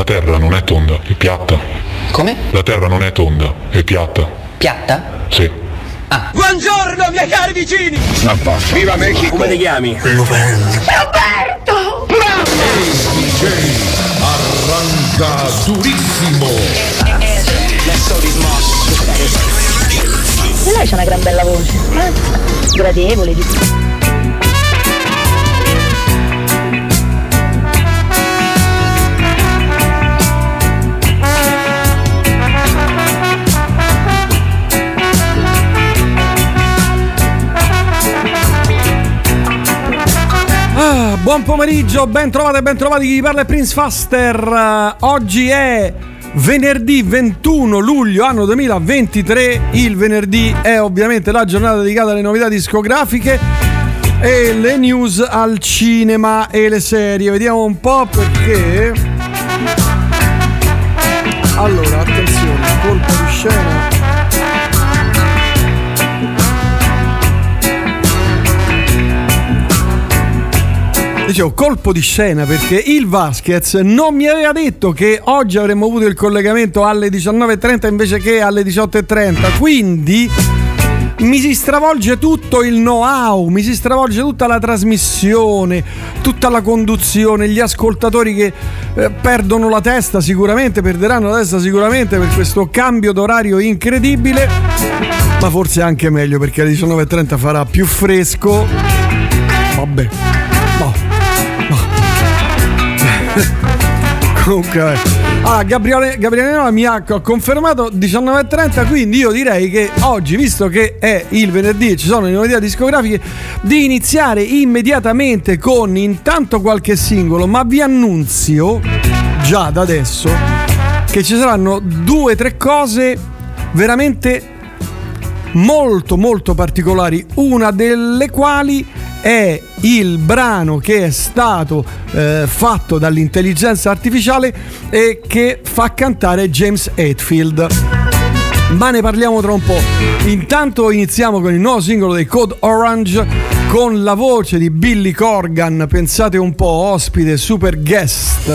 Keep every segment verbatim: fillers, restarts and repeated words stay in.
La terra non è tonda, è piatta. Come? La terra non è tonda, è piatta. Piatta? Sì. Ah. Buongiorno miei cari vicini! A posto. Viva Mexico! Come ti chiami? Roberto! Bravo! Ehi D J, arranca durissimo! E lei c'ha una gran bella voce, eh? Gradevole di più. Ah, buon pomeriggio, ben trovate, ben trovati, chi parla è Prince Faster. Uh, oggi è venerdì ventuno luglio anno duemilaventitré. Il venerdì è ovviamente la giornata dedicata alle novità discografiche e le news al cinema e le serie. Vediamo un po' perché. Allora, attenzione, colpo di scena. Dicevo, colpo di scena perché il Vasquez non mi aveva detto che oggi avremmo avuto il collegamento alle diciannove e trenta invece che alle diciotto e trenta, quindi mi si stravolge tutto il know-how, mi si stravolge tutta la trasmissione, tutta la conduzione, gli ascoltatori che eh, perdono la testa sicuramente, perderanno la testa sicuramente per questo cambio d'orario incredibile, ma forse anche meglio perché alle diciannove e trenta farà più fresco. Vabbè, no. Comunque, ah, Gabriele, Gabriele mi ha confermato diciannove e trenta, quindi io direi che oggi, visto che è il venerdì e ci sono le novità discografiche, di iniziare immediatamente con intanto qualche singolo, ma vi annunzio già da adesso che ci saranno due o tre cose veramente molto molto particolari, una delle quali è il brano che è stato eh, fatto dall'intelligenza artificiale e che fa cantare James Hetfield, ma ne parliamo tra un po'. Intanto iniziamo con il nuovo singolo dei Code Orange con la voce di Billy Corgan, pensate un po', ospite super guest.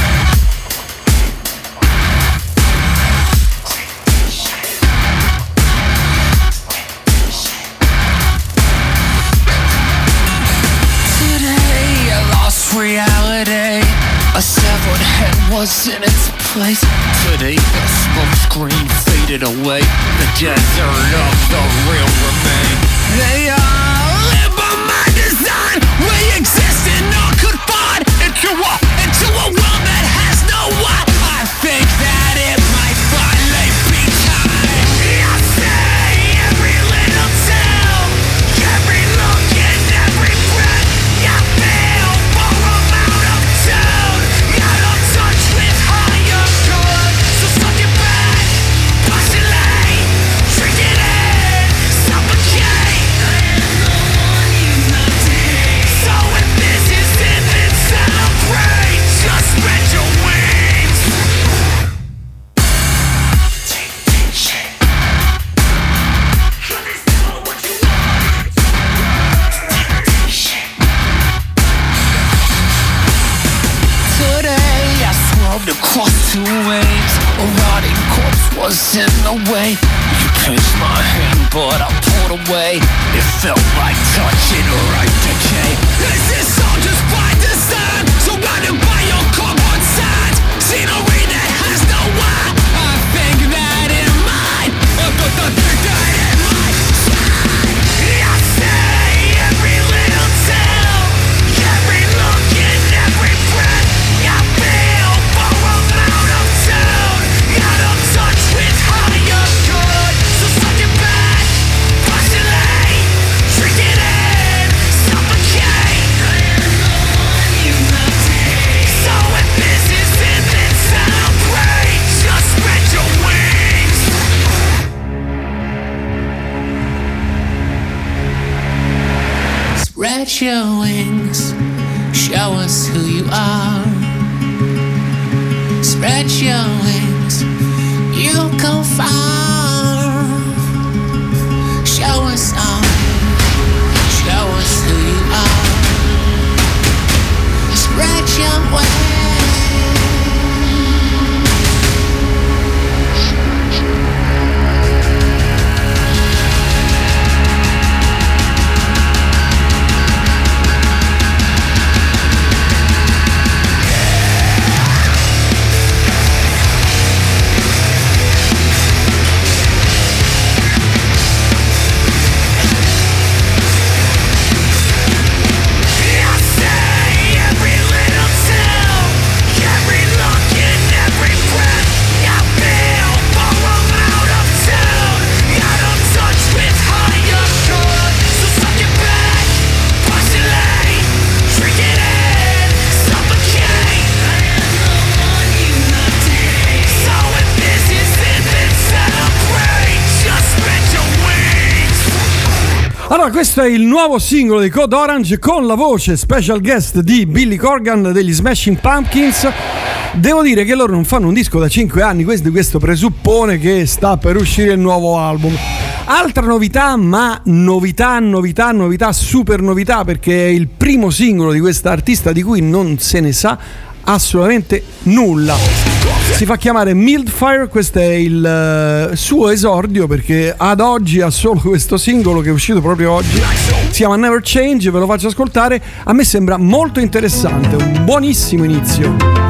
A severed head was in its place. Today the smoke screen faded away. The desert of the real remain. They all live by my design. We exist in no confined into a, into a world that has no why. I think that it might finally be time. I say every little tale, every look and every breath. I feel for amount of time. Got in touch with higher good. So suck it back, postulate, drink it in, suffocate. So if this is it, then celebrate. Just spread your wings. Today I swerved across two waves. A rotting corpse was in the way. You pinched my hand but I pulled away. It felt like touching right decay. Is this all just by design? Surrounded by your cardboard signs. Scenery that has no why. I think that it might. I think that it might. I say every little tale, every look and every breath. I feel for amount of sound. Got in touch with higher good. So suck it back, postulate, drink it in, suffocate. So if this is it, then celebrate. Just spread your wings. Spread your wings, show us who you are. Spread your wings, you'll go far. Show us all, show us who you are. Spread your wings. Allora, questo è il nuovo singolo di Code Orange con la voce special guest di Billy Corgan degli Smashing Pumpkins. Devo dire che loro non fanno un disco da cinque anni, questo, questo presuppone che sta per uscire il nuovo album. Altra novità, ma novità, novità, novità, super novità, perché è il primo singolo di questa artista di cui non se ne sa assolutamente nulla. Si fa chiamare Mildfire, questo è il uh, suo esordio, perché ad oggi ha solo questo singolo che è uscito proprio oggi, si chiama Never Change, ve lo faccio ascoltare, a me sembra molto interessante, un buonissimo inizio.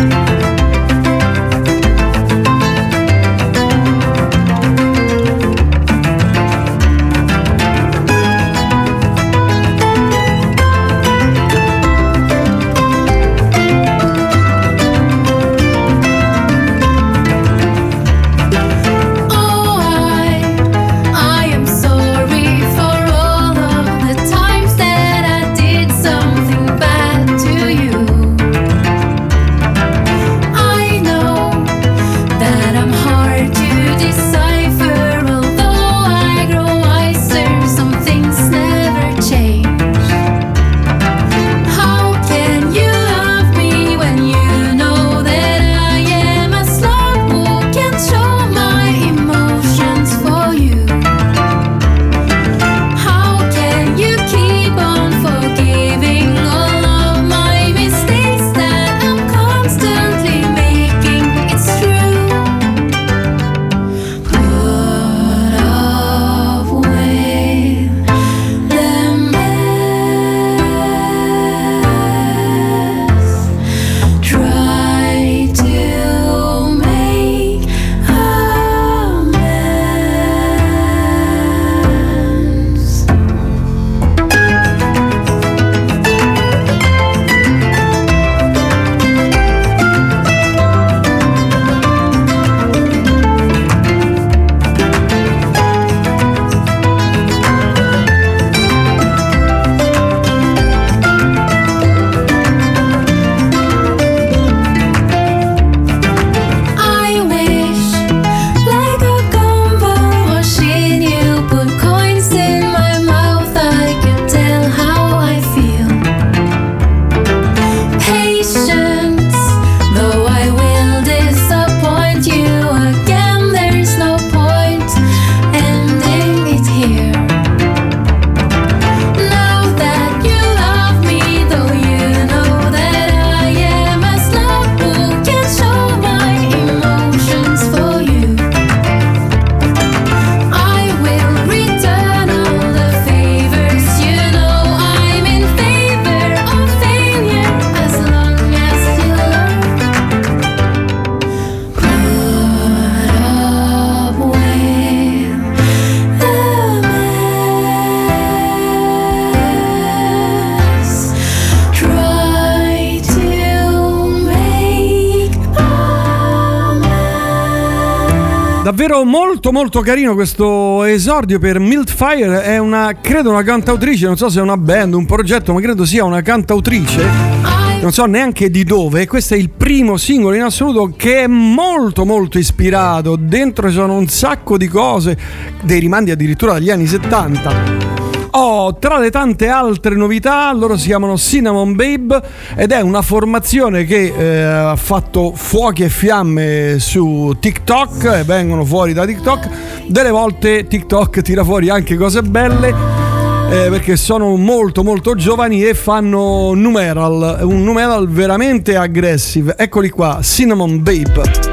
Davvero molto molto carino questo esordio per Mildfire. È una, credo una cantautrice, non so se è una band, un progetto, ma credo sia una cantautrice, non so neanche di dove. Questo è il primo singolo in assoluto che è molto molto ispirato. Dentro ci sono un sacco di cose, dei rimandi addirittura dagli anni settanta. Oh, tra le tante altre novità, loro si chiamano Cinnamon Babe ed è una formazione che eh, ha fatto fuochi e fiamme su TikTok e vengono fuori da TikTok. Delle volte TikTok tira fuori anche cose belle eh, perché sono molto molto giovani e fanno numeral, un numeral veramente aggressive. Eccoli qua, Cinnamon Babe.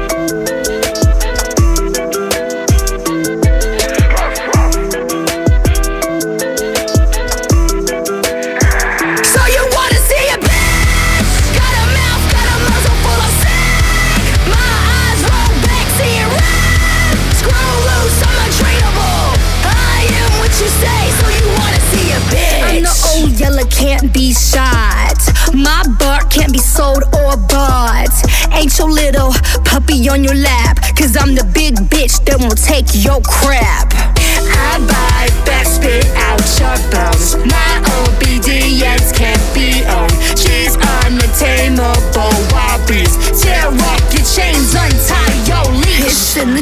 Can't be shot. My bark can't be sold or bought. Ain't your little puppy on your lap, cause I'm the big bitch that won't take your crap. I buy back, spit out your bones. My obedience can't be owned. She's untamable wild beast. Tear off your chains, untie your leash. It's in the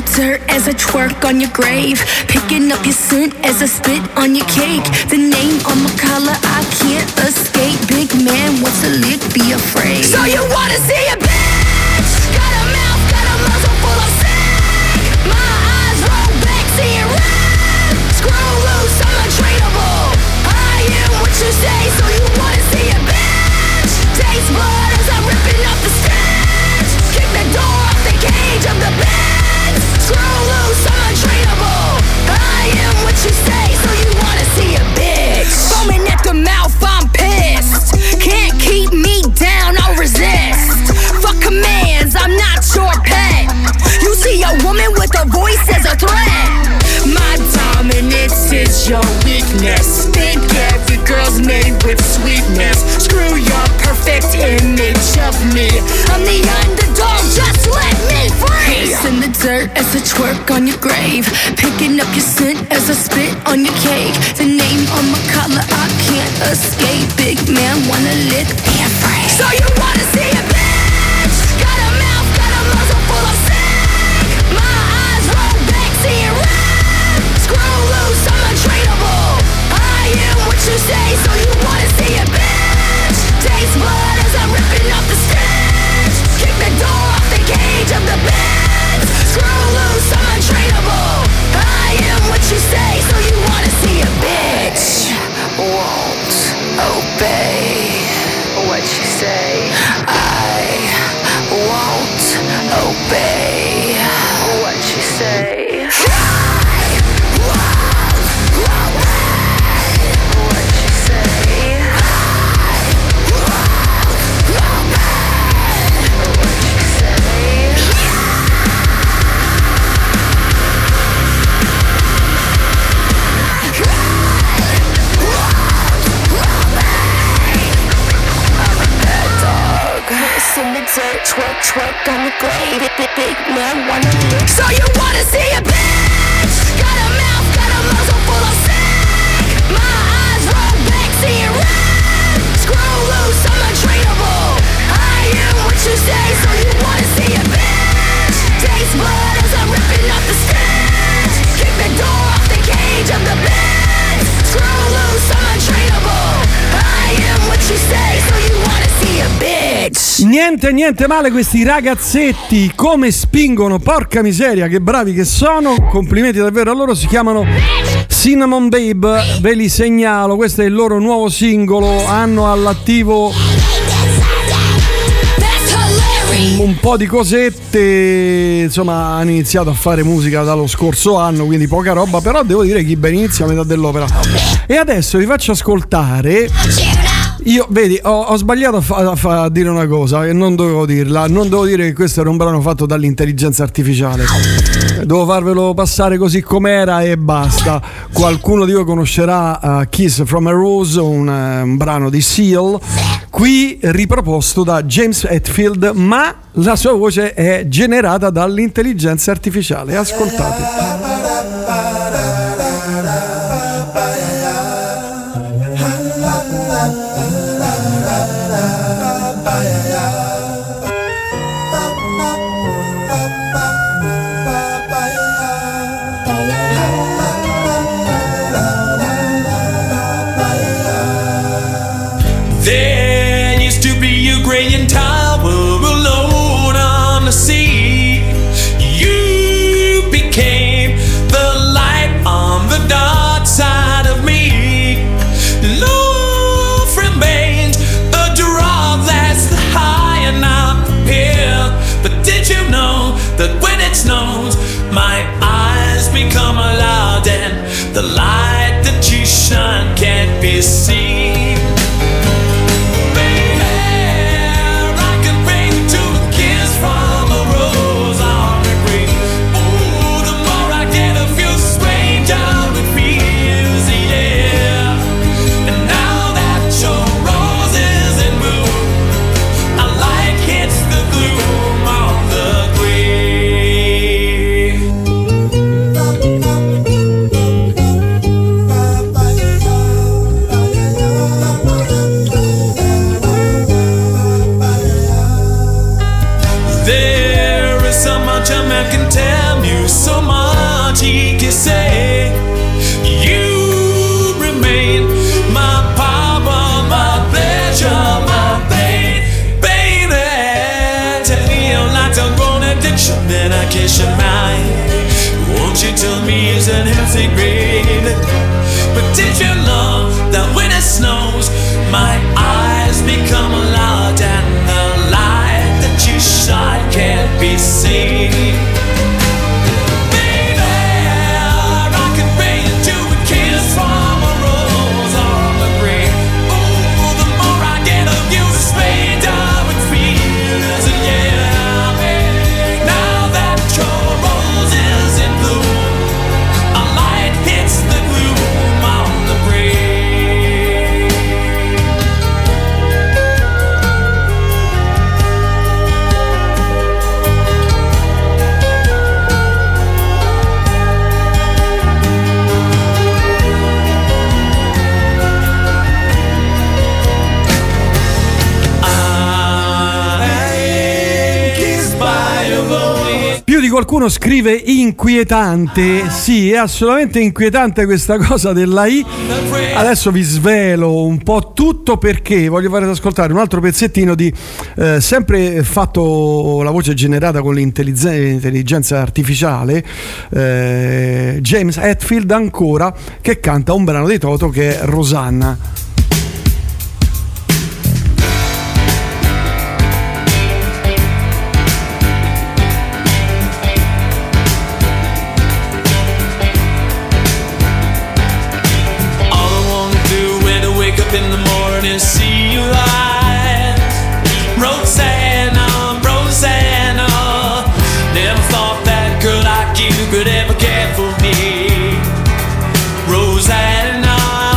dirt as I twerk on your grave. Picking up your scent as I spit on your cake. The name on my collar, I can't escape. Big man wants to lick, be afraid. So you wanna see a bitch? Got a mouth, got a muzzle full of sick. My eyes roll back, seeing red. Screw loose, I'm untrainable. I am what you say, so you wanna see a bitch? Taste blood as I'm ripping off the stitch. Kick the door off the cage of the bed. Screw loose, I'm untrainable. I am what you say, so you wanna see a bitch? Foaming at the mouth, I'm pissed. Can't keep me down, I'll resist. Fuck commands, I'm not your pet. You see a woman with a voice as a threat. My dominance is your weakness. Think every girl's made with sweetness. Screw your perfect image of me. I'm the underdog, just let me free. Face in the dirt as I twerk on your grave. Picking up your scent as I spit on your cake. The name on my collar, I can't escape. Big man wanna lick, be afraid. So you wanna see a bitch? Got a mouth, got a muzzle full of sick. My eyes roll back, seeing red. Screw loose, I'm untrainable. I am what you say, so you wanna see a bitch? Taste blood as I'm ripping off the stitch. Kick the door off the cage of the bed. Screw loose, I'm untrainable. I am what you say, so you wanna see a bitch? Won't obey what you say. I won't obey what you say. In the dirt, twerk, twerk on the grave. Big, big, big man wanna lick. So you wanna see a bitch? Got a mouth, got a muzzle full of sick. My eyes roll back, seeing red. Screw loose, I'm untrainable. I am what you say, so you wanna see a bitch? Taste blood as I'm ripping off the stitch. Kick the door off the cage of the bed. Screw loose, I'm untrainable. I am what you say, so you wanna see a bitch? Niente, niente male questi ragazzetti, come spingono, porca miseria, che bravi che sono, complimenti davvero a loro. Si chiamano Cinnamon Babe, ve li segnalo, questo è il loro nuovo singolo, hanno all'attivo un po' di cosette, insomma hanno iniziato a fare musica dallo scorso anno, quindi poca roba, però devo dire chi ben inizia a metà dell'opera. E adesso vi faccio ascoltare. Io, vedi, ho, ho sbagliato a, fa, a, fa, a dire una cosa e non dovevo dirla. Non devo dire che questo era un brano fatto dall'intelligenza artificiale. Devo farvelo passare così com'era e basta. Qualcuno di voi conoscerà uh, Kiss from a Rose, un, uh, un brano di Seal, qui riproposto da James Hetfield, ma la sua voce è generata dall'intelligenza artificiale. Ascoltate. My eyes become loud and the light that you shine can't be seen. Baby, I can bring to a kiss from a rose on the green. Oh, the more I get of you, strange how it feels, yeah. And now that your rose is in bloom, I like it's the gloom on the green. so much he can say. You remain my power, my pleasure, my pain, baby. Tell me your life's a grown addiction, then I kiss your mind. Won't you tell me it's an healthy grave? But did you know that when it snows, my eyes become a lot and the light that you shine can't be seen? Baby, I can bring you to a kiss from a rose on the grave. Oh, the more I get of you, the sweeter it feels. Yeah, baby, now that your rose is in bloom, a light hits the gloom on the grave. Più di qualcuno scrive inquietante. Sì, è assolutamente inquietante questa cosa della I. Adesso vi svelo un po' tutto, perché voglio farvi ascoltare un altro pezzettino di eh, sempre fatto la voce generata con l'intelligenza artificiale, eh, James Hetfield ancora, che canta un brano di Toto che è Rosanna. In the morning, see you light. Rosanna, Rosanna, never thought that girl like you could ever care for me. Rosanna,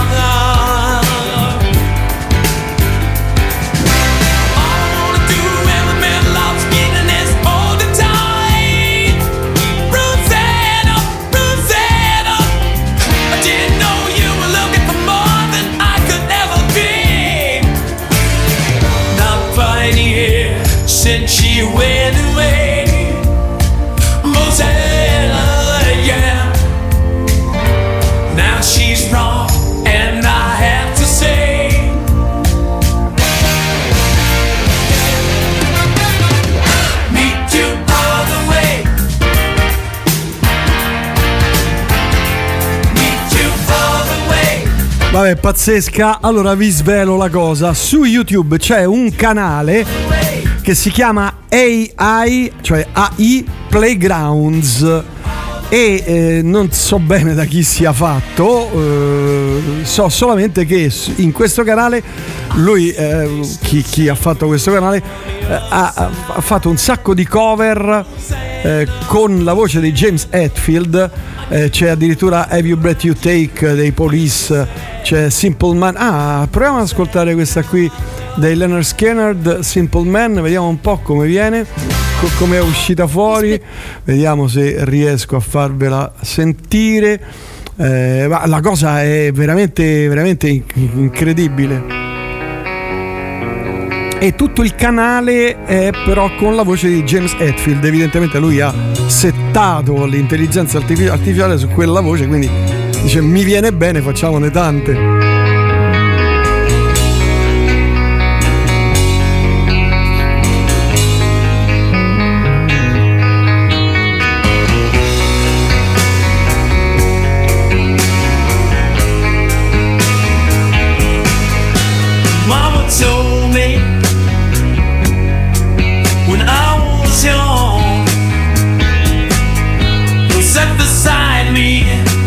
all I wanna do every man loves getting is all the time. Rosanna, Rosanna, I didn't know you were looking for more than I could ever be. Not five years since you went away, Rosanna, yeah. Now she's wrong, and I have to say, meet you all the way, meet you all the way. Vabbè, pazzesca. Allora vi svelo la cosa. Su YouTube c'è un canale che si chiama A I, cioè A I Playgrounds, e eh, non so bene da chi sia fatto, eh, so solamente che in questo canale lui, eh, chi, chi ha fatto questo canale, eh, ha, ha fatto un sacco di cover eh, con la voce di James Hetfield. Eh, c'è addirittura Have You Breath You Take dei Police, c'è Simple Man. Ah, proviamo ad ascoltare questa qui dei Leonard Skinner, Simple Man, vediamo un po' come viene, co- come è uscita fuori, vediamo se riesco a farvela sentire. Eh, ma la cosa è veramente veramente inc- incredibile. E tutto il canale è però con la voce di James Hetfield. Evidentemente lui ha settato l'intelligenza artific- artificiale su quella voce, quindi dice mi viene bene, facciamone tante. Mama told me when I was young, who sat beside me,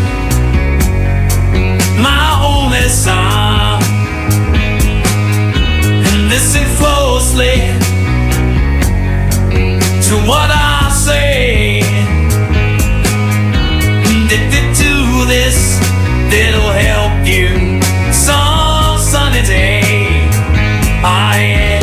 my only son, and listen closely to what I say. Addicted to this, it'll help you some sunny day. I am.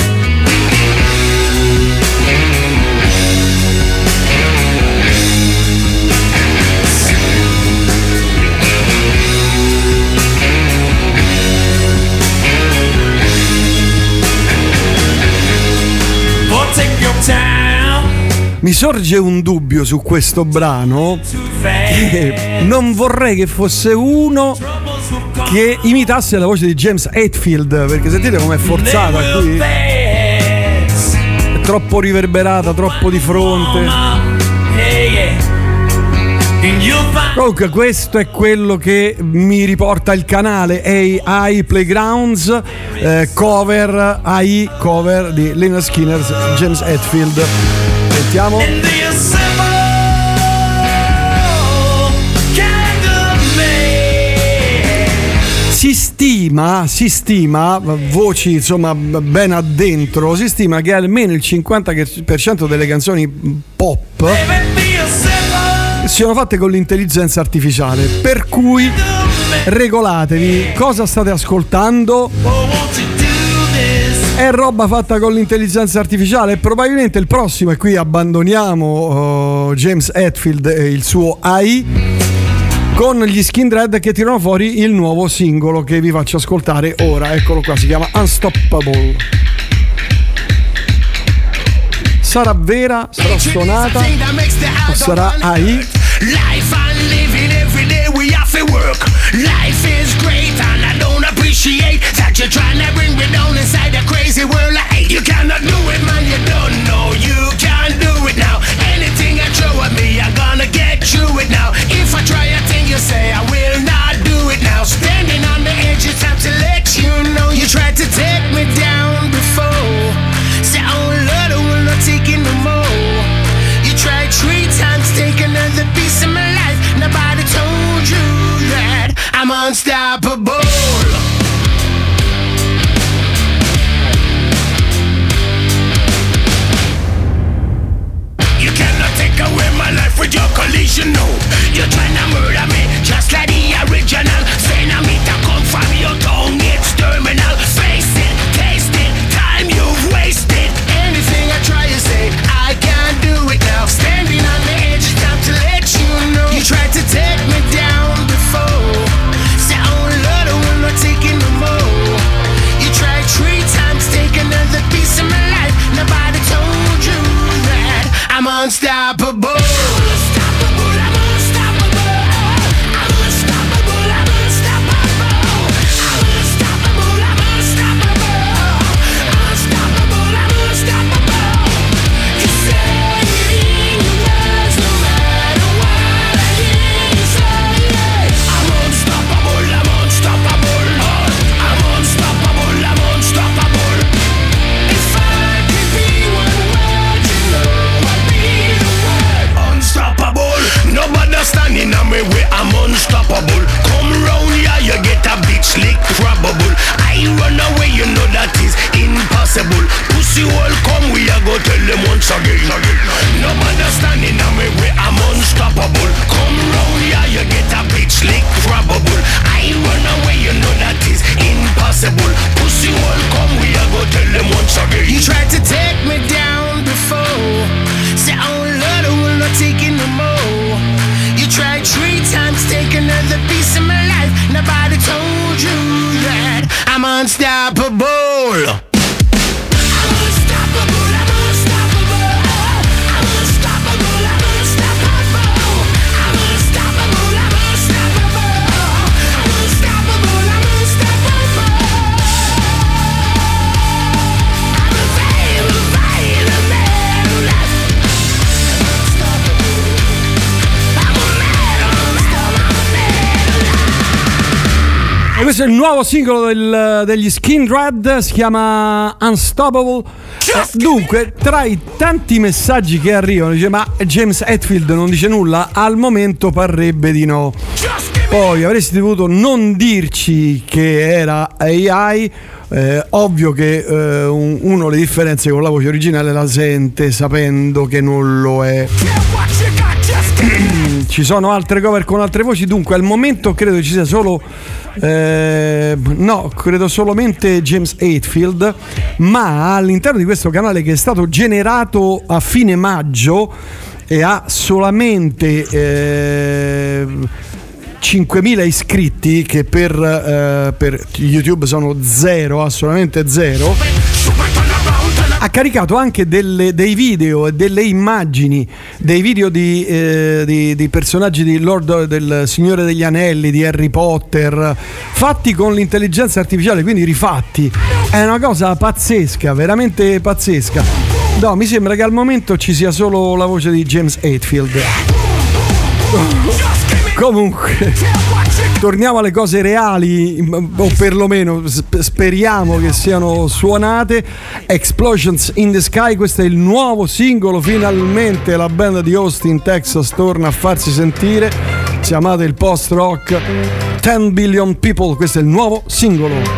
Boy, take your time. mi sorge un dubbio su questo brano, che non vorrei che fosse uno che imitasse la voce di James Hetfield, perché sentite com'è forzata qui, è troppo riverberata, troppo di fronte. Comunque questo è quello che mi riporta il canale A I Playgrounds, eh, cover A I cover di Lynyrd Skynyrd, James Hetfield. Sentiamo. Si stima, si stima, voci insomma ben addentro, si stima che almeno il cinquanta per cento delle canzoni pop siano fatte con l'intelligenza artificiale, per cui regolatevi, cosa state ascoltando? È roba fatta con l'intelligenza artificiale, probabilmente il prossimo, e qui abbandoniamo uh, James Hetfield e il suo A I, con gli Skynyrd che tirano fuori il nuovo singolo che vi faccio ascoltare ora. Eccolo qua, si chiama Unstoppable. Sarà vera, sarà suonata o sarà A I? Life I'm living every day, we have to work. Life is great and I don't appreciate that you're trying to bring me down inside a crazy world. I hate you cannot do it, man, you don't know you can't do it now. Anything I throw at me, I'm gonna get through it now. If I try a thing you say, I will not do it now. Standing on the edge, it's time to let you know. You tried to take me down before. Say, oh Lord, I will not take it no more. You tried three times, take another piece of my life. Nobody told you that I'm unstoppable. You cannot take away my life with your collision, no. You're trying to murder me, just like the original. Saying I mean to come from your tongue, it's terminal. Face it, taste it, time you've wasted. Anything I try to say, I can't do it now. Standing on the edge, it's time to let you know. You tried to take me down before. Say, oh Lord, I will not take it no more. You tried three times, take another piece of my life. Nobody told you that I'm unstoppable. Unstoppable, I'm unstoppable. I'm unstoppable, I'm unstoppable. I'm unstoppable, I'm unstoppable. Unstoppable, I'm unstoppable. You say in your words, no matter what I hear you say. I'm unstoppable, I'm unstoppable. I'm unstoppable, I'm unstoppable. If I could be one word, you know I'd be the word unstoppable. Nobody standing on me way, I'm unstoppable. Come round here, you get a big slick probable. I run away, you know that is impossible. Pussy hole come, we a go tell them once again. Nobody standing on me way, I'm unstoppable. Come round here, you get a big slick probable. I run away, you know that is impossible. Pussy hole come, we a go tell them once again. You tried to take me down before. Say, oh Lord, I will not take it no more. You tried three times, take another piece of my life. Nobody told you that I'm unstoppable. I'm unstoppable, I'm unstoppable. I'm unstoppable, I'm unstoppable. I'm unstoppable, I'm unstoppable. I'm unstoppable, I'm unstoppable. I'm a veil, a veil, a veil. E questo è il nuovo singolo del, degli Skynyrd, si chiama Unstoppable. Eh, dunque, tra i tanti messaggi che arrivano, dice ma James Hetfield non dice nulla? Al momento parrebbe di no. Poi avresti dovuto non dirci che era A I. Eh, ovvio che eh, un, uno le differenze con la voce originale la sente sapendo che non lo è. Ci sono altre cover con altre voci, dunque al momento credo ci sia solo eh, no, credo solamente James Hetfield, ma all'interno di questo canale che è stato generato a fine maggio e ha solamente eh, cinquemila iscritti, che per, eh, per YouTube sono zero, assolutamente zero. ha caricato anche delle, dei video e delle immagini, dei video di, eh, di, di personaggi di Lord del Signore degli Anelli, di Harry Potter, fatti con l'intelligenza artificiale, quindi rifatti. È una cosa pazzesca, veramente pazzesca. No, mi sembra che al momento ci sia solo la voce di James Hetfield. Comunque, torniamo alle cose reali, o perlomeno speriamo che siano suonate. Explosions in the Sky, questo è il nuovo singolo, finalmente la band di Austin, Texas torna a farsi sentire. Se amate il post rock, ten billion People, questo è il nuovo singolo.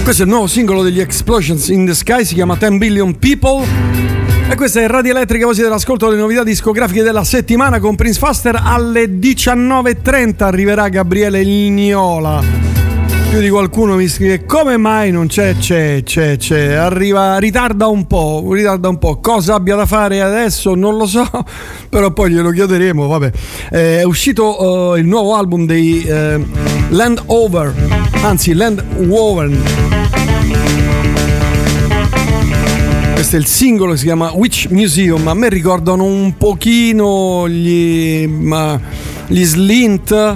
Questo è il nuovo singolo degli Explosions in the Sky, si chiama ten billion People. E questa è Radio Elettrica, voi siete all'ascolto delle novità discografiche della settimana con Prince Faster. Alle diciannove e trenta arriverà Gabriele Lignola. Più di qualcuno mi scrive come mai non c'è, c'è, c'è, c'è. Arriva, ritarda un po', ritarda un po'. Cosa abbia da fare adesso non lo so, però poi glielo chiederemo, vabbè. Eh, è uscito uh, il nuovo album dei uh, Land Over, anzi Land Woven. Questo è il singolo, si chiama Witch Museum. A me ricordano un pochino gli, ma, gli Slint.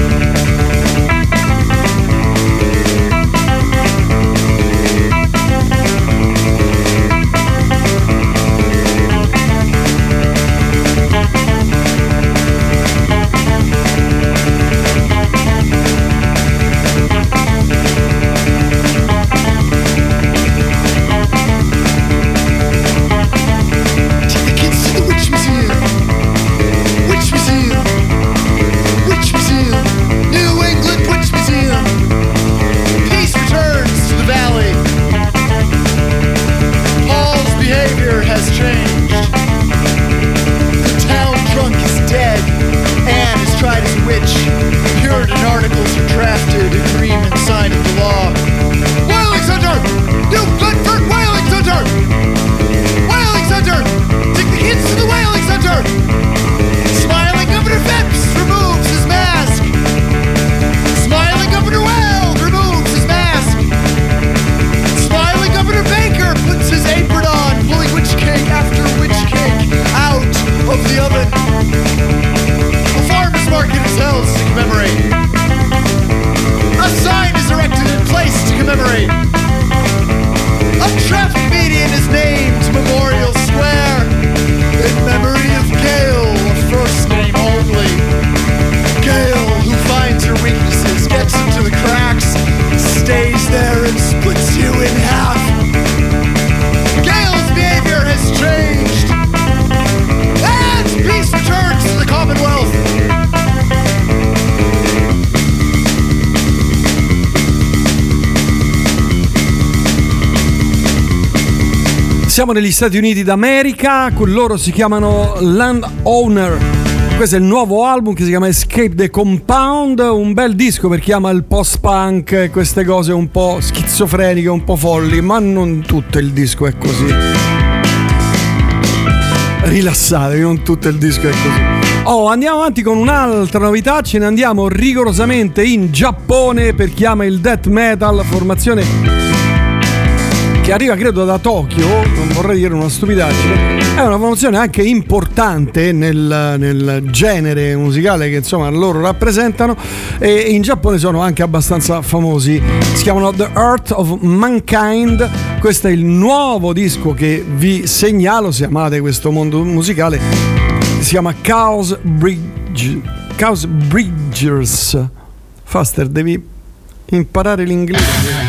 Siamo negli Stati Uniti d'America, con loro si chiamano Landowner. Questo è il nuovo album che si chiama Escape the Compound, un bel disco per chi ama il post-punk e queste cose un po' schizofreniche, un po' folli, ma non tutto il disco è così. Rilassatevi, non tutto il disco è così. Oh, andiamo avanti con un'altra novità, ce ne andiamo rigorosamente in Giappone per chi ama il death metal, formazione che arriva credo da Tokyo, non vorrei dire una stupidaggine. È una formazione anche importante nel, nel genere musicale che insomma loro rappresentano, e in Giappone sono anche abbastanza famosi. Si chiamano The Earth of Mankind. Questo è il nuovo disco che vi segnalo se amate questo mondo musicale. Si chiama Chaos Bridge, Chaos Bridgers. Faster, devi imparare l'inglese.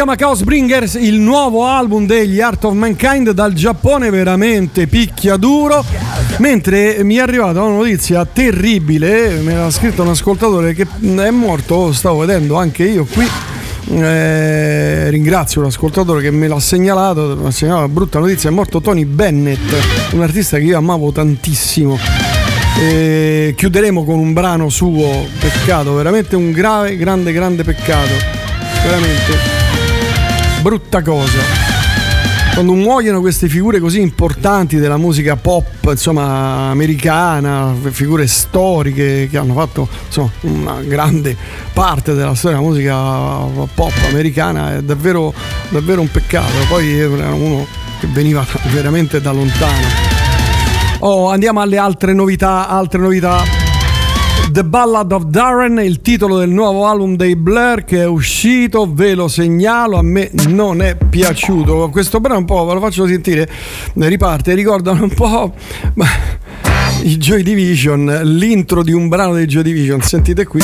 chiama Chaos Bringers, il nuovo album degli Art of Mankind dal Giappone, veramente picchia duro. Mentre mi è arrivata una notizia terribile, me l'ha scritto un ascoltatore che è morto, stavo vedendo anche io qui. Eh, ringrazio l'ascoltatore che me l'ha segnalato, mi ha segnalato una brutta notizia, è morto Tony Bennett, un artista che io amavo tantissimo. Eh, chiuderemo con un brano suo, peccato, veramente un grave, grande, grande peccato, veramente brutta cosa. Quando muoiono queste figure così importanti della musica pop, insomma, americana, figure storiche che hanno fatto, insomma, una grande parte della storia della musica pop americana, è davvero, davvero un peccato. Poi era uno che veniva veramente da lontano. Oh, andiamo alle altre novità, altre novità. The Ballad of Darren, il titolo del nuovo album dei Blur che è uscito, ve lo segnalo, a me non è piaciuto. Questo brano un po', ve lo faccio sentire, riparte, ricordano un po' i Joy Division, l'intro di un brano dei Joy Division, sentite qui.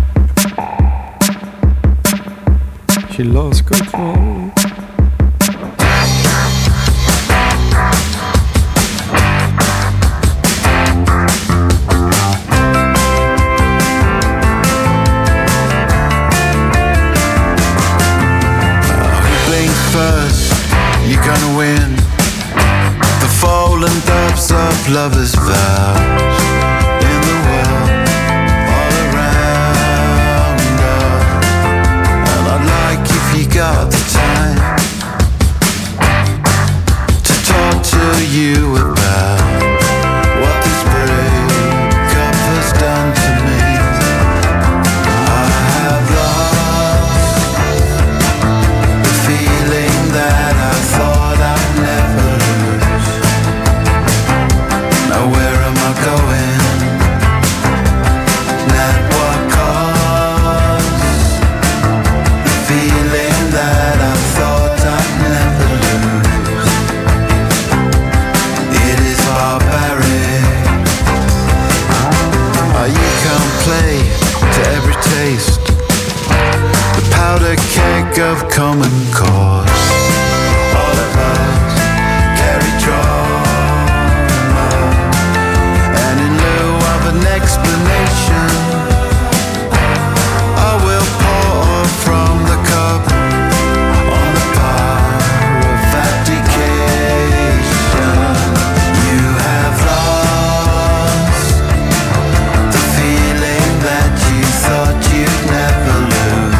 She lost control. Gonna win the fallen dubs of lovers' vows in the world all around us. And I'd like, if you got the time, to talk to you about what this breakup has done to me. I have lost the feeling that I thought of common cause. All of us carry trauma, and in lieu of an explanation, I will pour from the cup on the power of abdication. You have lost the feeling that you thought you'd never lose.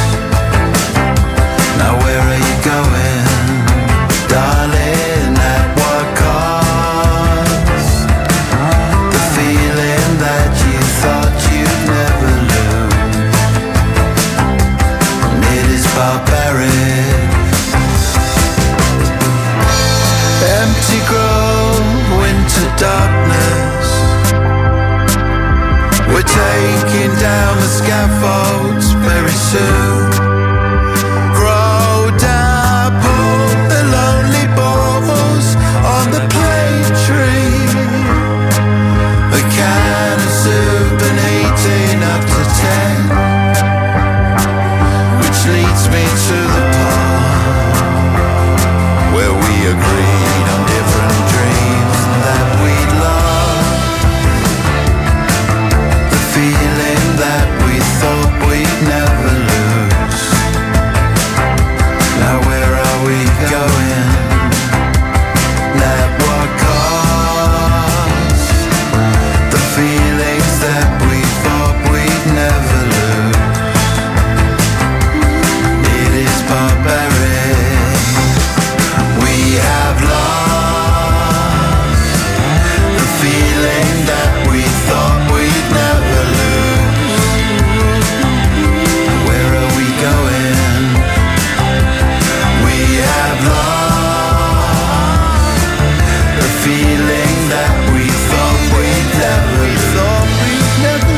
Now where are you going, darling, at what cost? The feeling that you thought you'd never lose. It is barbaric. Empty grove, winter darkness. We're taking down the scaffolds very soon. On the plane tree, a can of soup and eighteen up to ten, which leads me to the part where we agreed on different dreams that we'd lost. The feeling that we thought we'd never lose. Now where are we going? At what cost? The feelings that we thought we'd never lose. It is barbaric. We have lost the feeling that we thought we'd never lose. Where are we going? We have lost feeling that we thought we'd never, we thought we'd never.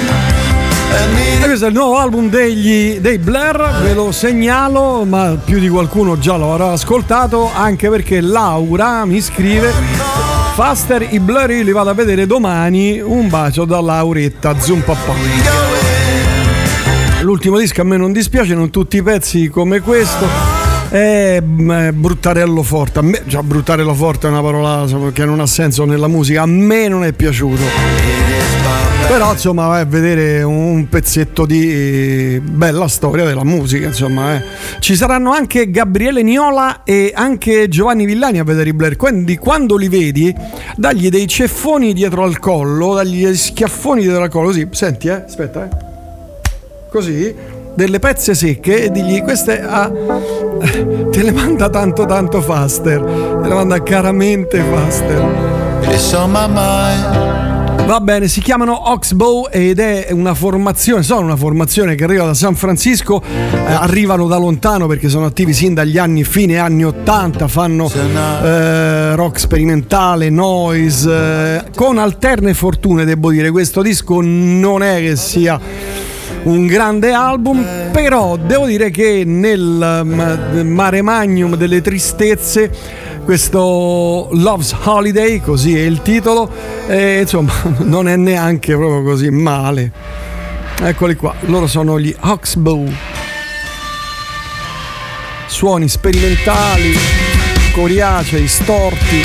E questo è il nuovo album degli, dei Blur, ve lo segnalo, ma più di qualcuno già lo avrà ascoltato, anche perché Laura mi scrive: Faster, i Blur io li vado a vedere domani, un bacio da Lauretta, zoom papà. l'ultimo disco a me non dispiace, non tutti i pezzi come questo. È bruttarello forte. A me, cioè, bruttarello forte è una parola che non ha senso nella musica. A me non è piaciuto. Però insomma vai a vedere un pezzetto di bella storia della musica, insomma, eh. Ci saranno anche Gabriele Niola e anche Giovanni Villani a vedere i Blair, quindi quando li vedi dagli dei ceffoni dietro al collo, dagli schiaffoni dietro al collo, così, senti, eh, aspetta, eh. Così, delle pezze secche e digli queste ah, te le manda tanto tanto faster, te le manda caramente faster. It's on my mind. Va bene, si chiamano Oxbow ed è una formazione, sono una formazione che arriva da San Francisco, eh, arrivano da lontano perché sono attivi sin dagli anni, fine anni ottanta, fanno eh, rock sperimentale, noise, eh, con alterne fortune, devo dire. Questo disco non è che sia un grande album, però devo dire che nel mare magnum delle tristezze questo Love's Holiday, così è il titolo, e insomma non è neanche proprio così male. Eccoli qua, loro sono gli Oxbow. Suoni sperimentali, coriacei, storti.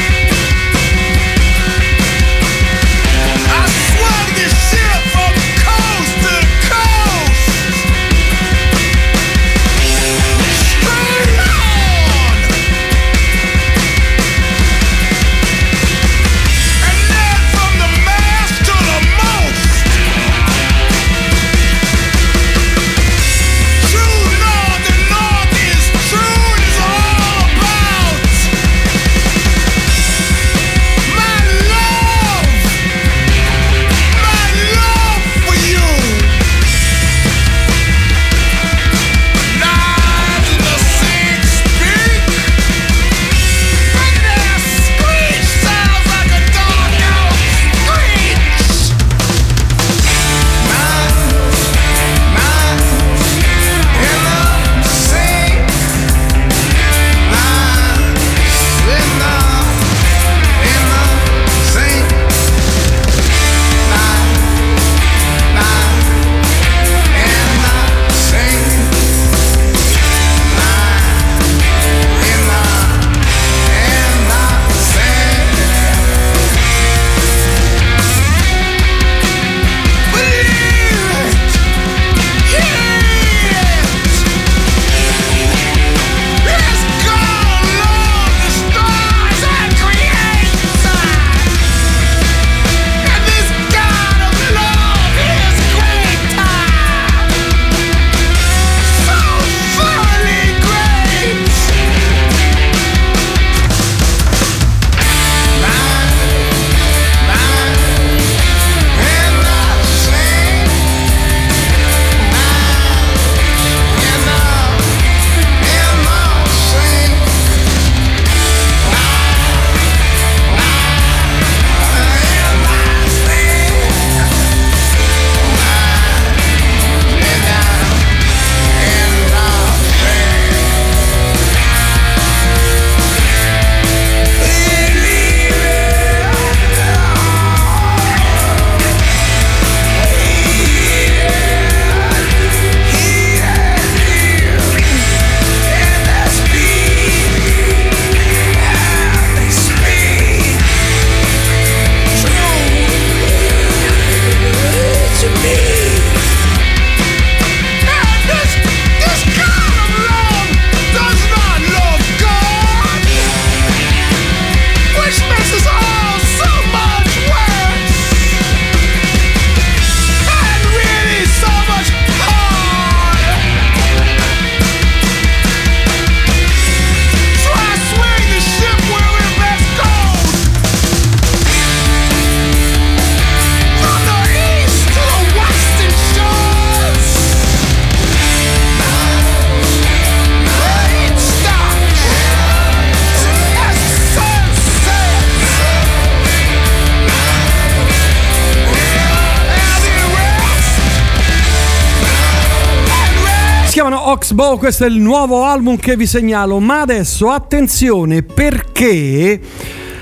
Oxbow, questo è il nuovo album che vi segnalo, ma adesso attenzione perché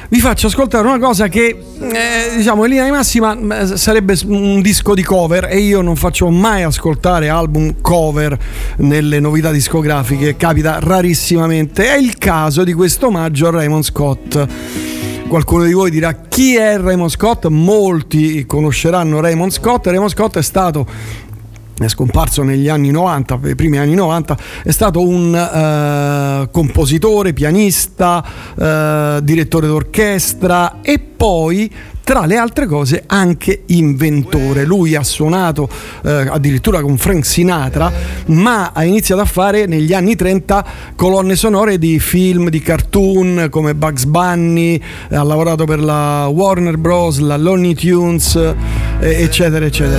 vi faccio ascoltare una cosa che eh, diciamo in linea di massima eh, sarebbe un disco di cover, e io non faccio mai ascoltare album cover nelle novità discografiche, capita rarissimamente. È il caso di questo omaggio a Raymond Scott. Qualcuno di voi dirà: chi è Raymond Scott? Molti conosceranno Raymond Scott. Raymond Scott è stato è scomparso negli anni novanta, i primi anni novanta, è stato un uh, compositore, pianista, uh, direttore d'orchestra e poi, tra le altre cose, anche inventore. Lui ha suonato eh, addirittura con Frank Sinatra, ma ha iniziato a fare negli anni trenta colonne sonore di film, di cartoon come Bugs Bunny, ha lavorato per la Warner Bros, la Looney Tunes, eh, eccetera eccetera.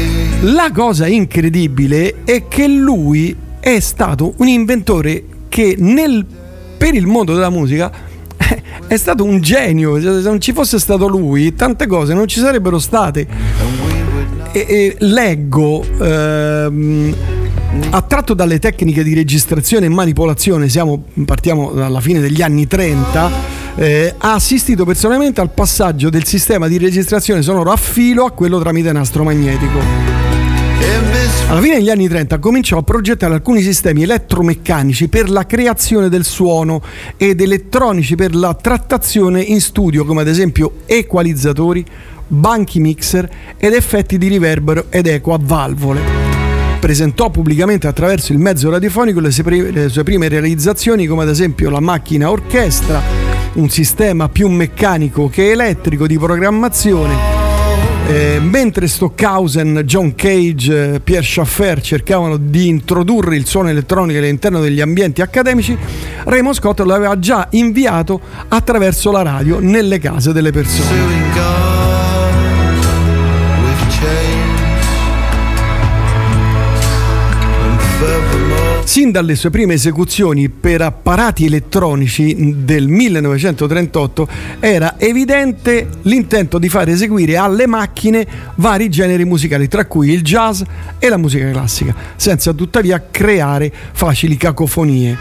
La cosa incredibile è che lui è stato un inventore che nel, per il mondo della musica è stato un genio. Se non ci fosse stato lui, tante cose non ci sarebbero state. E, e leggo ehm, attratto dalle tecniche di registrazione e manipolazione, siamo, partiamo dalla fine degli anni trenta, eh, ha assistito personalmente al passaggio del sistema di registrazione sonoro a filo a quello tramite nastro magnetico. Alla fine degli anni trenta cominciò a progettare alcuni sistemi elettromeccanici per la creazione del suono ed elettronici per la trattazione in studio, come ad esempio equalizzatori, banchi mixer ed effetti di riverbero ed eco a valvole. Presentò pubblicamente attraverso il mezzo radiofonico le sue prime, le sue prime realizzazioni, come ad esempio la macchina orchestra, un sistema più meccanico che elettrico di programmazione. Eh, mentre Stockhausen, John Cage, eh, Pierre Schaeffer cercavano di introdurre il suono elettronico all'interno degli ambienti accademici, Raymond Scott lo aveva già inviato attraverso la radio nelle case delle persone. Sin dalle sue prime esecuzioni per apparati elettronici del millenovecentotrentotto era evidente l'intento di far eseguire alle macchine vari generi musicali, tra cui il jazz e la musica classica, senza tuttavia creare facili cacofonie.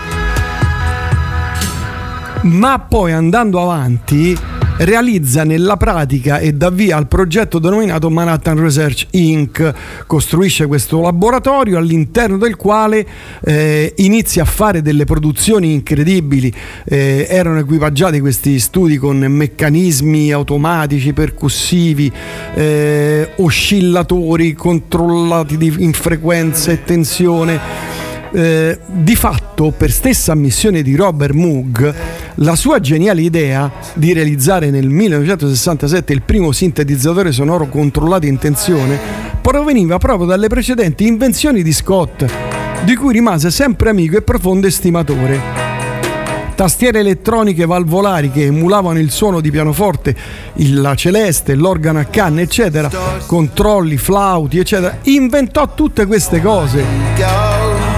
Ma poi, andando avanti, realizza nella pratica e dà via al progetto denominato Manhattan Research Incorporated. Costruisce questo laboratorio all'interno del quale eh, inizia a fare delle produzioni incredibili. Eh, erano equipaggiati questi studi con meccanismi automatici, percussivi, eh, oscillatori controllati di, in frequenza e tensione. Eh, di fatto, per stessa ammissione di Robert Moog, la sua geniale idea di realizzare nel millenovecentosessantasette il primo sintetizzatore sonoro controllato in tensione proveniva proprio dalle precedenti invenzioni di Scott, di cui rimase sempre amico e profondo estimatore. Tastiere elettroniche valvolari che emulavano il suono di pianoforte, il, la celeste, l'organo a canne, eccetera, controlli, flauti, eccetera. Inventò tutte queste cose.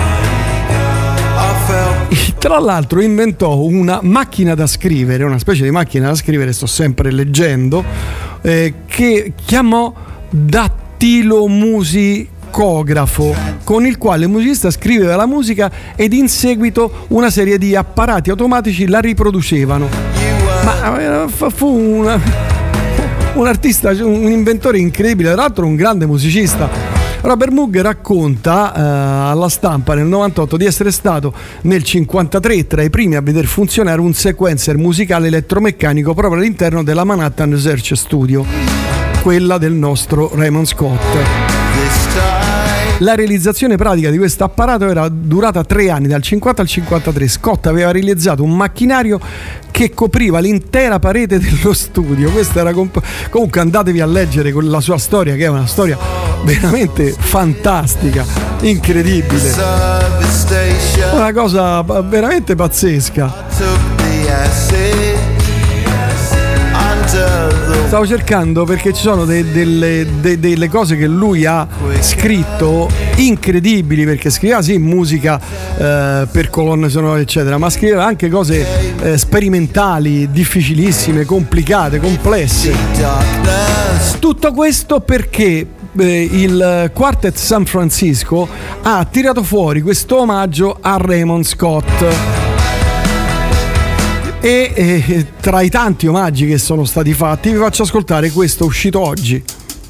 Tra l'altro inventò una macchina da scrivere, una specie di macchina da scrivere, sto sempre leggendo, eh, che chiamò dattilomusicografo, con il quale il musicista scriveva la musica ed in seguito una serie di apparati automatici la riproducevano. Ma fu una, un artista, un inventore incredibile, tra l'altro un grande musicista. Robert Moog racconta eh, alla stampa nel novantotto di essere stato nel cinquantatré tra i primi a veder funzionare un sequencer musicale elettromeccanico proprio all'interno della Manhattan Research Studio, quella del nostro Raymond Scott. La realizzazione pratica di questo apparato era durata tre anni, dal cinquanta al cinquantatré. Scott aveva realizzato un macchinario che copriva l'intera parete dello studio. Questo era comp- comunque andatevi a leggere con la sua storia, che è una storia veramente fantastica, incredibile, una cosa veramente pazzesca. Stavo cercando perché ci sono de, delle, de, delle cose che lui ha scritto incredibili, perché scriveva sì musica eh, per colonne sonore eccetera, ma scriveva anche cose eh, sperimentali, difficilissime, complicate, complesse. Tutto questo perché eh, il Quartet San Francisco ha tirato fuori questo omaggio a Raymond Scott. e eh, tra i tanti omaggi che sono stati fatti vi faccio ascoltare questo uscito oggi.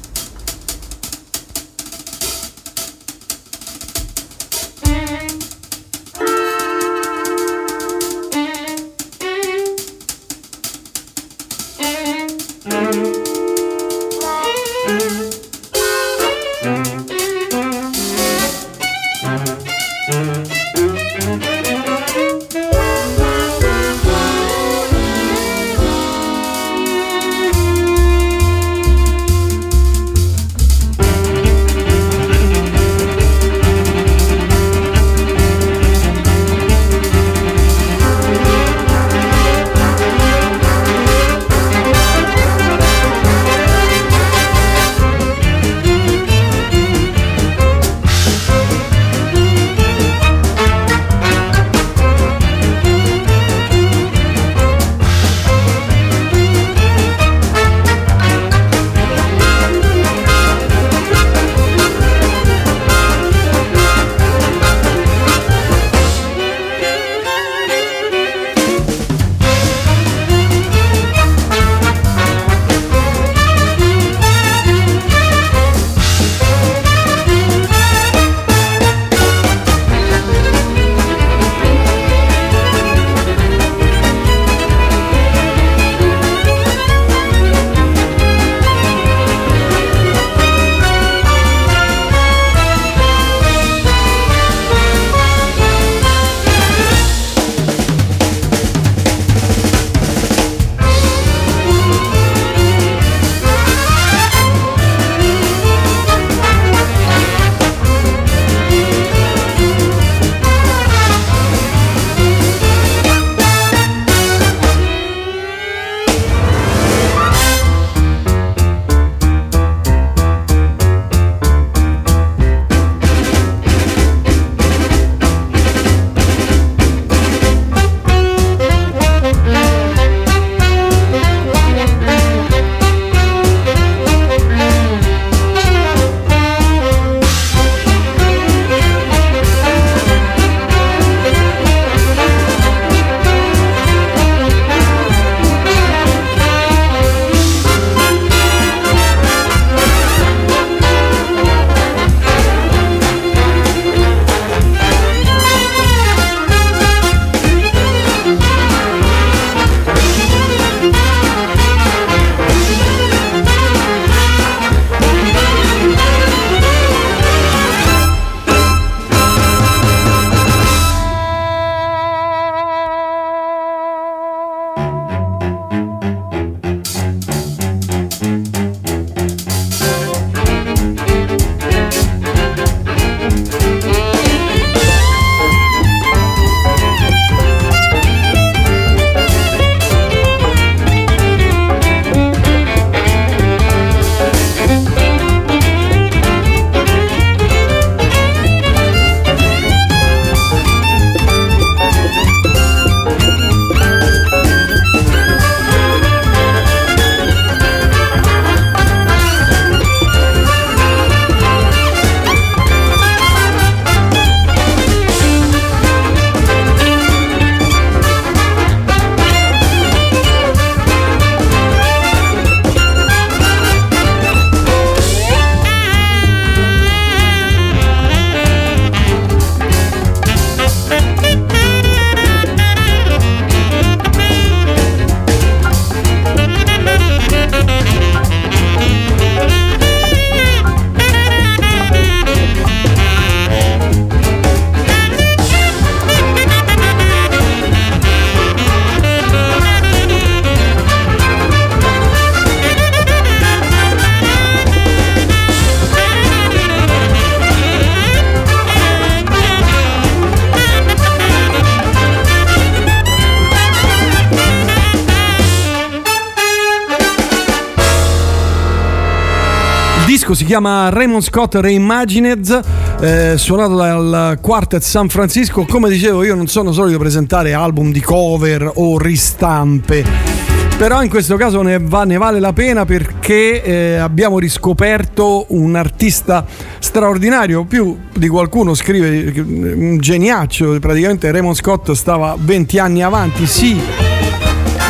disco si chiama Raymond Scott Reimagined, eh, suonato dal Quartet San Francisco. Come dicevo, io non sono solito presentare album di cover o ristampe, però in questo caso ne, va, ne vale la pena perché eh, abbiamo riscoperto un artista straordinario. Più di qualcuno scrive un geniaccio, praticamente Raymond Scott stava venti anni avanti, sì,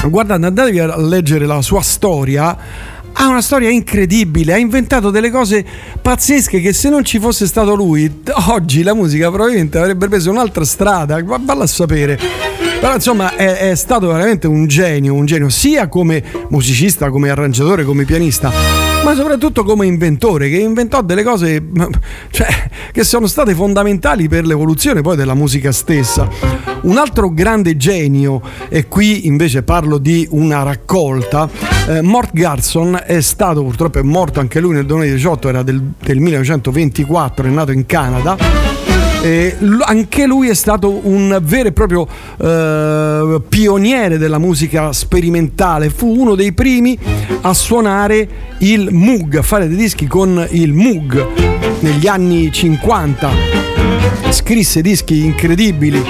Guardate, andatevi a leggere la sua storia. Ha una storia incredibile, ha inventato delle cose pazzesche che se non ci fosse stato lui, oggi la musica probabilmente avrebbe preso un'altra strada, valla a sapere. Però insomma è, è stato veramente un genio, un genio sia come musicista, come arrangiatore, come pianista, ma soprattutto come inventore, che inventò delle cose, cioè, che sono state fondamentali per l'evoluzione poi della musica stessa. Un altro grande genio, e qui invece parlo di una raccolta, eh, Mort Garson è stato, purtroppo è morto anche lui nel duemiladiciotto, era del, del millenovecentoventiquattro, è nato in Canada. E anche lui è stato un vero e proprio eh, pioniere della musica sperimentale, fu uno dei primi a suonare il Moog, a fare dei dischi con il Moog negli anni cinquanta, scrisse dischi incredibili.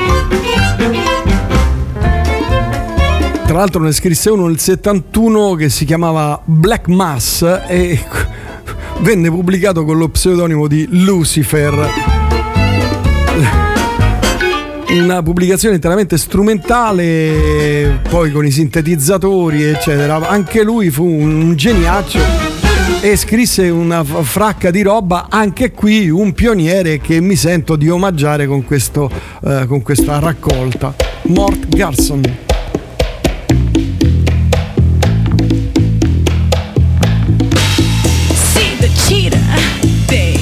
Tra l'altro ne scrisse uno nel settantuno che si chiamava Black Mass e venne pubblicato con lo pseudonimo di Lucifer. Una pubblicazione interamente strumentale, poi con i sintetizzatori eccetera. Anche lui fu un geniaccio e scrisse una fracca di roba. Anche qui un pioniere che mi sento di omaggiare con, questo, eh, con questa raccolta. Mort Garson. See the cheetah, baby.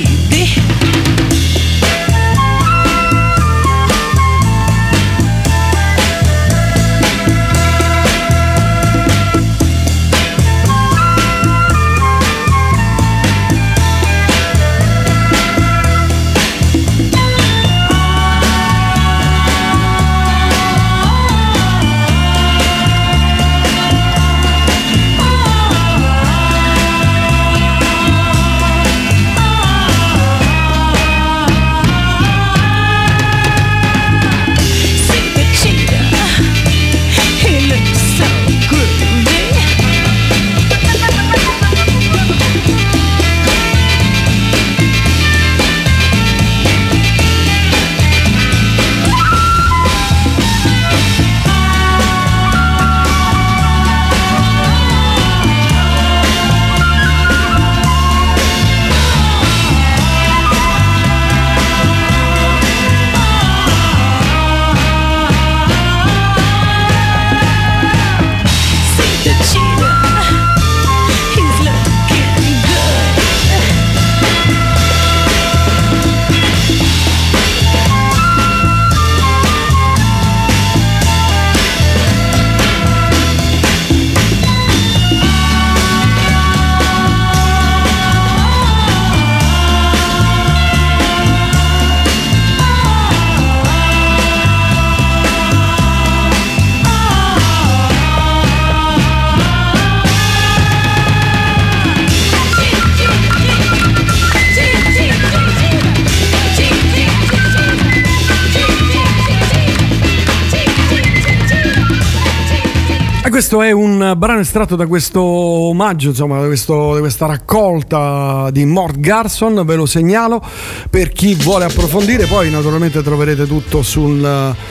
Questo è un brano estratto da questo omaggio, insomma, da, questo, da questa raccolta di Mort Garson, ve lo segnalo per chi vuole approfondire. Poi naturalmente troverete tutto sul,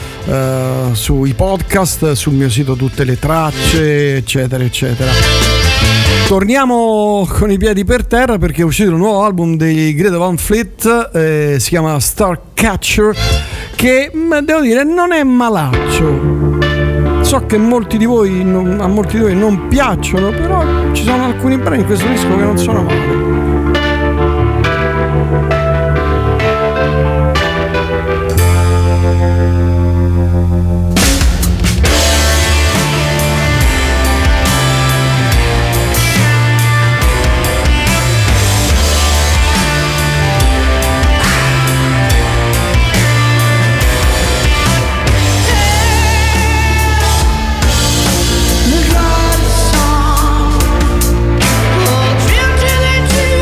uh, sui podcast, sul mio sito tutte le tracce, eccetera, eccetera. Torniamo con i piedi per terra perché è uscito un nuovo album dei Greta Van Fleet, eh, si chiama Starcatcher, che devo dire non è malaccio. So che molti di voi non, a molti di voi non piacciono, però ci sono alcuni brani in questo disco che non sono male. Feel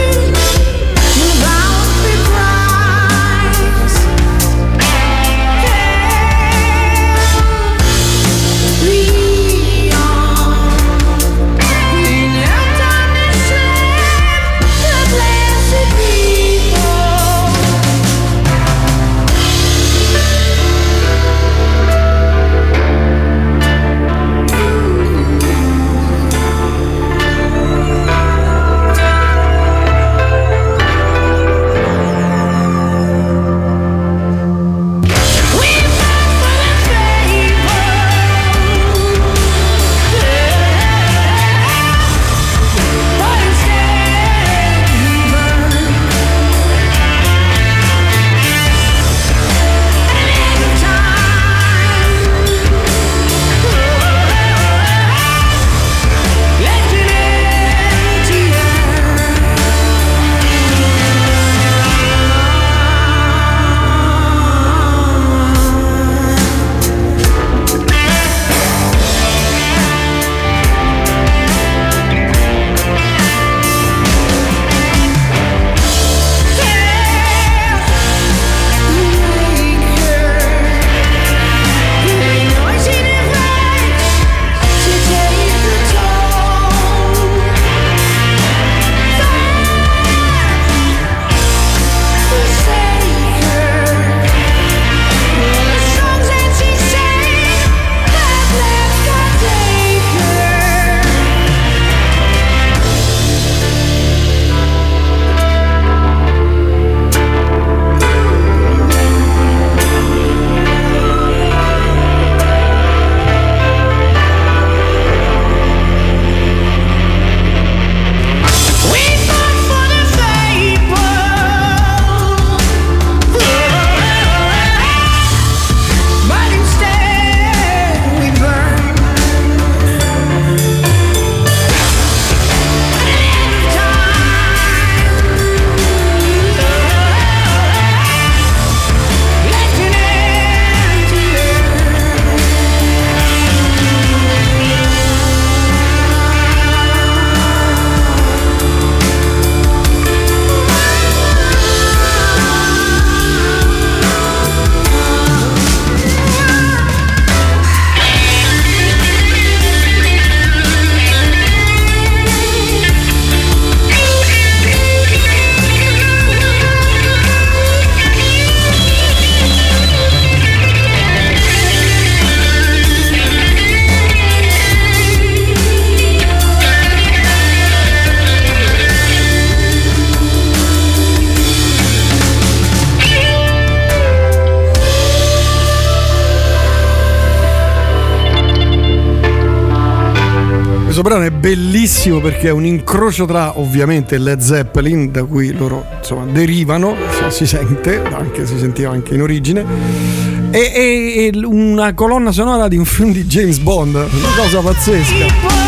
Questo brano è bellissimo perché è un incrocio tra ovviamente Led Zeppelin, da cui loro insomma derivano, si, si sente, anche si sentiva anche in origine, e, e, e una colonna sonora di un film di James Bond, una cosa pazzesca.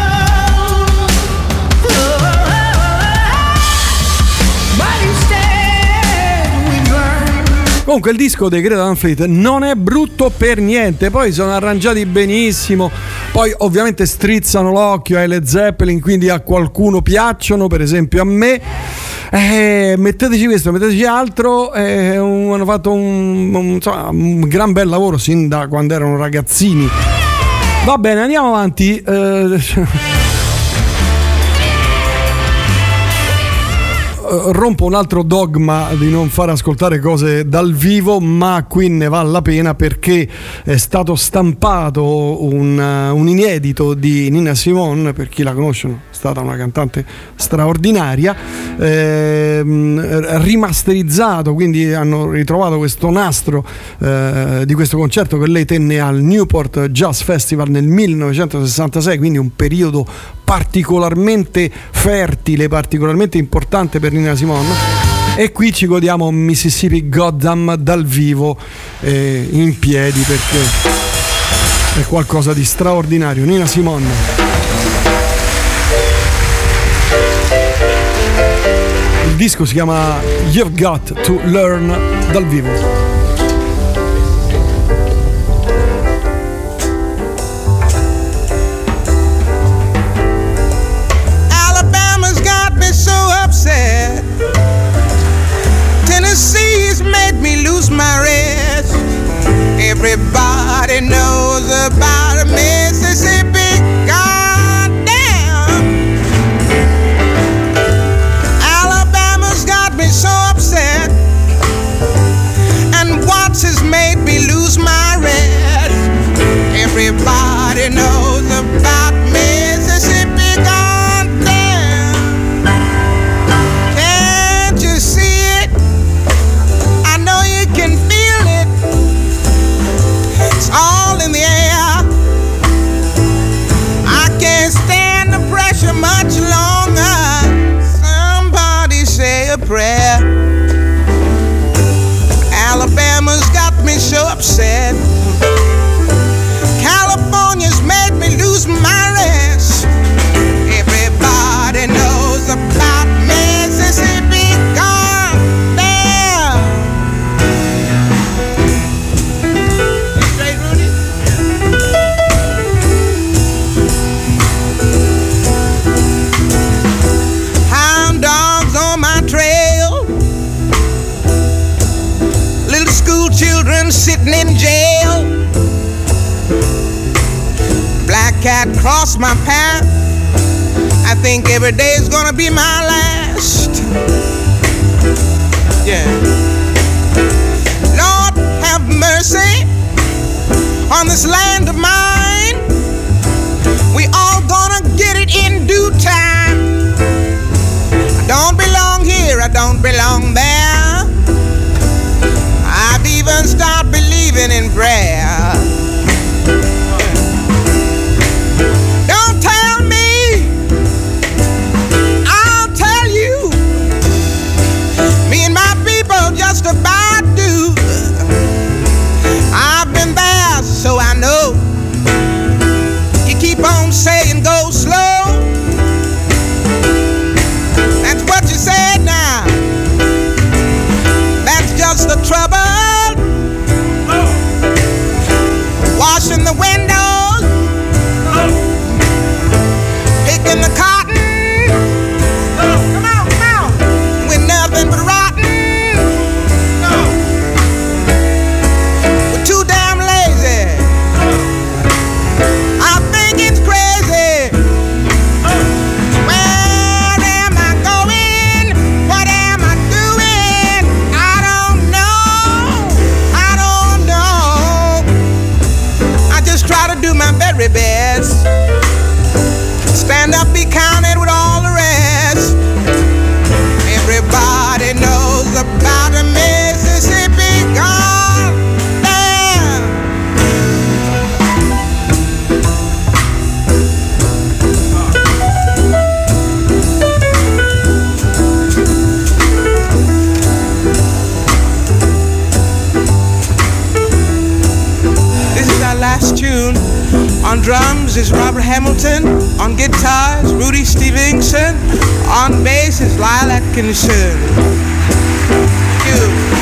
Comunque il disco dei Greta Van Fleet non è brutto per niente, poi sono arrangiati benissimo, poi ovviamente strizzano l'occhio ai Led Zeppelin, quindi a qualcuno piacciono, per esempio a me. Eh, metteteci questo, metteteci altro, eh, un, hanno fatto un, un, insomma, un gran bel lavoro sin da quando erano ragazzini. Va bene, andiamo avanti. Eh, rompo un altro dogma di non far ascoltare cose dal vivo, ma qui ne vale la pena perché è stato stampato un, un inedito di Nina Simone. Per chi la conosce, è stata una cantante straordinaria, eh, rimasterizzato, quindi hanno ritrovato questo nastro eh, di questo concerto che lei tenne al Newport Jazz Festival nel millenovecentosessantasei, quindi un periodo particolarmente fertile, particolarmente importante per Nina Simone, e qui ci godiamo Mississippi Goddam dal vivo, eh, in piedi, perché è qualcosa di straordinario. Nina Simone. Il disco si chiama You've Got to Learn dal vivo. Tennessee's made me lose my rest. Everybody knows about Mississippi. Goddamn. Alabama's got me so upset. And Watts has made me lose my rest. Everybody knows about Mississippi. Goddamn. Can't you see it? I know you can feel it. It's all in the air. I can't stand the pressure much longer. Somebody say a prayer. Alabama's got me so upset. California's made me lose my rest. Everybody knows about Mississippi. Gone down. Straight, Rudy? Hound dogs on my trail. Little school children sitting in jail. Black cat crossed my path. I think every day is gonna be my last. Yeah. Lord, have mercy on this land of mine. We all gonna get it in due time. I don't belong here, I don't belong there. I've even started believing in prayer. Don't tell me, I'll tell you. Me and my people just about do. I've been there, so I know. You keep on saying go slow. Hamilton on guitars, Rudy Stevenson on bass is Lilac and Shirley. You.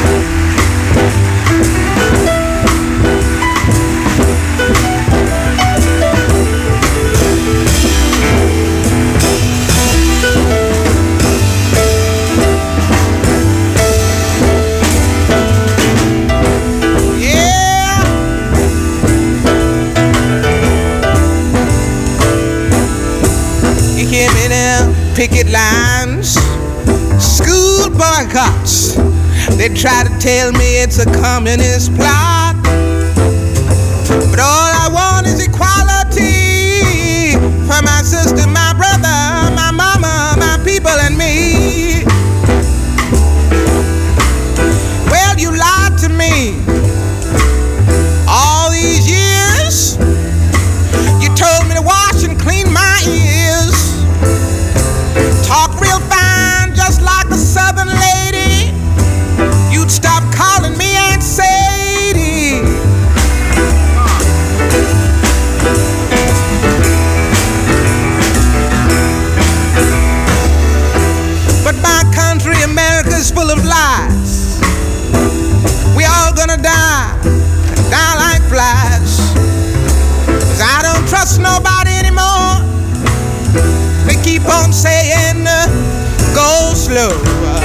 Picket lines, school boycotts. They try to tell me it's a communist plot, but all I want is equality for my sister, my brother, my mama, my people, and me. Well, you lied to me all these years. You told me to wash and clean my ears. Talk real fine, just like a southern lady. You'd stop calling me Aunt Sadie. But my country, America's full of lies. We all gonna die, die like flies. 'Cause I don't trust nobody anymore. They keep on saying, uh, go slow.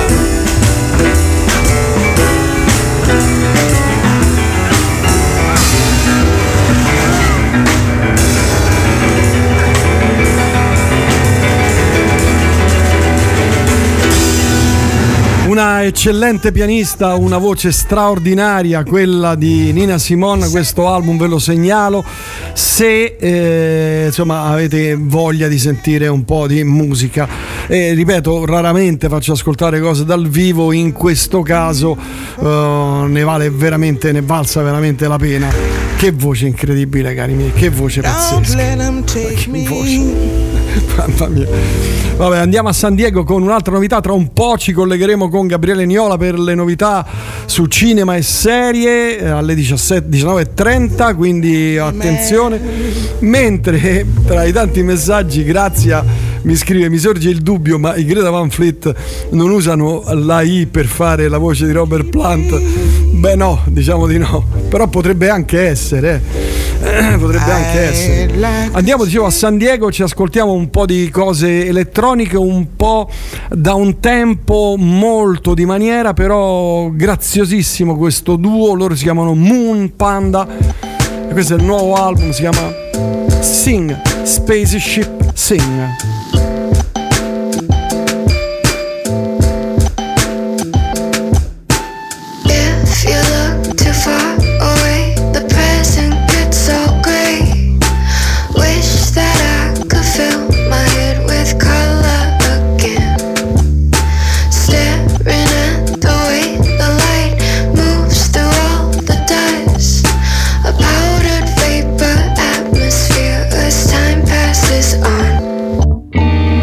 Una eccellente pianista, una voce straordinaria, quella di Nina Simone. Questo album ve lo segnalo se eh, insomma avete voglia di sentire un po' di musica. E ripeto, raramente faccio ascoltare cose dal vivo, in questo caso uh, ne vale veramente, ne valsa veramente la pena. Che voce incredibile, cari miei, che voce pazzesca. Che voce. Mamma mia. Vabbè, andiamo a San Diego con un'altra novità. Tra un po' ci collegheremo con Gabriele Niola per le novità su cinema e serie alle diciassette, diciannove e trenta, quindi attenzione. Mentre tra i tanti messaggi, Grazia mi scrive: mi sorge il dubbio, ma i Greta Van Fleet non usano la I per fare la voce di Robert Plant? Beh no, diciamo di no, però potrebbe anche essere eh. potrebbe anche essere. Andiamo, dicevo, a San Diego, ci ascoltiamo un po' di cose elettroniche, un po' da un tempo molto di maniera, però graziosissimo questo duo. Loro si chiamano Moon Panda e questo è il nuovo album, si chiama Sing, Spaceship Sing. Vapor atmosphere as time passes on.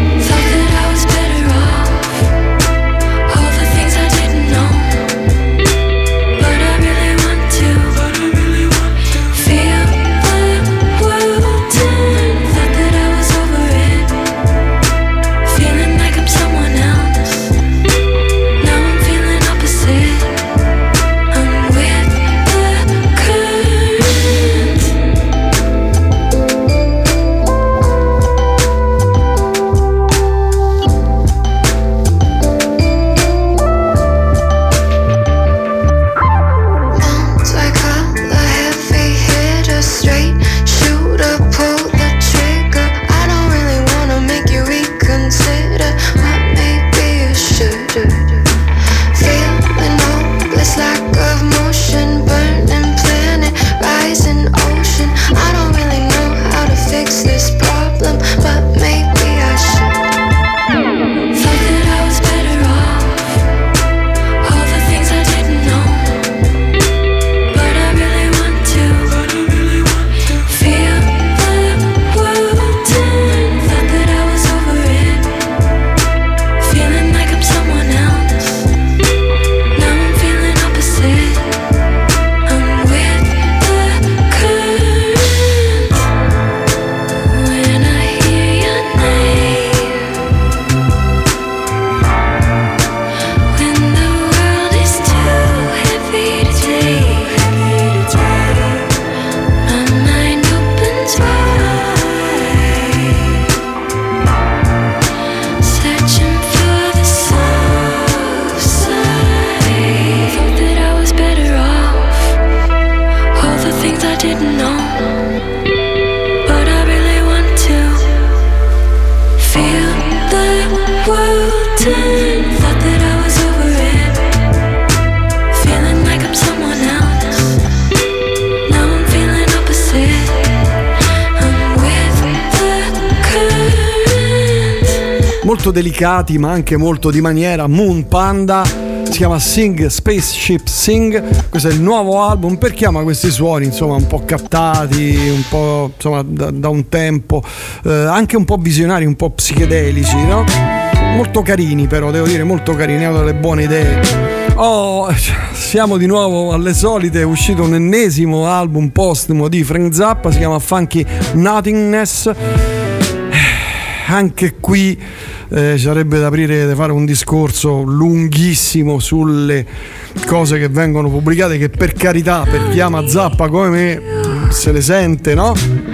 molto delicati ma anche molto di maniera. Moon Panda, si chiama Sing Spaceship Sing, questo è il nuovo album. Perché ama questi suoni insomma un po' captati, un po' insomma da, da un tempo, eh, anche un po' visionari, un po' psichedelici, no? Molto carini, però devo dire molto carini, hanno delle buone idee. Oh, siamo di nuovo alle solite, è uscito un ennesimo album postumo di Frank Zappa, si chiama Funky Nothingness. Anche qui eh, ci sarebbe da aprire, da fare un discorso lunghissimo sulle cose che vengono pubblicate, che per carità, per chi ama Zappa come me se le sente, no?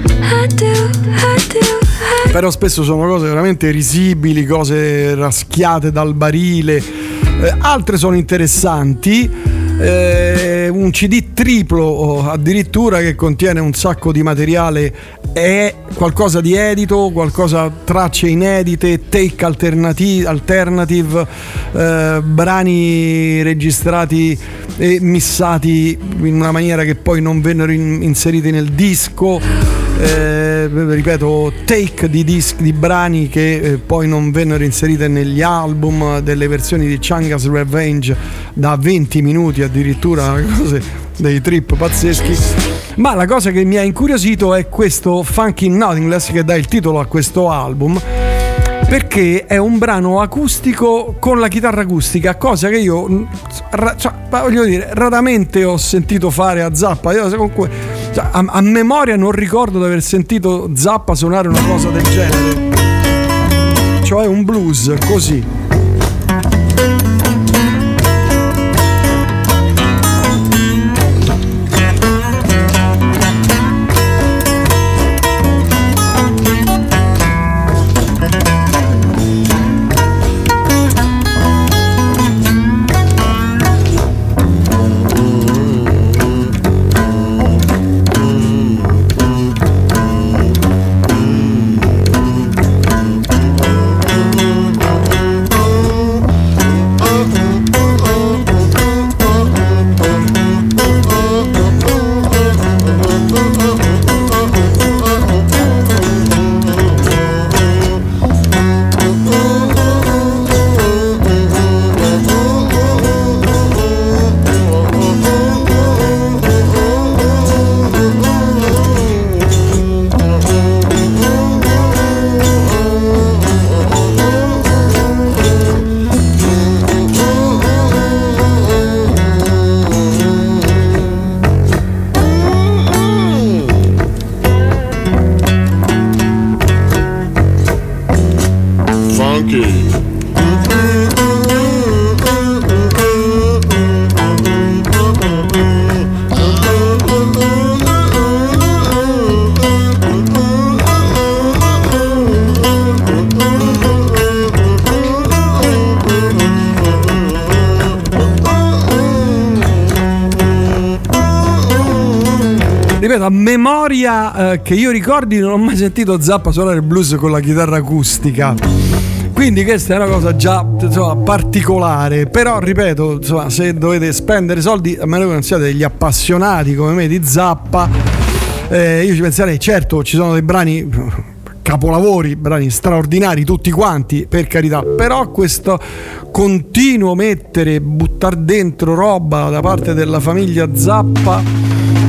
Però spesso sono cose veramente risibili, cose raschiate dal barile, eh, altre sono interessanti. Eh, un C D triplo addirittura che contiene un sacco di materiale, è qualcosa di edito, qualcosa, tracce inedite, take alternati- alternative, eh, brani registrati e missati in una maniera che poi non vennero in- inseriti nel disco. Eh, ripeto, take di disc di brani che eh, poi non vennero inserite negli album, delle versioni di Chunga's Revenge da venti minuti addirittura, cose, dei trip pazzeschi. Ma la cosa che mi ha incuriosito è questo Funky Nothingness, che dà il titolo a questo album, perché è un brano acustico con la chitarra acustica, cosa che io ra- cioè, voglio dire, raramente ho sentito fare a Zappa. Io comunque, cioè, a, a memoria non ricordo di aver sentito Zappa suonare una cosa del genere, cioè un blues così. A memoria eh, che io ricordi, non ho mai sentito Zappa suonare il blues con la chitarra acustica, quindi questa è una cosa già insomma, particolare. Però ripeto, insomma, se dovete spendere soldi, a meno che non siate degli appassionati come me di Zappa, eh, io ci penserei. Certo, ci sono dei brani capolavori, brani straordinari tutti quanti, per carità, però questo continuo mettere, buttar dentro roba da parte della famiglia Zappa.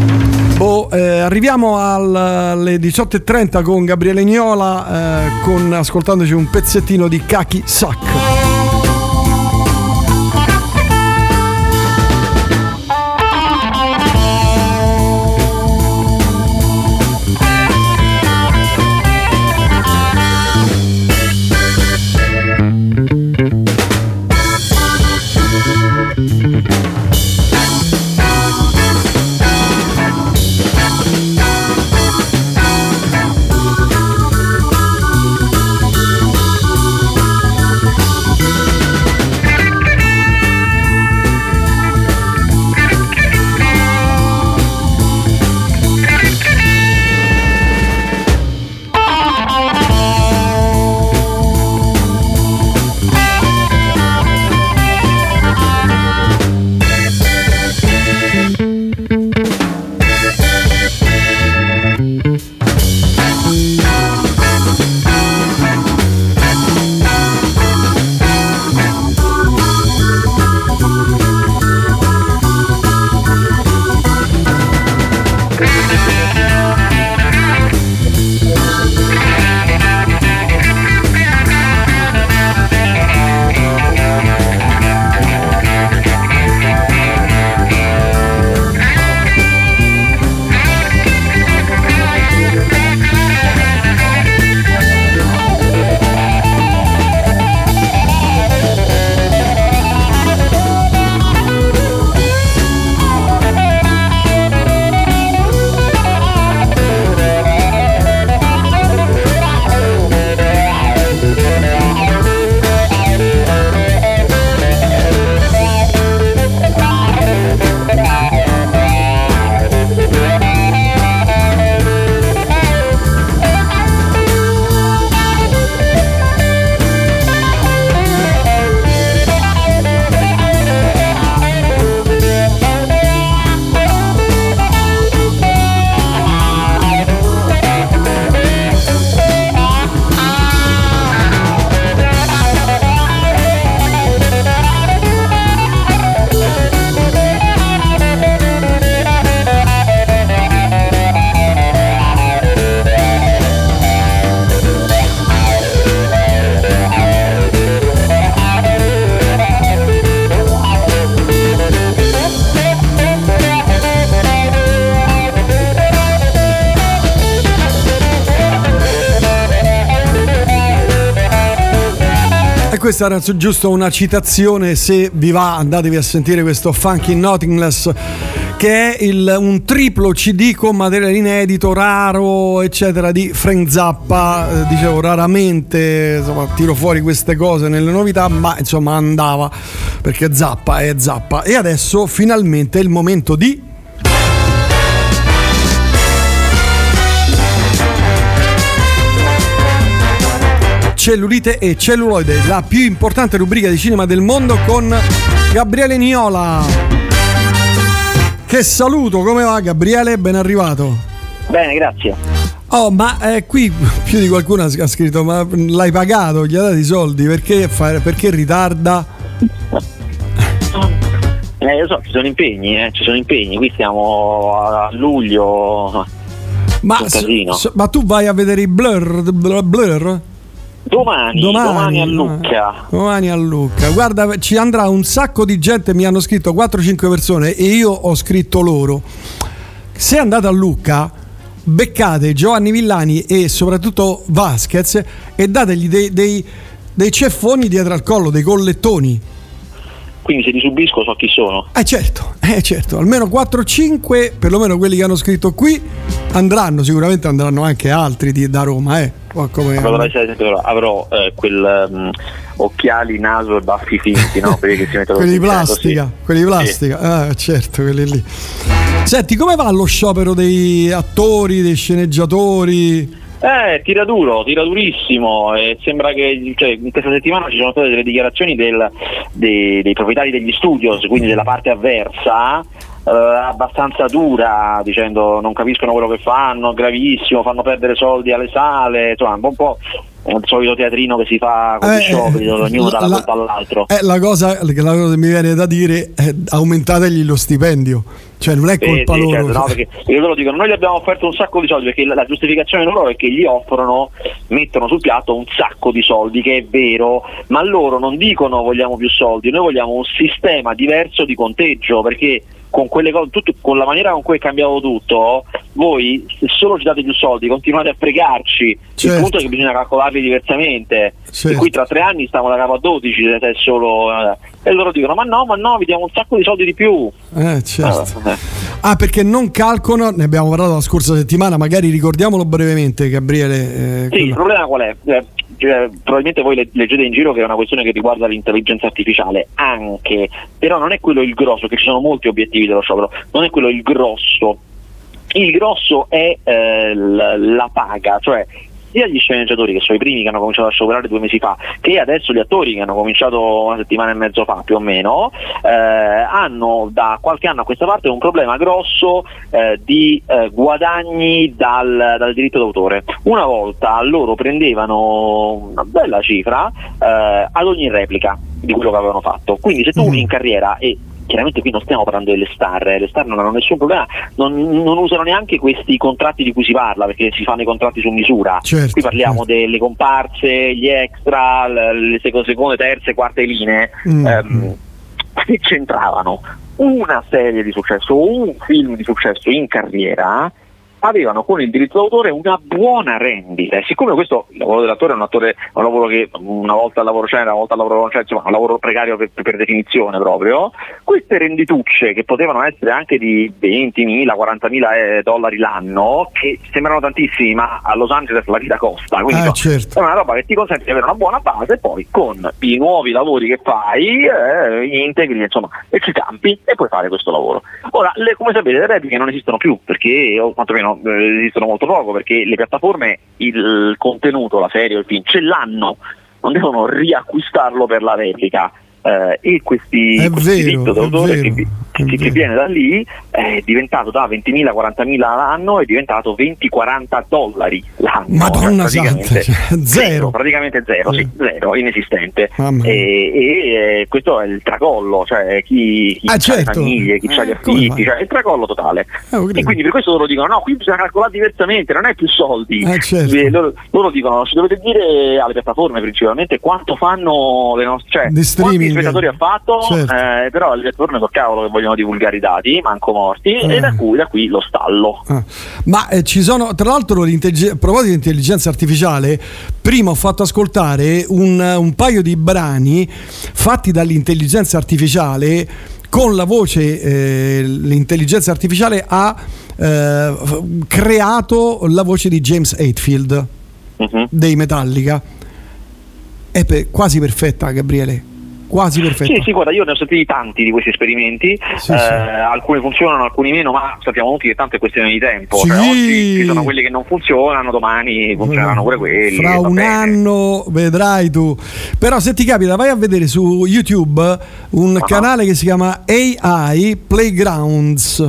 Oh, eh, arriviamo al, alle diciotto e trenta con Gabriele Niola, eh, con, ascoltandoci un pezzettino di Kaki Sack. E questa era giusto una citazione, se vi va andatevi a sentire questo Funky Nothingness, che è il, un triplo C D con materiale inedito, raro, eccetera, di Frank Zappa. Eh, dicevo, raramente insomma, tiro fuori queste cose nelle novità, ma insomma andava, perché Zappa è Zappa. E adesso finalmente è il momento di... Cellulite e celluloide, la più importante rubrica di cinema del mondo, con Gabriele Niola. Che saluto, come va Gabriele? Ben arrivato. Bene, grazie. Oh, ma eh, qui più di qualcuno ha scritto: ma l'hai pagato? Gli ha dato i soldi? Perché, fa, perché ritarda? Eh, lo so, ci sono impegni, eh, ci sono impegni. Qui siamo a luglio. Ma, so, ma tu vai a vedere i Blur? Blur? Domani, domani, domani a Lucca. Domani a Lucca. Guarda, ci andrà un sacco di gente, mi hanno scritto quattro cinque persone e io ho scritto loro. Se andate a Lucca, beccate Giovanni Villani e soprattutto Vasquez e dategli dei, dei, dei ceffoni dietro al collo, dei collettoni. Quindi se li subisco so chi sono. Eh certo, eh certo, almeno quattro cinque, perlomeno quelli che hanno scritto qui, andranno, sicuramente andranno anche altri di, da Roma, eh. Come... Allora, esempio, avrò eh, quel um, occhiali, naso e baffi finti, no? Quelli che si mettono quelli di plastica, così. quelli di plastica, sì. Ah certo, quelli lì. Senti, come va lo sciopero dei attori, dei sceneggiatori? Eh, tira duro, tira durissimo, e sembra che cioè, in questa settimana ci sono state delle dichiarazioni del, dei, dei proprietari degli studios, quindi della parte avversa, eh, abbastanza dura, dicendo non capiscono quello che fanno, gravissimo, fanno perdere soldi alle sale, insomma un po' il solito teatrino che si fa con eh, gli scioperi, dove ognuno dà la colpa all'altro. Eh, la cosa, la cosa che mi viene da dire è aumentategli lo stipendio, cioè non è colpa eh, sì, loro. Certo, no, perché io loro dicono noi gli abbiamo offerto un sacco di soldi, perché la, la giustificazione loro è che gli offrono, mettono sul piatto un sacco di soldi, che è vero, ma loro non dicono vogliamo più soldi, noi vogliamo un sistema diverso di conteggio, perché con quelle cose, tutto, con la maniera con cui è cambiato tutto, voi se solo ci date più soldi continuate a fregarci. Certo. Il punto è che bisogna calcolarli diversamente. Certo. E qui tra tre anni stiamo da capo a dodici se è solo eh. E loro dicono ma no, ma no, vi diamo un sacco di soldi di più. Eh certo. Ah, eh. ah perché non calcolano, ne abbiamo parlato la scorsa settimana, magari ricordiamolo brevemente Gabriele. Eh, sì, quello. Il problema qual è? Eh, cioè, probabilmente voi le, leggete in giro che è una questione che riguarda l'intelligenza artificiale anche, però non è quello il grosso, che ci sono molti obiettivi dello sciopero, non è quello il grosso. Il grosso è eh, la, la paga, cioè sia gli sceneggiatori, che sono i primi che hanno cominciato a scioperare due mesi fa, che adesso gli attori che hanno cominciato una settimana e mezzo fa più o meno, eh, hanno da qualche anno a questa parte un problema grosso eh, di eh, guadagni dal, dal diritto d'autore. Una volta loro prendevano una bella cifra eh, ad ogni replica di quello che avevano fatto, quindi se tu in carriera, e chiaramente qui non stiamo parlando delle star, eh. le star non hanno nessun problema, non, non usano neanche questi contratti di cui si parla, perché si fanno i contratti su misura. Certo, qui parliamo certo. delle comparse, gli extra, le seconde, terze, quarte linee, mm. ehm, che c'entravano una serie di successo, un film di successo in carriera, avevano con il diritto d'autore una buona rendita, e siccome questo il lavoro dell'attore è un attore, è un lavoro che una volta al lavoro c'è, una volta al lavoro non c'è, insomma un lavoro precario per, per definizione proprio, queste renditucce che potevano essere anche di ventimila, quarantamila dollari l'anno, che sembrano tantissimi, ma a Los Angeles la vita costa, quindi ah, no, certo. è una roba che ti consente di avere una buona base, e poi con i nuovi lavori che fai eh, integri, insomma, e ci campi e puoi fare questo lavoro. Ora, le, come sapete, le repliche non esistono più, perché o quantomeno esistono molto poco, perché le piattaforme il contenuto, la serie o il film ce l'hanno, non devono riacquistarlo per la replica. Eh, e questi, è questo vero, diritto d'autore vero, che, che, che viene da lì è diventato da ventimila quarantamila l'anno, è diventato venti quaranta dollari l'anno. Madonna cioè, santa, cioè, zero. zero praticamente zero, sì, zero, inesistente. e, e questo è il tracollo, cioè chi, chi ah, ha certo. le famiglie, chi eh, ha gli affitti, cioè il tracollo totale. Eh, e quindi per questo loro dicono no, qui bisogna calcolare diversamente, non è più soldi. Eh, certo. e loro, loro dicono ci dovete dire alle piattaforme principalmente quanto fanno le nostre, cioè quanti spettatori ha fatto. Certo. Eh, però le piattaforme col cavolo che vogliono vogliono divulgare i dati, manco morti, Eh. e da qui, da qui lo stallo. Ah. Ma eh, ci sono, tra l'altro, l'intellig- a proposito di intelligenza artificiale, prima ho fatto ascoltare un, un paio di brani fatti dall'intelligenza artificiale con la voce. Eh, l'intelligenza artificiale ha eh, f- creato la voce di James Hetfield Mhm. dei Metallica. È per- quasi perfetta, Gabriele. Quasi perfetta. Sì, sì, guarda, io ne ho sentiti tanti di questi esperimenti, Sì, eh, sì. alcuni funzionano, alcuni meno, ma sappiamo tutti che tanto è questione di tempo. Sì. Cioè, oggi ci sono quelli che non funzionano, domani funzioneranno pure quelli. Fra va un bene. anno vedrai tu. Però se ti capita, vai a vedere su YouTube un Ah. canale che si chiama A I Playgrounds,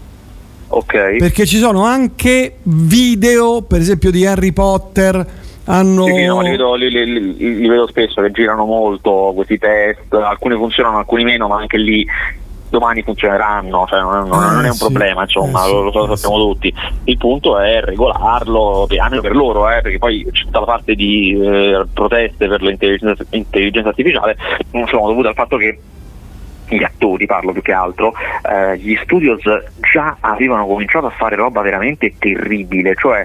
Ok. perché ci sono anche video, per esempio, di Harry Potter. Hanno Sì, sì, no, li, vedo, li, li- li- li vedo spesso che girano molto questi test, alcuni funzionano, alcuni meno, ma anche lì domani funzioneranno, cioè non, non- non è un sì, problema, insomma, eh sì, lo, lo eh sappiamo tutti. Il punto è regolarlo, anche per loro, eh, perché poi c'è tutta la parte di eh, proteste per l'intelligenza intelligenza artificiale, non sono dovute al fatto che gli attori, parlo più che altro, eh, gli studios già avevano cominciato a fare roba veramente terribile, cioè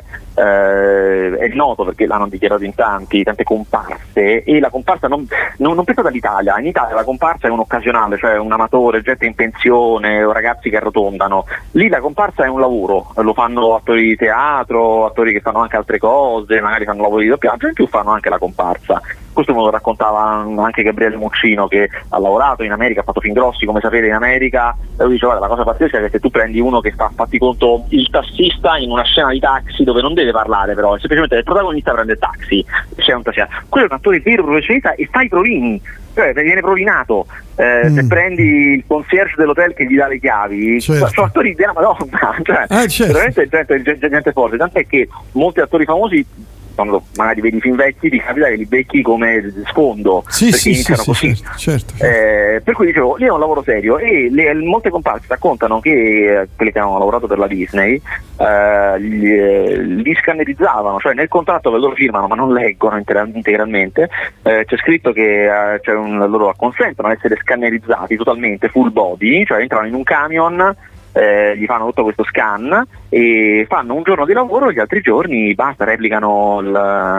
eh, è noto perché l'hanno dichiarato in tanti, tante comparse, e la comparsa non, non, non pensa dall'Italia, in Italia la comparsa è un occasionale, cioè un amatore, gente in pensione o ragazzi che arrotondano, lì la comparsa è un lavoro, lo fanno attori di teatro, attori che fanno anche altre cose, magari fanno lavori di doppiaggio, in più fanno anche la comparsa. Questo me lo raccontava anche Gabriele Muccino, che ha lavorato in America, ha fatto film grossi, come sapete, in America, e lui dice: guarda, la cosa pazzesca è che se tu prendi uno che fa, fatti conto, il tassista in una scena di taxi dove non deve parlare, però è semplicemente il protagonista prende il taxi, c'è un tassista, quello è un attore vero professionista e fa i provini, cioè viene provinato. Eh, Mm. Se prendi il concierge dell'hotel che gli dà le chiavi, Certo. sono attori della Madonna, cioè Eh, certo. veramente gente, gente, gente forte, tant'è che molti attori famosi, quando magari vedi film vecchi, ti capita che li becchi come sfondo, Sì, perché sì, sì, iniziano sì, così. certo, certo, certo. Eh, per cui dicevo, lì è un lavoro serio, e le, molte comparse raccontano che eh, quelli che hanno lavorato per la Disney eh, li, eh, li scannerizzavano, cioè nel contratto che loro firmano ma non leggono intera- integralmente, eh, c'è scritto che eh, c'è un, loro consentono ad essere scannerizzati totalmente, full body, cioè entrano in un camion, eh, gli fanno tutto questo scan e fanno un giorno di lavoro e gli altri giorni basta, replicano il,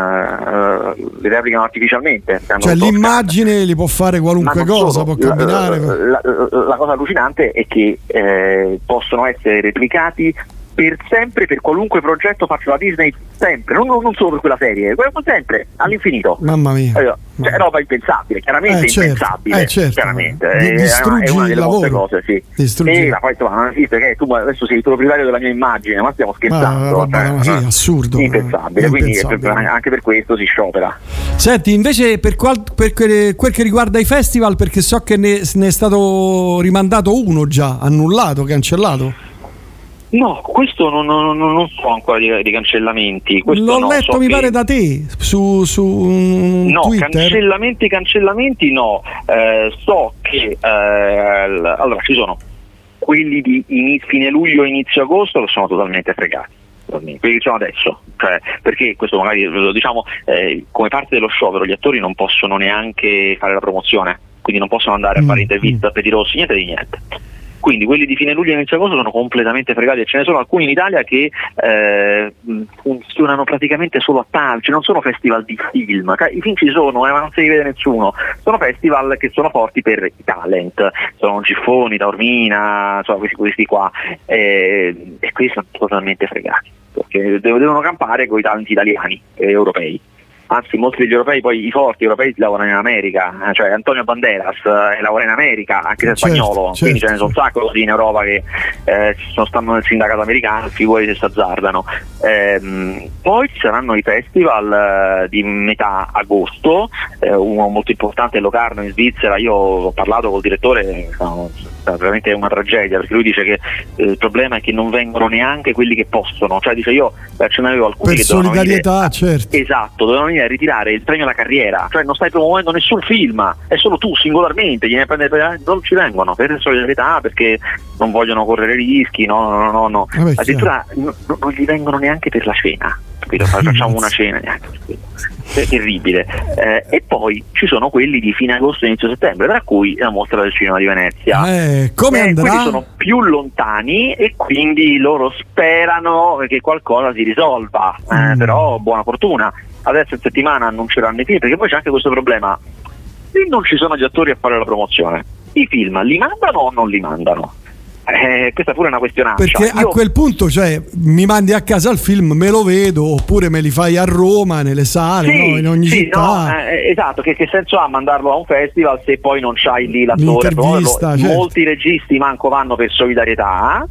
eh, li replicano artificialmente. Hanno Cioè tutto l'immagine li può fare Ma qualunque non cosa, solo, può la- camminare. La, la- la cosa allucinante è che eh, possono essere replicati per sempre, per qualunque progetto faccia la Disney, sempre, non, non solo per quella serie, quello sempre, all'infinito. Mamma mia. Allora, cioè, è roba impensabile, chiaramente Eh, certo, impensabile, eh, certo. chiaramente. Di- è, distruggi è una il delle molte lavoro. cose, sì. Distruggi- E ma poi insomma non esiste, che tu adesso sei il proprietario della mia immagine, ma stiamo scherzando. Ma, roba, cioè, ma sì, eh, assurdo. impensabile, È quindi impensabile. eh, anche per questo si sciopera. Senti, invece per, qual- per quel, quel che riguarda i festival, perché so che ne, ne è stato rimandato uno già, annullato, cancellato. No, questo non, non, non- non so ancora di, di cancellamenti. Questo L'ho no, letto, so mi che- pare, da te su, su mm, No, Twitter. cancellamenti, cancellamenti no. Eh, so che eh, l- allora ci sono quelli di ini- fine luglio, inizio agosto che sono totalmente fregati. Quelli che sono adesso, cioè, perché questo magari lo diciamo eh, come parte dello sciopero, gli attori non possono neanche fare la promozione, quindi non possono andare a Mm, fare interviste a Petirossi, niente di niente. Quindi quelli di fine luglio e inizio agosto sono completamente fregati, e ce ne sono alcuni in Italia che eh, mh, funzionano praticamente solo a tal, cioè non sono festival di film, cioè, i film ci sono eh, ma non se li vede nessuno, sono festival che sono forti per i talent, sono Giffoni, Taormina, insomma questi, questi qua, eh, e questi sono totalmente fregati, perché devono campare con i talenti italiani e europei. Anzi, molti degli europei, poi i forti europei lavorano in America, eh, cioè Antonio Banderas eh, lavora in America, anche se è Certo, spagnolo, certo, quindi ce ne sono un certo. sacco così in Europa che eh, sono, stanno nel sindacato americano, figurati se si azzardano. Ehm, poi ci saranno i festival eh, di metà agosto, eh, uno molto importante è Locarno in Svizzera. Io ho parlato col direttore, no, veramente è una tragedia, perché lui dice che eh, il problema è che non vengono neanche quelli che possono, cioè dice io eh, ce ne avevo alcuni Per che dovevano venire- solidarietà, certo. Esatto, dovevano venire a ritirare il premio alla carriera, cioè non stai promuovendo nessun film, è solo tu singolarmente, gliene prendere, non ci vengono per solidarietà, perché non vogliono correre rischi, no, no, no, no. Vabbè, Addirittura no- no- non gli vengono neanche per la cena, capito? Facciamo una cena neanche per quello. è terribile. Eh, e poi ci sono quelli di fine agosto e inizio settembre, tra cui la mostra del cinema di Venezia. Eh, come eh, andrà? Quelli sono più lontani e quindi loro sperano che qualcosa si risolva, eh, Mm. però buona fortuna. Adesso in settimana annunceranno i film, perché poi c'è anche questo problema: non ci sono gli attori a fare la promozione, i film li mandano o non li mandano? Eh, questa pure è una questionaccia. Perché a Io- quel punto, cioè, mi mandi a casa il film, me lo vedo, oppure me li fai a Roma, nelle sale, Sì, no? In ogni sì, città. no, eh, esatto, che, che senso ha mandarlo a un festival se poi non c'hai lì l'attore a promuoverlo? L'intervista, certo. Molti registi manco vanno per solidarietà.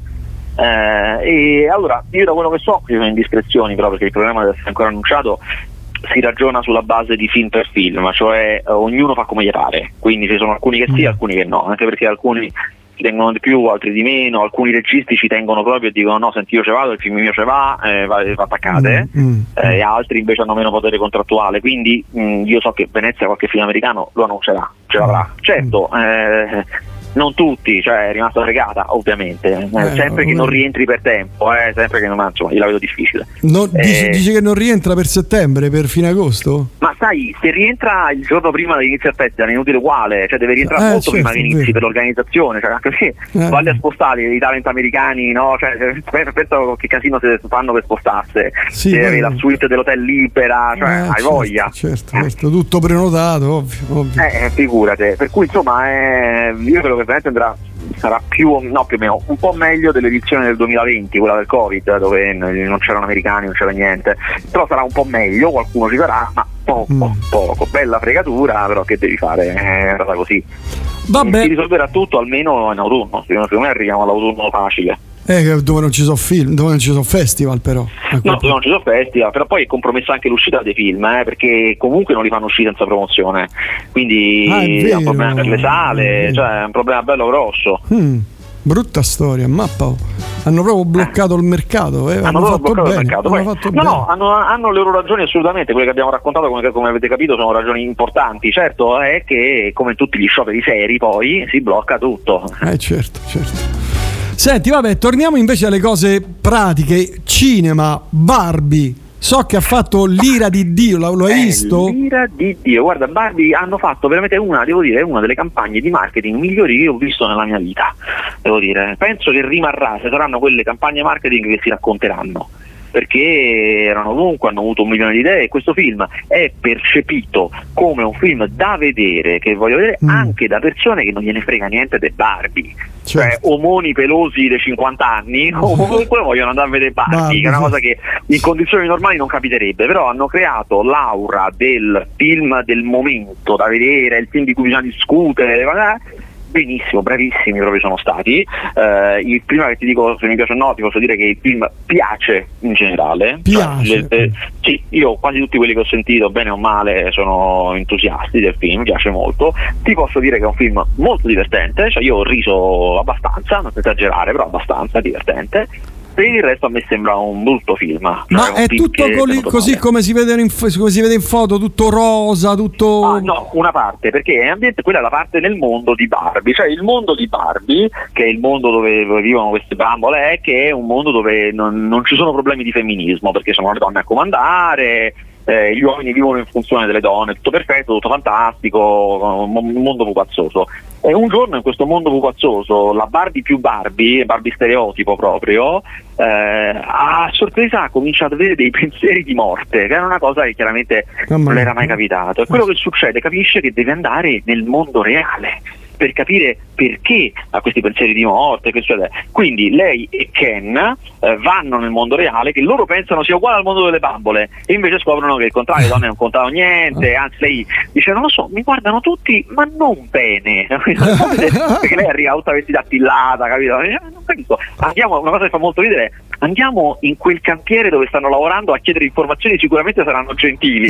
eh, e allora io da quello che so, qui sono indiscrezioni però, perché il problema deve essere ancora annunciato, si ragiona sulla base di film per film, cioè eh, ognuno fa come gli pare, quindi ci sono alcuni che sì, Mm. alcuni che no, anche perché alcuni ci tengono di più, altri di meno, alcuni registi ci tengono proprio e dicono no, senti, io ce vado, il film mio ce va, eh, va, va attaccate, Mm, mm. eh, e altri invece hanno meno potere contrattuale, quindi mh, io so che Venezia qualche film americano lo annuncerà, ce l'avrà. Certo, eh, non tutti, cioè è rimasta fregata ovviamente, eh, Eh, sempre che vabbè. non rientri per tempo, eh, sempre che non, ma insomma io la vedo difficile. No, dici, Eh, dici che non rientra per settembre, per fine agosto? Ma sai, se rientra il giorno prima dell'inizio del festival è inutile uguale, cioè deve rientrare Eh, molto certo, prima è che inizi vero. per l'organizzazione, cioè anche perché Eh. valli a spostare i talent americani, no? Cioè, pensa pensa che casino se fanno per spostarsi, Sì, se poi- avevi la suite dell'hotel libera, cioè Eh, hai certo, voglia. Certo, certo, tutto prenotato, ovvio, ovvio. Eh, figurate, per cui insomma eh, io credo che veramente andrà, sarà più, no più o meno, un po' meglio dell'edizione del duemilaventi, quella del Covid, dove n- non c'erano americani, non c'era niente, però sarà un po' meglio, qualcuno ci sarà, ma poco, Mm. poco, bella fregatura, però che devi fare, è andata così. Vabbè. Si risolverà tutto almeno in autunno, secondo me arriviamo all'autunno facile. Eh, dove non ci sono film, dove non ci sono festival, però. A quel No, non ci sono festival, però poi è compromessa anche l'uscita dei film, eh, perché comunque non li fanno uscire senza promozione, quindi Ah, è è, vero. un problema per le È sale, vero. cioè è un problema bello grosso. Mm, brutta storia, mappa. oh. Hanno proprio bloccato il mercato. Eh. Hanno, Hanno, proprio fatto bloccato bene. il mercato. Hanno Poi- fatto no, bene. no, hanno, hanno le loro ragioni assolutamente, quelle che abbiamo raccontato, come, come avete capito, sono ragioni importanti. Certo è che, come tutti gli scioperi seri, poi si blocca tutto. Eh, certo, certo. Senti, vabbè, torniamo invece alle cose pratiche. Cinema, Barbie. So che ha fatto l'ira di Dio, lo, lo hai Eh, visto? l'ira di Dio, guarda, Barbie hanno fatto veramente una, devo dire, una delle campagne di marketing migliori che io ho visto nella mia vita, devo dire. Penso che rimarrà, se saranno quelle campagne marketing che si racconteranno, perché erano ovunque, hanno avuto un milione di idee e questo film è percepito come un film da vedere, che voglio vedere Mm. anche da persone che non gliene frega niente dei Barbie, cioè Certo. omoni pelosi dei cinquanta anni comunque vogliono andare a vedere Barbie, Barbie, che è una sì. cosa che in condizioni normali non capiterebbe, però hanno creato l'aura del film del momento da vedere, il film di cui bisogna discutere, benissimo, bravissimi proprio sono stati. Eh, il prima che ti dico se mi piace o no, ti posso dire che il film piace in generale. Piace. Cioè, le- le- sì, io quasi tutti quelli che ho sentito, bene o male, sono entusiasti del film, mi piace molto. Ti posso dire che è un film molto divertente, cioè io ho riso abbastanza, non per esagerare, però abbastanza divertente. Per il resto a me sembra un brutto film. Ma Cioè, un è film tutto che è coli- tenuto così male. come si, vede in, fo- come si vede in foto, tutto rosa, tutto... Ah, no, una parte, perché è ambiente, quella è la parte nel mondo di Barbie, cioè il mondo di Barbie, che è il mondo dove dove vivono queste bambole, è che è un mondo dove non, non ci sono problemi di femminismo, perché sono le donne a comandare, eh, gli uomini vivono in funzione delle donne, tutto perfetto, tutto fantastico, un un mondo pupazzoso. E un giorno in questo mondo pupazzoso la Barbie più Barbie, Barbie stereotipo proprio, eh, a sorpresa comincia ad avere dei pensieri di morte, che era una cosa che chiaramente Mamma non mia. era mai capitato. E quello che succede, capisce che deve andare nel mondo reale per capire perché ha questi pensieri di morte, che succede. Quindi lei e Ken eh, vanno nel mondo reale, che loro pensano sia uguale al mondo delle bambole, e invece scoprono che il contrario, le donne non contano niente, anzi lei dice non lo so, mi guardano tutti ma non bene, perché lei arriva tutta vestita attillata, capito? Eh, non capisco. Andiamo, una cosa che fa molto ridere, andiamo in quel cantiere dove stanno lavorando a chiedere informazioni, sicuramente saranno gentili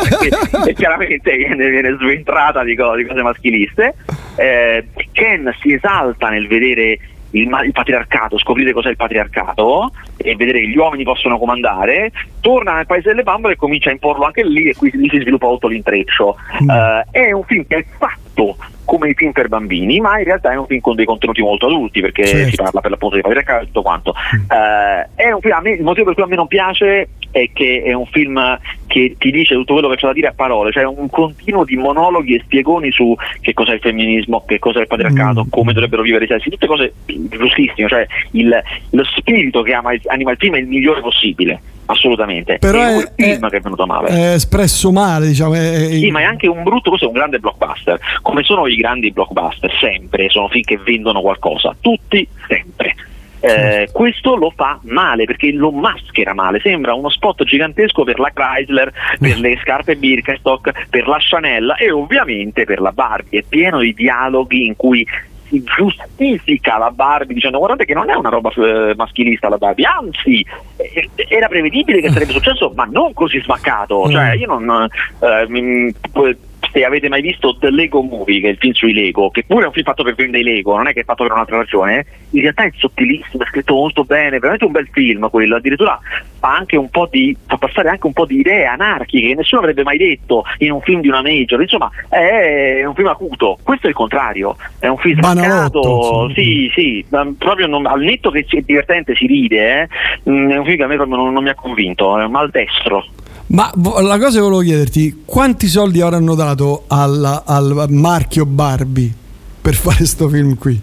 e chiaramente viene, viene sventrata di, co- di cose maschiliste. Eh, Ken si esalta nel vedere il, ma- il patriarcato, scoprire cos'è il patriarcato e vedere che gli uomini possono comandare, torna nel paese delle bambole e comincia a imporlo anche lì, e qui lì si sviluppa tutto l'intreccio. Mm. Eh, è un film che è fatto come i film per bambini, ma in realtà è un film con dei contenuti molto adulti, perché Certo. si parla per l'appunto di patriarcato e tutto quanto. Eh, è un film, a me, il motivo per cui a me non piace è che è un film che ti dice tutto quello che c'è da dire a parole, cioè un continuo di monologhi e spiegoni su che cos'è il femminismo, che cos'è il patriarcato, mm. come dovrebbero vivere i sessi, tutte cose giustissime, cioè il, lo spirito che ama, anima il film è il migliore possibile, assolutamente. Però è, è un film è, che è venuto male. È espresso male, diciamo. È, è... Sì, ma è anche un brutto, questo è un grande blockbuster, come sono i grandi blockbuster, sempre, sono film che vendono qualcosa, tutti, sempre. Eh, questo lo fa male perché lo maschera male, sembra uno spot gigantesco per la Chrysler, per le scarpe Birkenstock, per la Chanel e ovviamente per la Barbie. È pieno di dialoghi in cui si giustifica la Barbie dicendo guardate che non è una roba eh, maschilista la Barbie, anzi eh, era prevedibile che sarebbe successo, ma non così smaccato, cioè io non eh, mi, se avete mai visto The Lego Movie, che è il film sui Lego, che pure è un film fatto per vendere i Lego, non è che è fatto per un'altra ragione, in realtà è sottilissimo, è scritto molto bene, veramente un bel film quello, addirittura fa anche un po' di fa passare anche un po' di idee anarchiche che nessuno avrebbe mai detto in un film di una major, insomma è un film acuto. Questo è il contrario, è un film spaccato, sì sì, proprio non, al netto che è divertente, si ride, eh, è un film che a me proprio non, non mi ha convinto, è maldestro. Ma la cosa che volevo chiederti, quanti soldi avranno dato al, al marchio Barbie per fare sto film qui?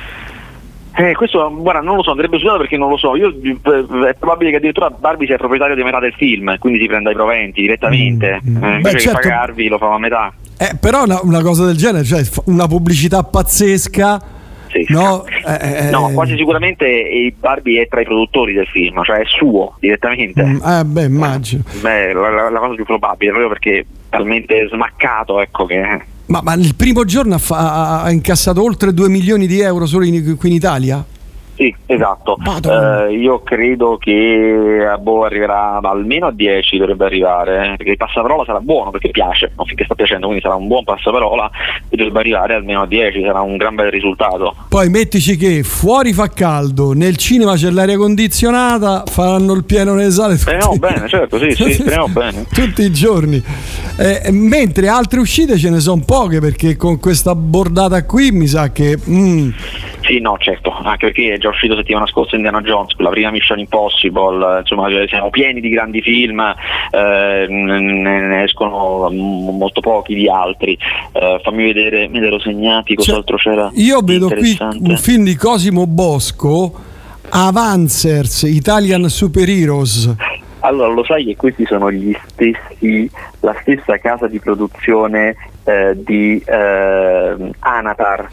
Eh, questo, guarda, non lo so, andrebbe studiato perché non lo so. Io, è probabile che addirittura Barbie sia proprietario di metà del film, quindi si prenda i proventi direttamente. Mm, eh, invece Beh, certo. che pagarvi lo fa a metà. Eh, però una, una cosa del genere, cioè una pubblicità pazzesca. Sì. No, eh, no, quasi sicuramente il Barbie è tra i produttori del film, cioè è suo direttamente. Mm, eh, beh, immagino. Beh, la, la, la cosa più probabile, proprio perché è talmente smaccato, ecco che. Ma, ma il primo giorno ha, fa, ha incassato oltre due milioni di euro solo in, qui in Italia? Sì, esatto. Eh, io credo che a boh, arriverà almeno a dieci, dovrebbe arrivare, eh, perché il passaparola sarà buono, perché piace, no? Finché sta piacendo, quindi sarà un buon passaparola e dovrebbe arrivare almeno a dieci, sarà un gran bel risultato. Poi mettici che fuori fa caldo, nel cinema c'è l'aria condizionata, faranno il pieno nelle sale tutti... Speriamo bene, certo, sì, sì, speriamo bene. Tutti i giorni. Eh, mentre altre uscite ce ne sono poche, perché con questa bordata qui mi sa che... Mm. Sì, no, certo, anche perché è già uscito settimana scorsa Indiana Jones, la prima Mission Impossible, insomma siamo pieni di grandi film, eh, ne escono molto pochi di altri. Eh, fammi vedere, me l'ero segnati, cos'altro cioè, c'era. Io vedo qui un film di Cosimo Bosco, Avancers, Italian Superheroes. Allora, lo sai che questi sono gli stessi, la stessa casa di produzione eh, di eh, Anatar.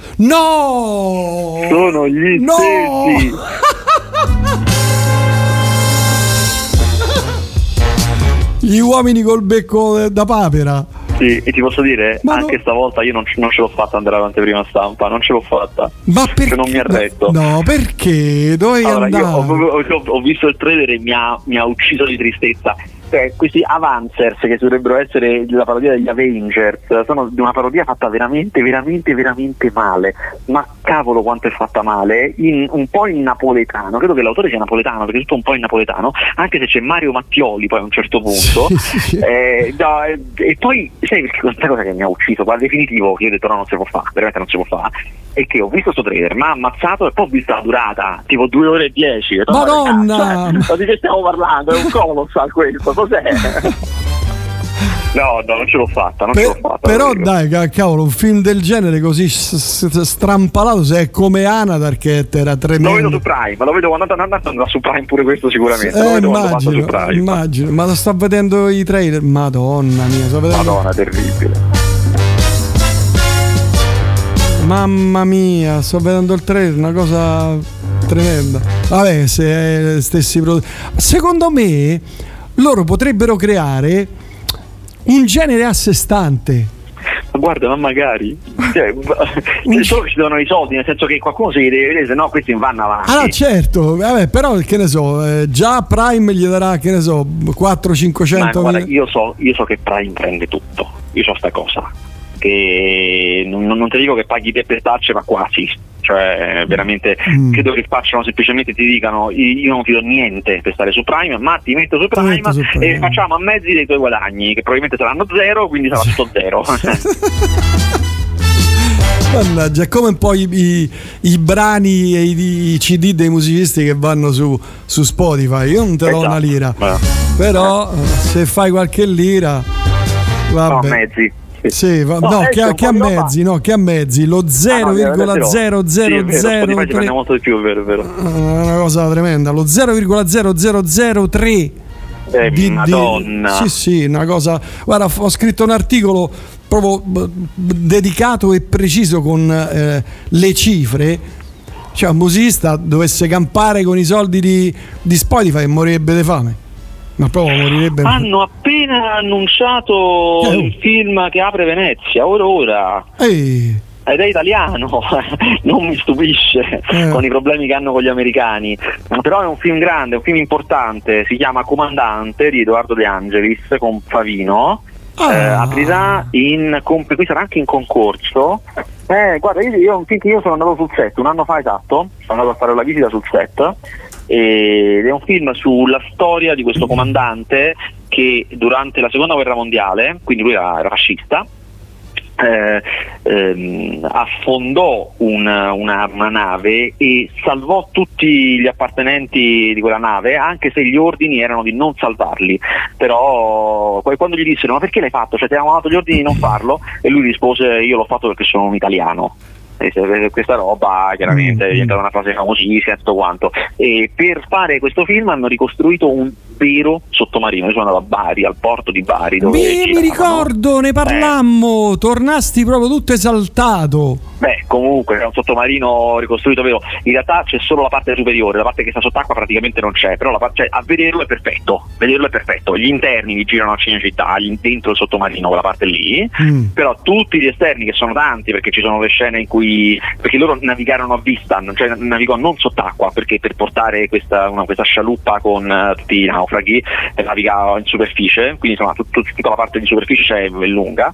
No! Sono gli no! stessi. Gli uomini col becco da papera. Sì, e ti posso dire, ma anche no. stavolta io non, non ce l'ho fatta andare avanti prima stampa, non ce l'ho fatta. Ma perché? Non mi arresto. No, perché? Dove allora, andare? Io ho, ho, ho visto il trailer e mi ha, mi ha ucciso di tristezza. Cioè, questi Avancers, che dovrebbero essere la parodia degli Avengers, sono di una parodia fatta veramente, veramente, veramente male. Ma cavolo quanto è fatta male, in, un po' in napoletano, credo che l'autore sia napoletano, perché è tutto un po' in napoletano, anche se c'è Mario Mattioli poi a un certo punto. eh, no, e, e poi, sai, perché questa cosa che mi ha ucciso, ma definitivo, che io ho detto no, non si può fare, veramente non si può fare, è che ho visto sto trailer, mi ha ammazzato e poi ho visto la durata, tipo due ore e dieci. Detto, Madonna! Cioè, di che stiamo parlando? È un colossal questo, cos'è? No, no, non ce l'ho fatta, non per, ce l'ho fatta. Però dai, cavolo, un film del genere così s- s- strampalato, se è come Anatar, che era tremendo. Lo vedo su Prime, lo vedo quando andrà su Prime pure questo sicuramente. Eh, lo vedo immagino, su Prime. immagino, ma lo sto vedendo i trailer, madonna mia, sto vedendo... Madonna, terribile. Mamma mia, sto vedendo il trailer, una cosa tremenda. Vabbè, se è stessi prodotti. Secondo me loro potrebbero creare un genere a sé stante. Ma guarda, ma magari, cioè, solo che ci devono i soldi, nel senso che qualcuno si deve vedere, se no questi non vanno avanti. Ah, certo, vabbè, però che ne so, eh, già Prime gli darà, che ne so, quattro cinquecento. Ma guarda, io so, io so che Prime prende tutto, io so sta cosa, che non, non ti dico che paghi te per starci, ma quasi, cioè veramente mm. credo che facciano semplicemente, ti dicano io non ti do niente per stare su Prime, ma ti metto su Prime, metto su Prime. E facciamo a mezzi dei tuoi guadagni, che probabilmente saranno zero, quindi sarà tutto zero. Mannaggia, è come un po' i, i, i brani e i, i C D dei musicisti che vanno su, su Spotify. Io non te do Esatto. una lira, Beh. però eh, se fai qualche lira, vabbè. No, mezzi. Sì, va- No, no, esce che, un che po' a di roba. mezzi, no, che a mezzi, lo zero virgola zero zero zero Spotify ci prende molto di più, è vero, è vero. una cosa tremenda, lo zero virgola zero zero zero tre Eh, di- di- Madonna. sì, sì, una cosa. Guarda, ho scritto un articolo proprio b- b- dedicato e preciso con eh, le cifre. Cioè, un musicista dovesse campare con i soldi di, di Spotify e morirebbe di fame. Ma proprio morirebbe. Hanno appena annunciato Eh, oh. il film che apre Venezia, ora ora. Ehi, Ed è italiano, non mi stupisce Eh. con i problemi che hanno con gli americani. Però è un film grande, è un film importante, si chiama Comandante di Edoardo De Angelis con Favino. Ah. Eh, aprirà in comp- qui sarà anche in concorso. Eh, guarda, io, io, finché io sono andato sul set un anno fa esatto, sono andato a fare la visita sul set ed è un film sulla storia di questo comandante che durante la seconda guerra mondiale, quindi lui era, era fascista, eh, ehm, affondò una, una, una nave e salvò tutti gli appartenenti di quella nave, anche se gli ordini erano di non salvarli. Però poi quando gli dissero ma perché l'hai fatto? Cioè ti avevamo dato gli ordini di non farlo? E lui rispose io l'ho fatto perché sono un italiano. E se- questa roba chiaramente è diventata una frase famosissima e tutto quanto. E per fare questo film hanno ricostruito un vero sottomarino. Io sono andato a Bari, al porto di Bari dove mi, mi giravano. ricordo, ne parlammo, tornasti proprio tutto esaltato. Beh, comunque è un sottomarino ricostruito vero. In realtà c'è solo la parte superiore, la parte che sta sott'acqua praticamente non c'è, però la parte, cioè, a vederlo è perfetto. Vederlo è perfetto. Gli interni vi girano a Cinecittà, gli- dentro il sottomarino, quella parte lì. Mm. Però tutti gli esterni, che sono tanti, perché ci sono le scene in cui perché loro navigarono a vista, cioè navigò non sott'acqua, perché per portare questa, una, questa scialuppa con uh, tutti i naufraghi eh, navigava in superficie, quindi insomma tut, tut, tutta la parte di superficie c'è, è lunga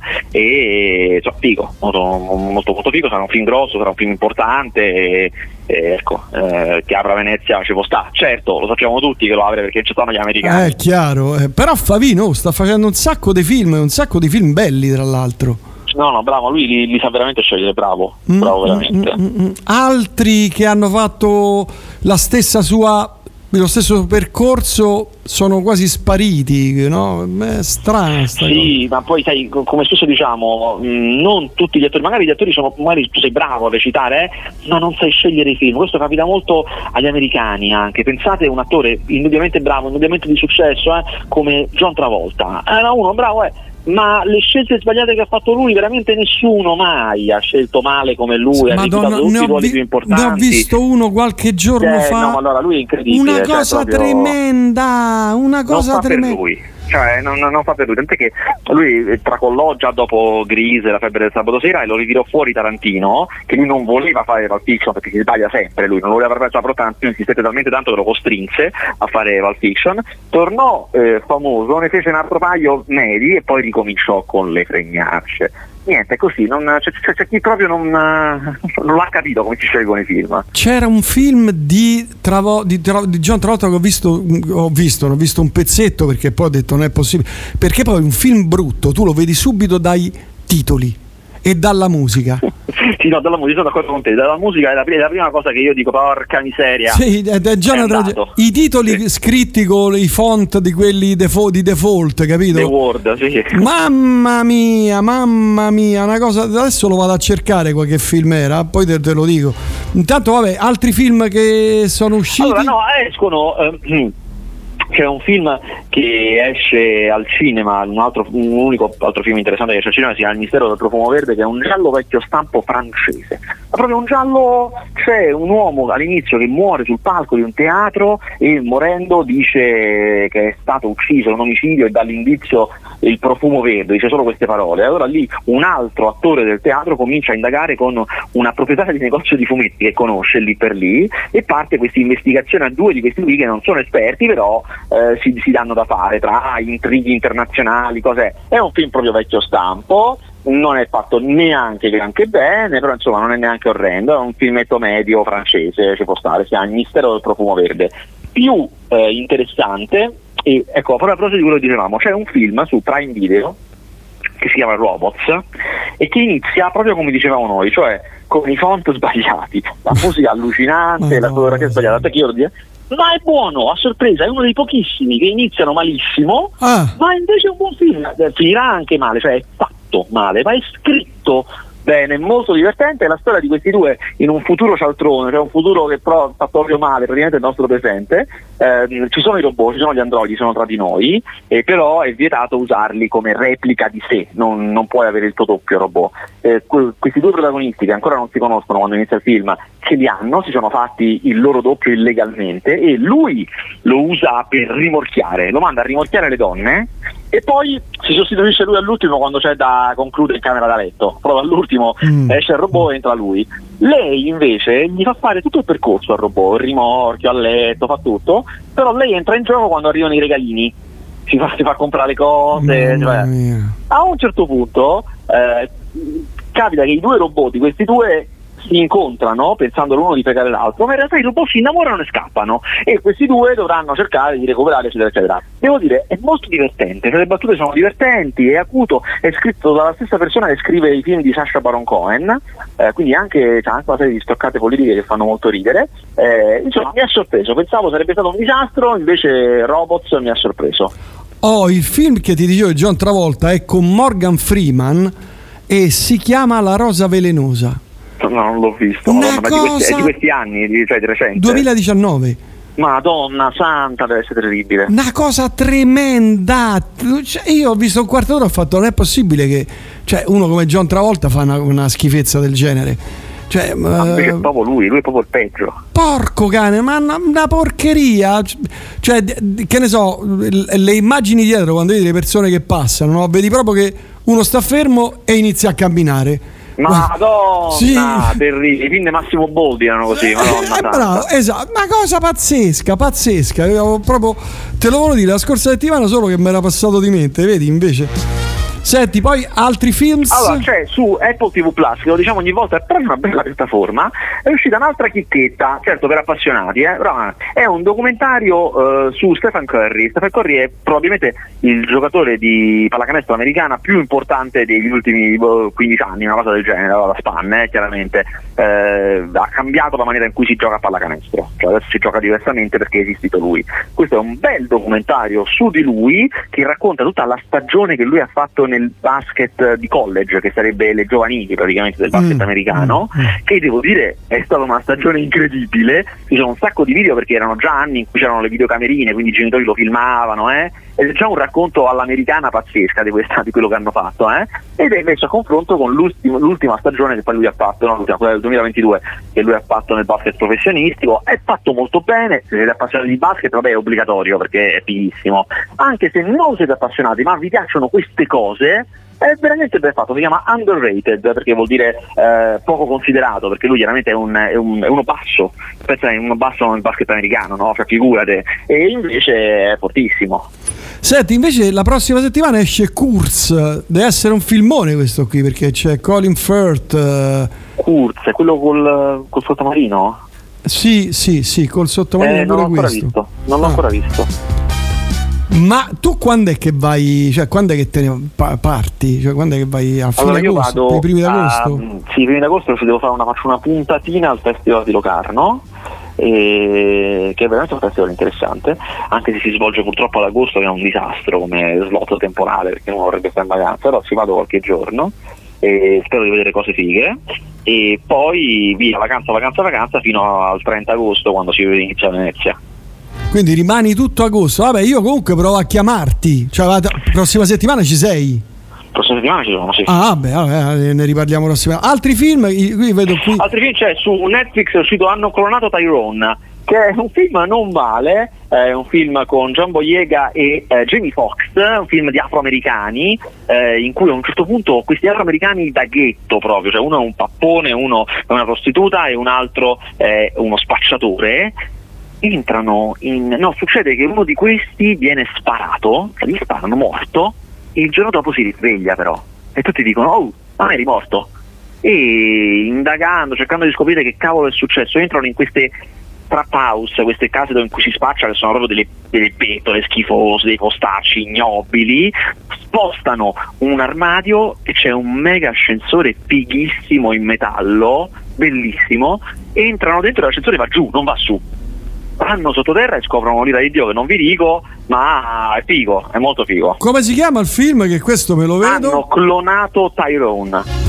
e insomma figo, molto, molto molto figo, sarà un film grosso, sarà un film importante e, e ecco, eh, che apra Venezia ci può sta, certo lo sappiamo tutti che lo apre perché ci stanno gli americani. Eh, È chiaro, eh, però Favino sta facendo un sacco di film, un sacco di film belli tra l'altro. No, no, bravo, lui li, li sa veramente scegliere, bravo, Mm, bravo veramente. mm, mm, mm. Altri che hanno fatto la stessa sua, lo stesso percorso sono quasi spariti, no? È strano sta Sì, ma poi sai, co- come spesso diciamo, mh, non tutti gli attori, magari gli attori sono, magari tu sei bravo a recitare, eh, ma non sai scegliere i film. Questo capita molto agli americani anche. Pensate a un attore indubbiamente bravo, indubbiamente di successo, eh, come John Travolta. Era uno bravo, eh. Ma le scelte sbagliate che ha fatto lui, veramente nessuno mai ha scelto male come lui, ha Madonna, recitato tutti ne i ho, ruoli vi- più importanti. ne ho visto uno qualche giorno Eh, fa. no, ma allora lui è incredibile. Una cioè, cosa proprio- tremenda, una non cosa fa per tremenda. lui, cioè non, non fa per lui, tant'è che lui tracollò già dopo Grease, La febbre del sabato sera, e lo ritirò fuori Tarantino, che lui non voleva fare Pulp Fiction perché si sbaglia sempre, lui non voleva fare, però Tarantino insistette talmente tanto che lo costrinse a fare Pulp Fiction, tornò eh, famoso, ne fece un altro paio medi e poi ricominciò con le fregnacce. Niente, è così, non, c'è, c'è, c'è chi proprio non, non l'ha capito come ci scelgono i film. C'era un film di, Travo, di, Tra- di John Travolta che ho visto, ho visto, ho visto un pezzetto perché poi ho detto non è possibile, perché poi un film brutto tu lo vedi subito dai titoli e dalla musica. Sì, no, dalla musica sono d'accordo con te, dalla musica è la, è la prima cosa che io dico, porca miseria. Sì, ed è già È una tragedia. andato. I titoli Sì. scritti con i font di quelli defo- di default, capito? The Word, sì. Mamma mia, mamma mia, una cosa. Adesso lo vado a cercare qualche film era, poi te, te lo dico. Intanto, vabbè, altri film che sono usciti. Allora, no, escono. ehm, c'è un film che esce al cinema, un, altro, un unico altro film interessante che esce al cinema si chiama Il mistero del profumo verde, che è un giallo vecchio stampo francese. Ma proprio un giallo, c'è un uomo all'inizio che muore sul palco di un teatro e morendo dice che è stato ucciso, un omicidio, e dall'indizio il profumo verde, dice solo queste parole. Allora lì un altro attore del teatro comincia a indagare con una proprietaria di negozio di fumetti che conosce lì per lì e parte questa investigazione a due di questi qui che non sono esperti, però eh, si, si danno da fare tra intrighi internazionali, cos'è. È un film proprio vecchio stampo, non è fatto neanche granché bene, però insomma non è neanche orrendo, è un filmetto medio francese, ci può stare, si chiama Il mistero del profumo verde. Più eh, interessante, e ecco, proprio a proposito di quello che dicevamo, c'è un film su Prime Video che si chiama Robots e che inizia proprio come dicevamo noi, cioè con i font sbagliati, la musica allucinante, la fotografia sbagliata, perché io dire, ma è buono, a sorpresa, è uno dei pochissimi che iniziano malissimo, ah. ma invece è un buon film, finirà anche male, cioè è fatto male, ma è scritto bene, molto divertente. È la storia di questi due in un futuro cialtrone, cioè un futuro che però fa proprio male praticamente il nostro presente. Eh, ci sono i robot, ci sono gli androidi, sono tra di noi, e però è vietato usarli come replica di sé, non, non puoi avere il tuo doppio robot. Eh, que- questi due protagonisti che ancora non si conoscono quando inizia il film, ce li hanno, si sono fatti il loro doppio illegalmente e lui lo usa per rimorchiare, lo manda a rimorchiare le donne e poi si sostituisce lui all'ultimo quando c'è da concludere in camera da letto, proprio all'ultimo mm. esce il robot e entra lui. Lei invece gli fa fare tutto il percorso al robot, il rimorchio, a letto, fa tutto, però lei entra in gioco quando arrivano i regalini, si fa, si fa comprare le cose, cioè, a un certo punto eh, capita che i due robot di questi due si incontrano pensando l'uno di fregare l'altro, ma in realtà i robot si innamorano e scappano e questi due dovranno cercare di recuperare eccetera eccetera. Devo dire, è molto divertente, cioè, le battute sono divertenti, è acuto, è scritto dalla stessa persona che scrive i film di Sacha Baron Cohen, eh, quindi anche c'è anche una serie di stoccate politiche che fanno molto ridere. Eh, insomma, mi ha sorpreso, pensavo sarebbe stato un disastro, invece Robots mi ha sorpreso. Oh, il film che ti dicevo di John Travolta è con Morgan Freeman e si chiama La rosa velenosa. No, non l'ho visto, Madonna, ma di questi, è di questi anni, di, cioè di recente. duemiladiciannove. Madonna santa, deve essere terribile. Una cosa tremenda. Cioè, io ho visto un quarto d'ora e ho fatto, non è possibile che cioè, uno come John Travolta fa una, una schifezza del genere. Cioè, ma invece è proprio lui, lui è proprio il peggio. Porco cane, ma una, una porcheria. Cioè, che ne so, le immagini dietro quando vedi le persone che passano, no? Vedi proprio che uno sta fermo e inizia a camminare. Madonna, sì. terribile. I film di Massimo Boldi erano così, Madonna. Eh, bravo, esatto, una cosa pazzesca, pazzesca. Io proprio, te lo volevo dire, la scorsa settimana solo che mi era passato di mente, vedi invece. Senti, poi altri films? Allora, c'è su Apple tivù Plus, che lo diciamo ogni volta, è proprio una bella piattaforma, è uscita un'altra chicchetta, certo per appassionati, eh, però è un documentario eh, su Stephen Curry. Stephen Curry è probabilmente il giocatore di pallacanestro americana più importante degli ultimi boh, quindici anni, una cosa del genere, la span, eh, chiaramente. Eh, ha cambiato la maniera in cui si gioca a pallacanestro, cioè adesso si gioca diversamente perché è esistito lui. Questo è un bel documentario su di lui che racconta tutta la stagione che lui ha fatto nel basket di college, che sarebbe le giovanili praticamente del basket mm. americano, mm. che devo dire è stata una stagione incredibile. Ci sono un sacco di video perché erano già anni in cui c'erano le videocamerine, quindi i genitori lo filmavano, eh? ed è già un racconto all'americana pazzesca di, questa, di quello che hanno fatto, eh? ed è messo a confronto con l'ultima stagione che poi lui ha fatto, no? quella del duemilaventidue che lui ha fatto nel basket professionistico. È fatto molto bene, se siete appassionati di basket vabbè è obbligatorio perché è fighissimo, anche se non siete appassionati ma vi piacciono queste cose è veramente ben fatto. Si chiama Underrated perché vuol dire eh, poco considerato, perché lui chiaramente è, un, è, un, è uno basso, pensa è uno basso nel basket americano, no? Cioè figurate, e invece è fortissimo. Senti, invece la prossima settimana esce Kurz, deve essere un filmone questo qui perché c'è Colin Firth. uh... Kurz, è quello col, col sottomarino? Sì, sì, sì, col sottomarino. eh, non l'ho ancora questo. visto non l'ho ah. ancora visto. Ma tu quando è che vai, cioè quando è che te ne parti? Cioè quando è che vai a fine allora, io agosto? vado I primi d'agosto? A, sì, i primi d'agosto ci devo fare una, faccio una puntatina al Festival di Locarno, e, che è veramente un festival interessante, anche se si svolge purtroppo ad agosto, che è un disastro come slot temporale perché non vorrebbe stare in vacanza, però ci vado qualche giorno e spero di vedere cose fighe e poi via vacanza, vacanza, vacanza fino al trenta agosto quando si inizia Venezia. Quindi rimani tutto agosto. Vabbè, io comunque provo a chiamarti. Cioè, la prossima settimana ci sei? Prossima settimana ci sono, sì. Ah, vabbè, vabbè, ne riparliamo prossima. Altri film? Qui vedo qui. Altri film c'è su Netflix, è uscito Hanno clonato Tyrone, che è un film non male, è un film con John Boyega e eh, Jamie Foxx, un film di afroamericani, eh, in cui a un certo punto questi afroamericani da ghetto proprio, cioè uno è un pappone, uno è una prostituta e un altro è uno spacciatore, entrano in... no, succede che uno di questi viene sparato, cioè gli sparano morto, e il giorno dopo si risveglia però, e tutti dicono, oh, ma eri morto? E indagando, cercando di scoprire che cavolo è successo, entrano in queste trap house, queste case dove in cui si spaccia, che sono proprio delle, delle betole schifose, dei postacci ignobili, spostano un armadio e c'è un mega ascensore fighissimo in metallo, bellissimo, entrano dentro e l'ascensore va giù, non va su. Vanno sottoterra e scoprono l'ira di Dio che non vi dico, ma è figo, è molto figo. Come si chiama il film? Che questo me lo vedo. Hanno clonato Tyrone.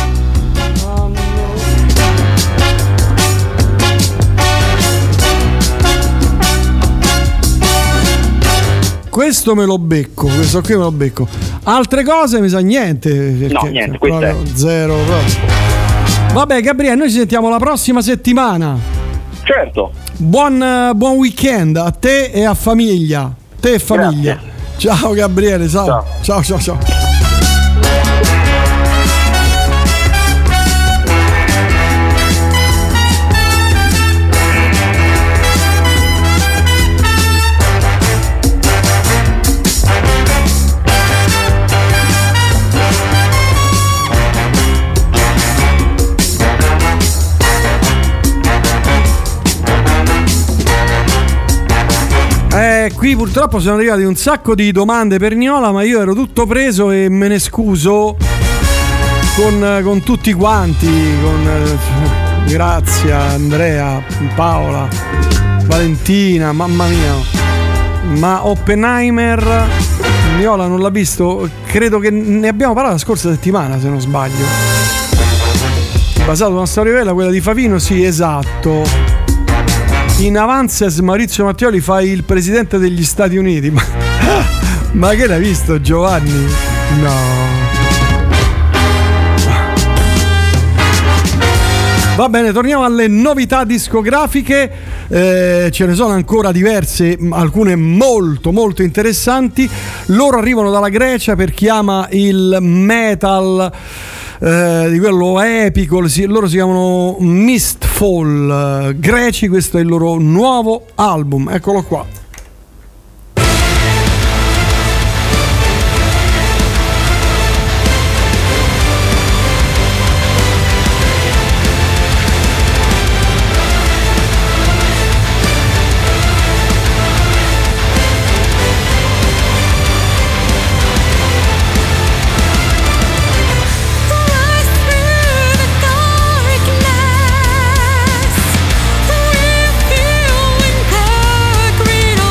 Questo me lo becco, questo qui me lo becco. Altre cose mi sa niente. No, niente, questo è zero. Vabbè, Gabriele, noi ci sentiamo la prossima settimana. Certo. Buon, buon weekend a te e a famiglia. Te e famiglia. Grazie. Ciao Gabriele, ciao. Ciao, ciao, ciao. ciao. Eh, qui purtroppo sono arrivati un sacco di domande per Niola, ma io ero tutto preso e me ne scuso con, con tutti quanti, con eh, Grazia, Andrea, Paola, Valentina, mamma mia. Ma Oppenheimer, Niola non l'ha visto, credo che ne abbiamo parlato la scorsa settimana, se non sbaglio. Basato su una storia vera, quella di Favino, sì, esatto. In Avances Maurizio Mattioli fa il presidente degli Stati Uniti. Ma, ma che l'hai visto, Giovanni? No. Va bene, torniamo alle novità discografiche. Eh, ce ne sono ancora diverse, alcune molto molto interessanti. Loro arrivano dalla Grecia, per chi ama il metal eh, di quello epico. Si, loro si chiamano Mistfall, eh, greci. Questo è il loro nuovo album, eccolo qua. Green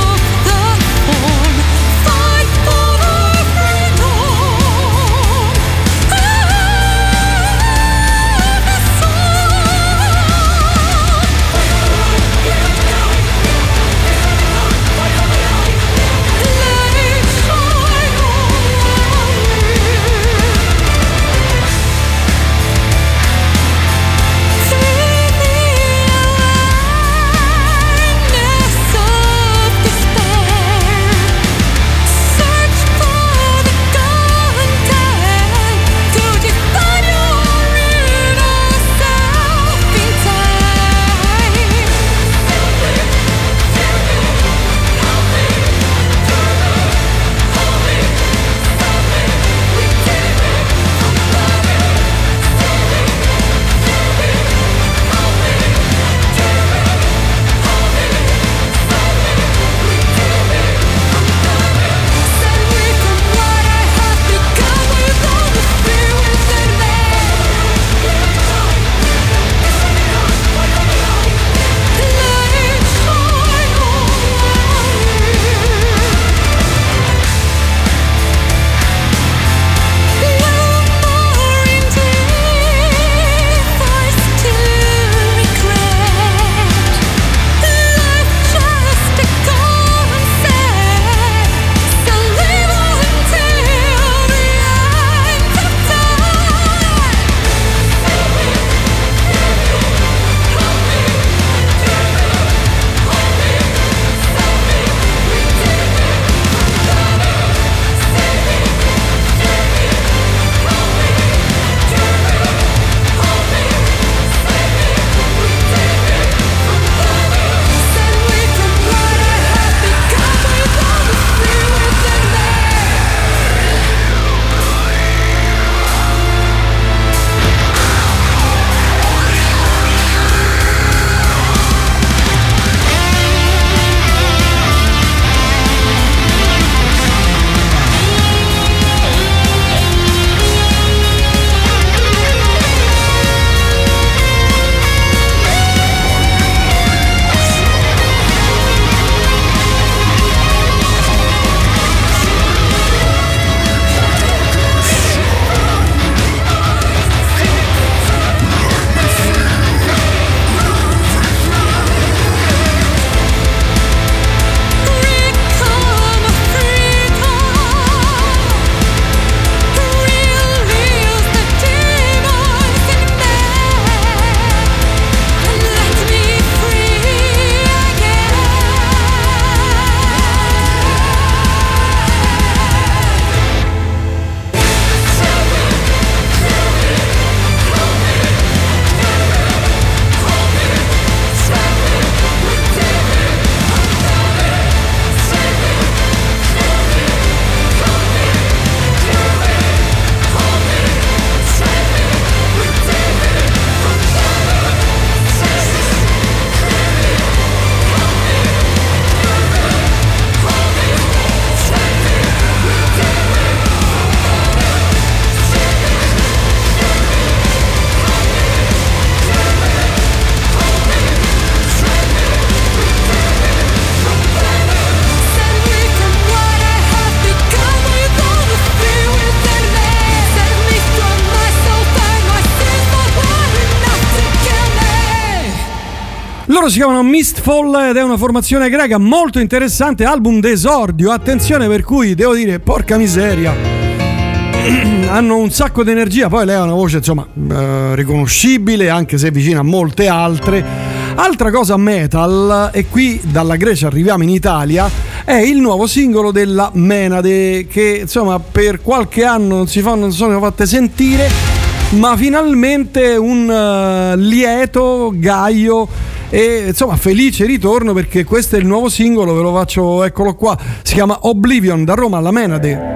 Loro si chiamano Mistfall ed è una formazione greca molto interessante, album d'esordio, attenzione, per cui devo dire, porca miseria, hanno un sacco di energia, poi lei ha una voce insomma eh, riconoscibile anche se vicina a molte altre. Altra cosa metal, e qui dalla Grecia arriviamo in Italia, è il nuovo singolo della Menade, che insomma per qualche anno non si fanno, non sono fatte sentire, ma finalmente un uh, lieto gaio e insomma felice ritorno, perché questo è il nuovo singolo, ve lo faccio, eccolo qua, si chiama Oblivion, da Roma alla Menade.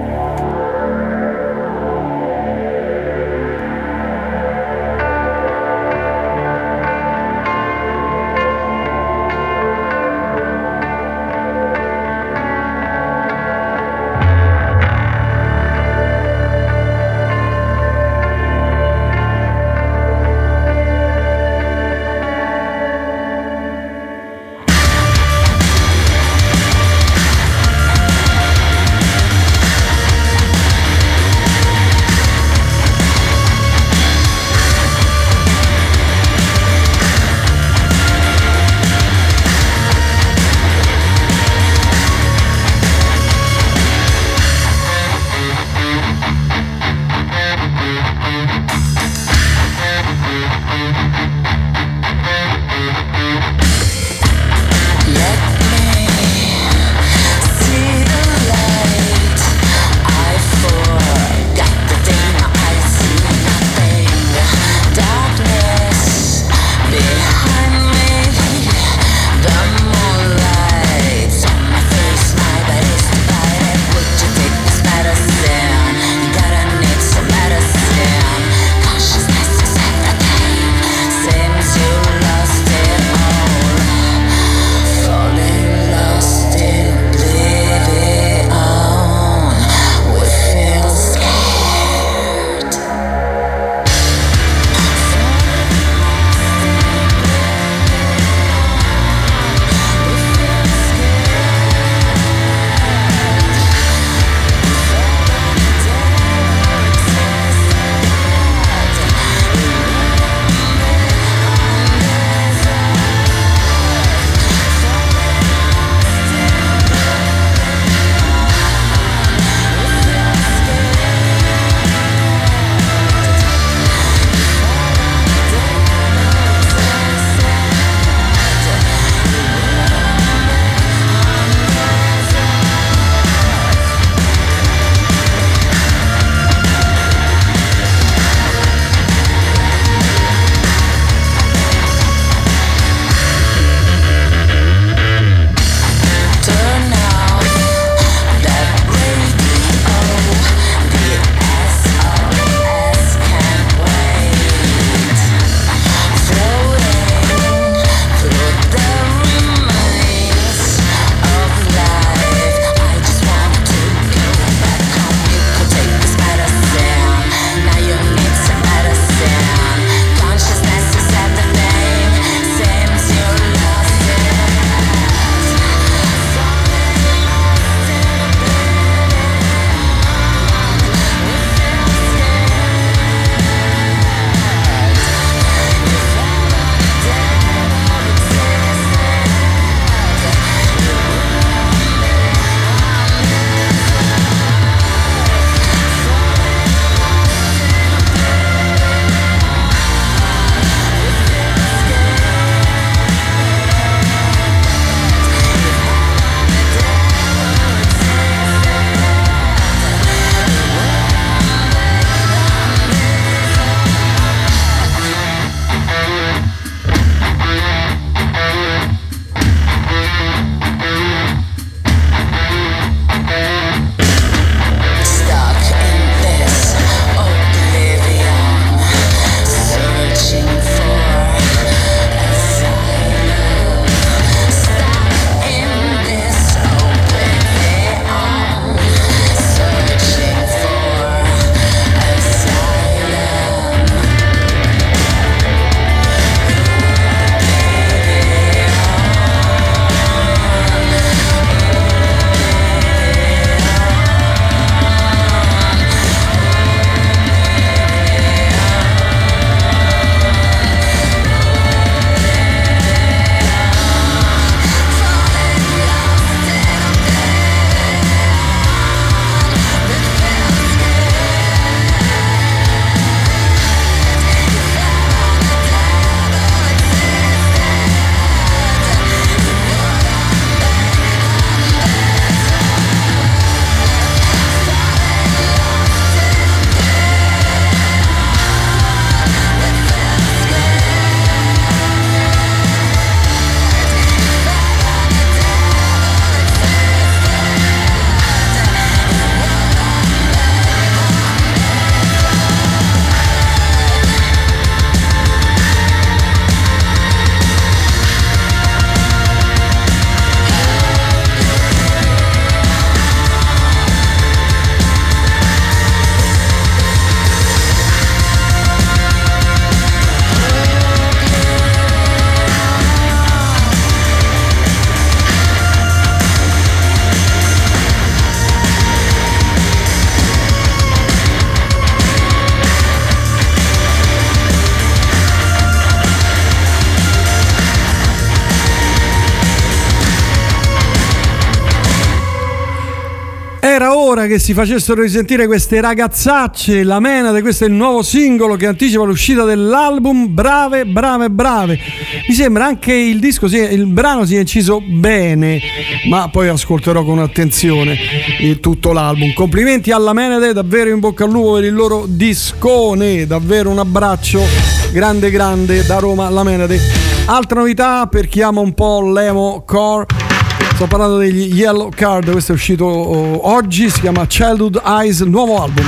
ora che si facessero risentire queste ragazzacce, la Menade, questo è il nuovo singolo che anticipa l'uscita dell'album. Brave, brave, brave. Mi sembra anche il disco, sia, il brano sia inciso bene, ma poi ascolterò con attenzione il, tutto l'album. Complimenti alla Menade, davvero in bocca al lupo per il loro discone, davvero un abbraccio grande grande da Roma alla Menade. Altra novità per chi ama un po' l'emo core, sto parlando degli Yellow Card, questo è uscito oh, oggi, si chiama Childhood Eyes, nuovo album.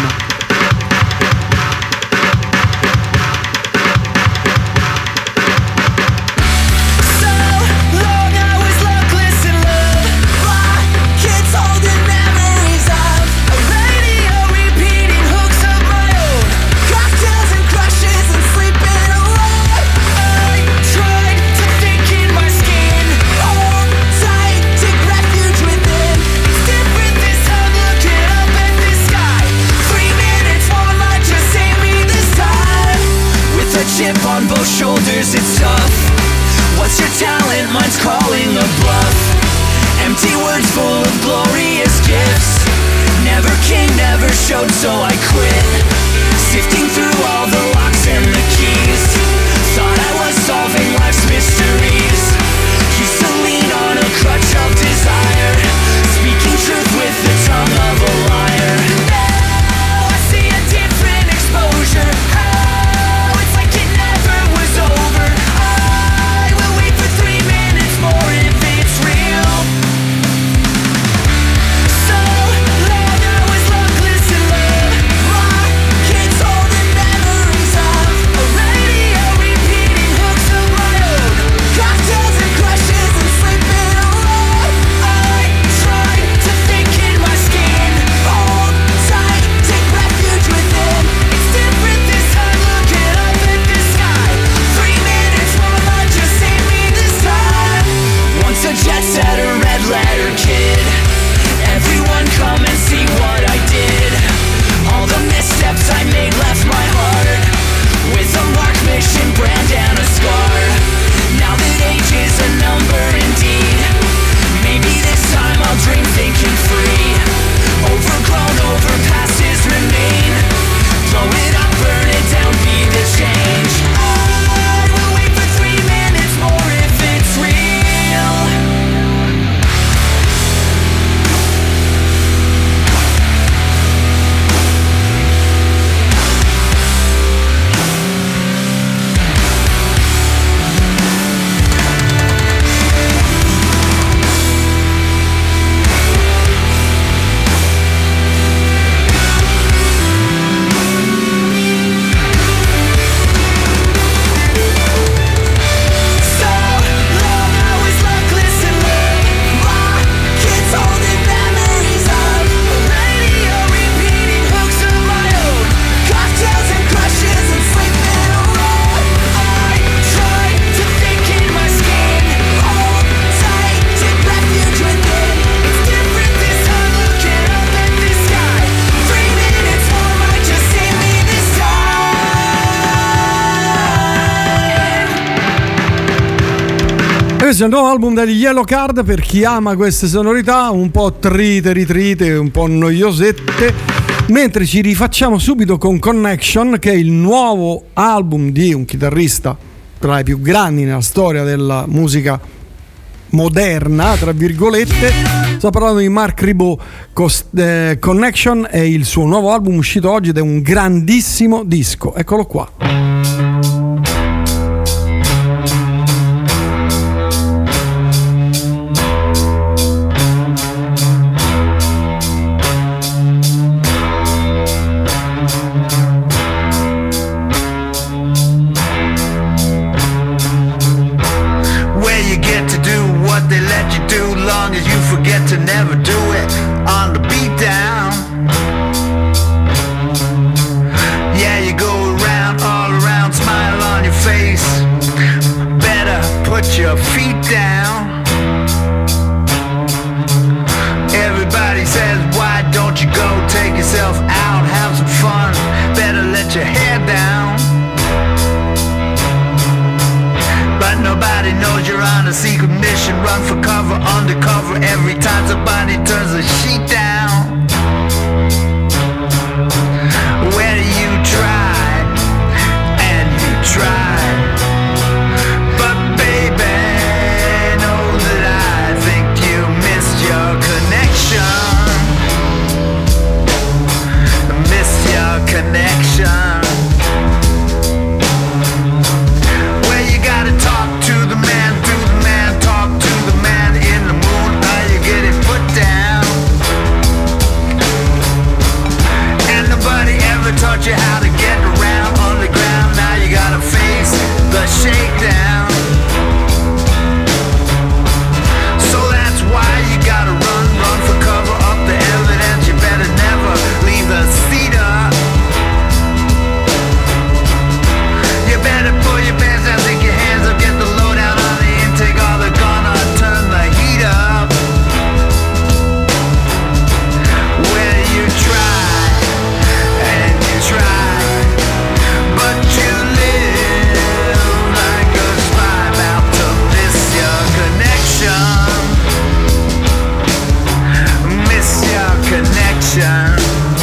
Shoulders, it's tough. What's your talent? Mine's calling a bluff. Empty words full of glorious gifts. Never king, never showed, so I quit. Sifting through all the locks and the keys. Thought I was solving life's mysteries. Used to lean on a crutch of desire. Speaking truth with the tongue of a liar. Now I see a different exposure. Questo è il nuovo album degli Yellow Card per chi ama queste sonorità un po' trite, ritrite, un po' noiosette. Mentre ci rifacciamo subito con Connection, che è il nuovo album di un chitarrista tra i più grandi nella storia della musica moderna, tra virgolette. Sto parlando di Marc Ribot. eh, Connection è il suo nuovo album uscito oggi ed è un grandissimo disco. Eccolo qua. Run for cover, undercover. Every time somebody turns the sheet down, the shakedown. So that's why you gotta run, run for cover up the evidence. You better never leave the seat up. You better pull your pants down, take your hands up, get the load out on the intake, or they're gonna turn the heat up. Well, you try, and you try, but you live like a spy about to miss your connection. Miss your connection.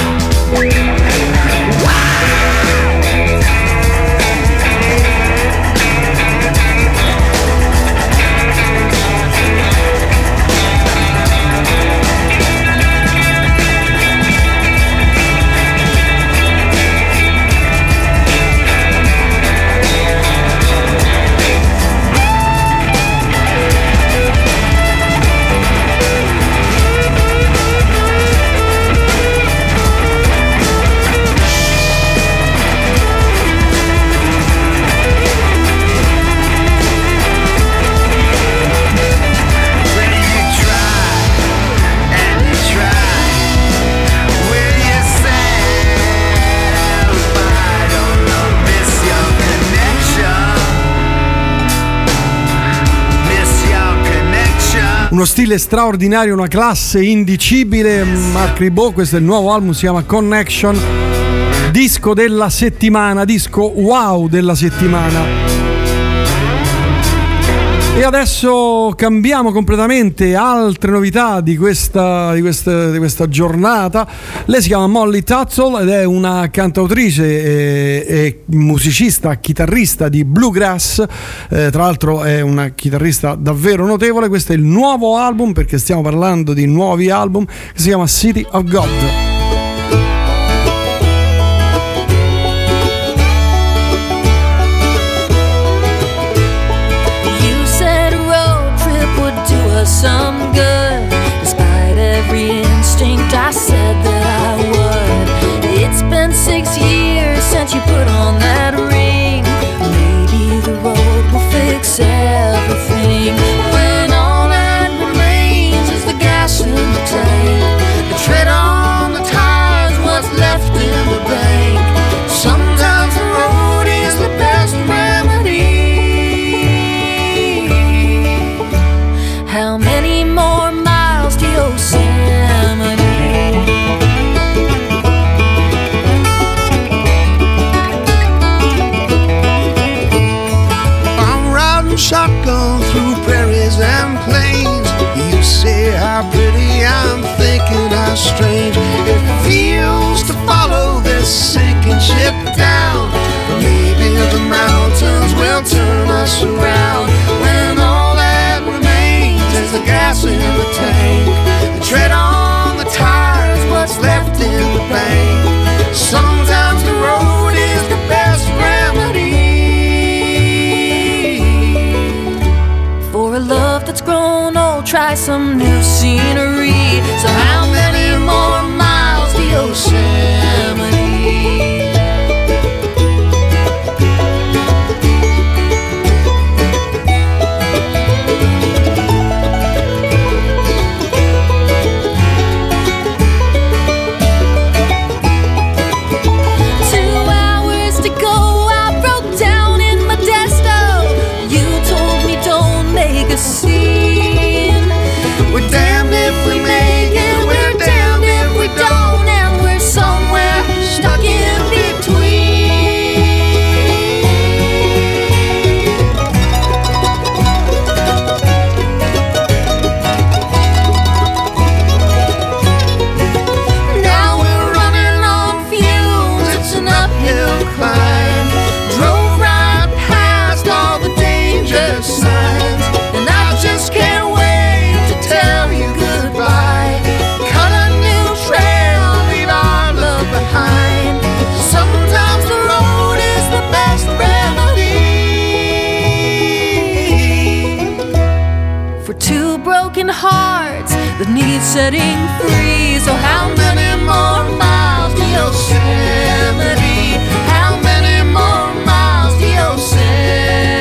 Uno stile straordinario, una classe indicibile. Marc Ribot, questo è il nuovo album, si chiama Connection. Disco della settimana, disco wow della settimana. E adesso cambiamo completamente, altre novità di questa, di questa, di questa giornata. Lei si chiama Molly Tuttle ed è una cantautrice e, e musicista, chitarrista di bluegrass, eh, tra l'altro è una chitarrista davvero notevole. Questo è il nuovo album, perché stiamo parlando di nuovi album, che si chiama City of God. Some good, despite every instinct I said that I would. It's been six years since you put on that ring. Maybe the road will fix everything. When all that remains is the gas in the tank, the tread on the tires, what's left in the bank. Sometimes the road is the best remedy. How many more miles to Yosemite? I'm riding shotgun through prairies and plains. You say how pretty, I'm thinking how strange it feels to follow this sinking ship down. Maybe the mountains will turn us around. When all that remains is the gas in the tank, the tread on the tires, what's left in the bank. Sometimes the road is the best remedy for a love that's grown old. Try some new scenery. So how many more miles to Yosemite? We're damned if we make it, we're damned if we don't, and we're somewhere stuck in between. Now we're running on fumes, it's an uphill climb. Drove right past all the danger signs, and I just can't wait to tell you goodbye. Cut a new trail, leave our love behind. Sometimes the road is the best remedy for two broken hearts that need setting free. So how many more miles to Yosemite? How many more miles to Yosemite?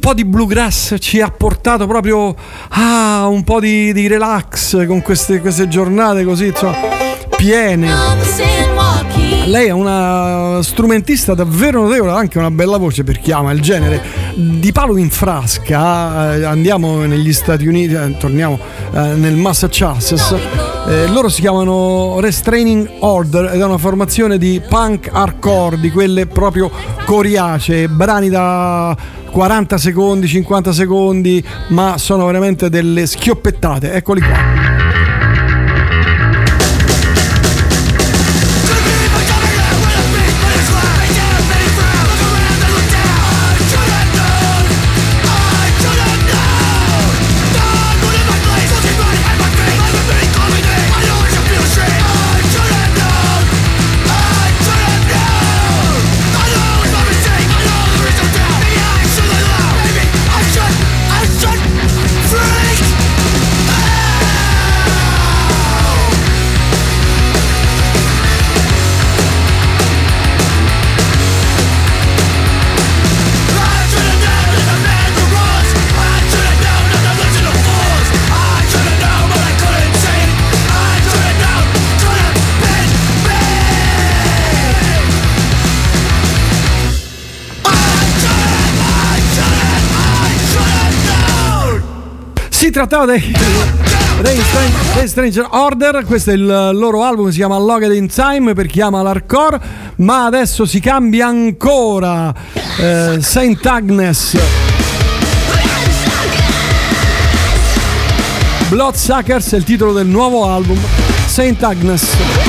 po' di bluegrass ci ha portato proprio a un po' di, di relax con queste, queste giornate così, insomma, piene. Lei è una strumentista davvero notevole, ha anche una bella voce per chi ama il genere. Di palo in frasca, eh, andiamo negli Stati Uniti, eh, torniamo eh, nel Massachusetts. Eh, loro si chiamano Restraining Order ed è una formazione di punk hardcore, di quelle proprio coriacee, brani da quaranta secondi, cinquanta secondi, ma sono veramente delle schioppettate. Eccoli qua. Si trattava dei Rain Stranger Order, questo è il loro album, si chiama Logged in Time per chi ama l'hardcore, ma adesso si cambia ancora. eh, Saint Agnes, Bloodsuckers è il titolo del nuovo album, Saint Agnes.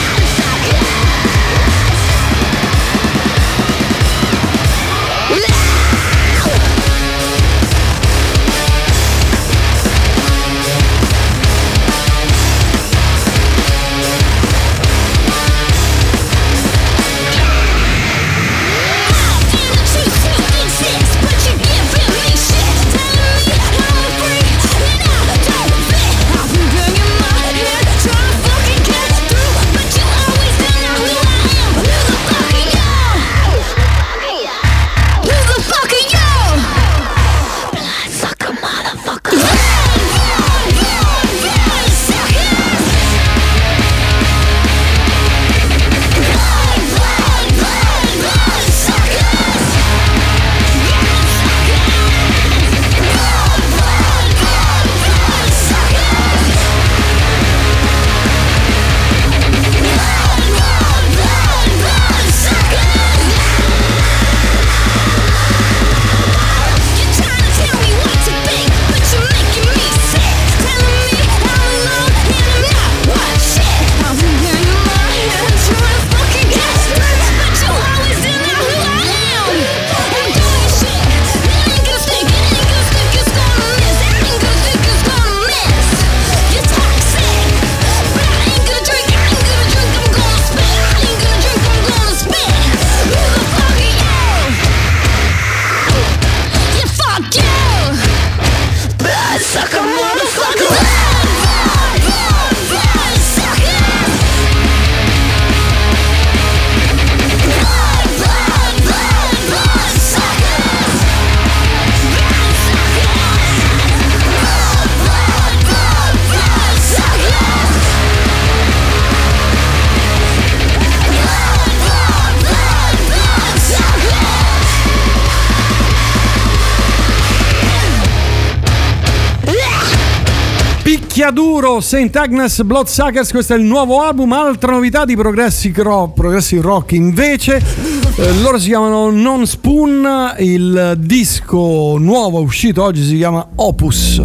Duro, Saint Agnes, Bloodsuckers, questo è il nuovo album. Altra novità di Progressive Rock, Progressive Rock invece, eh, loro si chiamano Non Spoon, il disco nuovo uscito oggi si chiama Opus.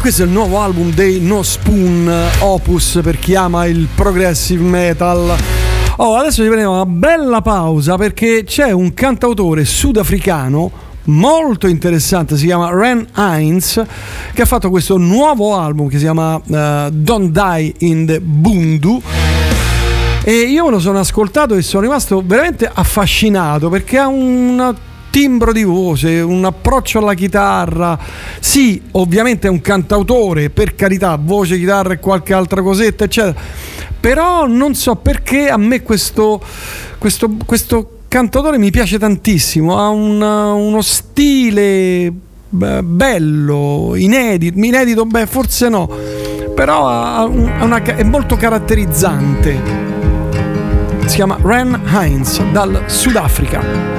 questo è il nuovo album dei No Spoon, opus per chi ama il progressive metal. Oh, adesso ci prendiamo una bella pausa perché c'è un cantautore sudafricano molto interessante, si chiama Ren Hines, che ha fatto questo nuovo album che si chiama uh, Don't Die in the Bundu. E io me lo sono ascoltato e sono rimasto veramente affascinato perché ha un timbro di voce, un approccio alla chitarra. Sì, ovviamente è un cantautore, per carità, voce, chitarra e qualche altra cosetta, eccetera. Però non so perché a me questo, questo, questo cantautore mi piace tantissimo. Ha una, uno stile beh, bello, inedito, inedito, beh, forse no, però ha una, è molto caratterizzante. Si chiama Ren Hines dal Sudafrica.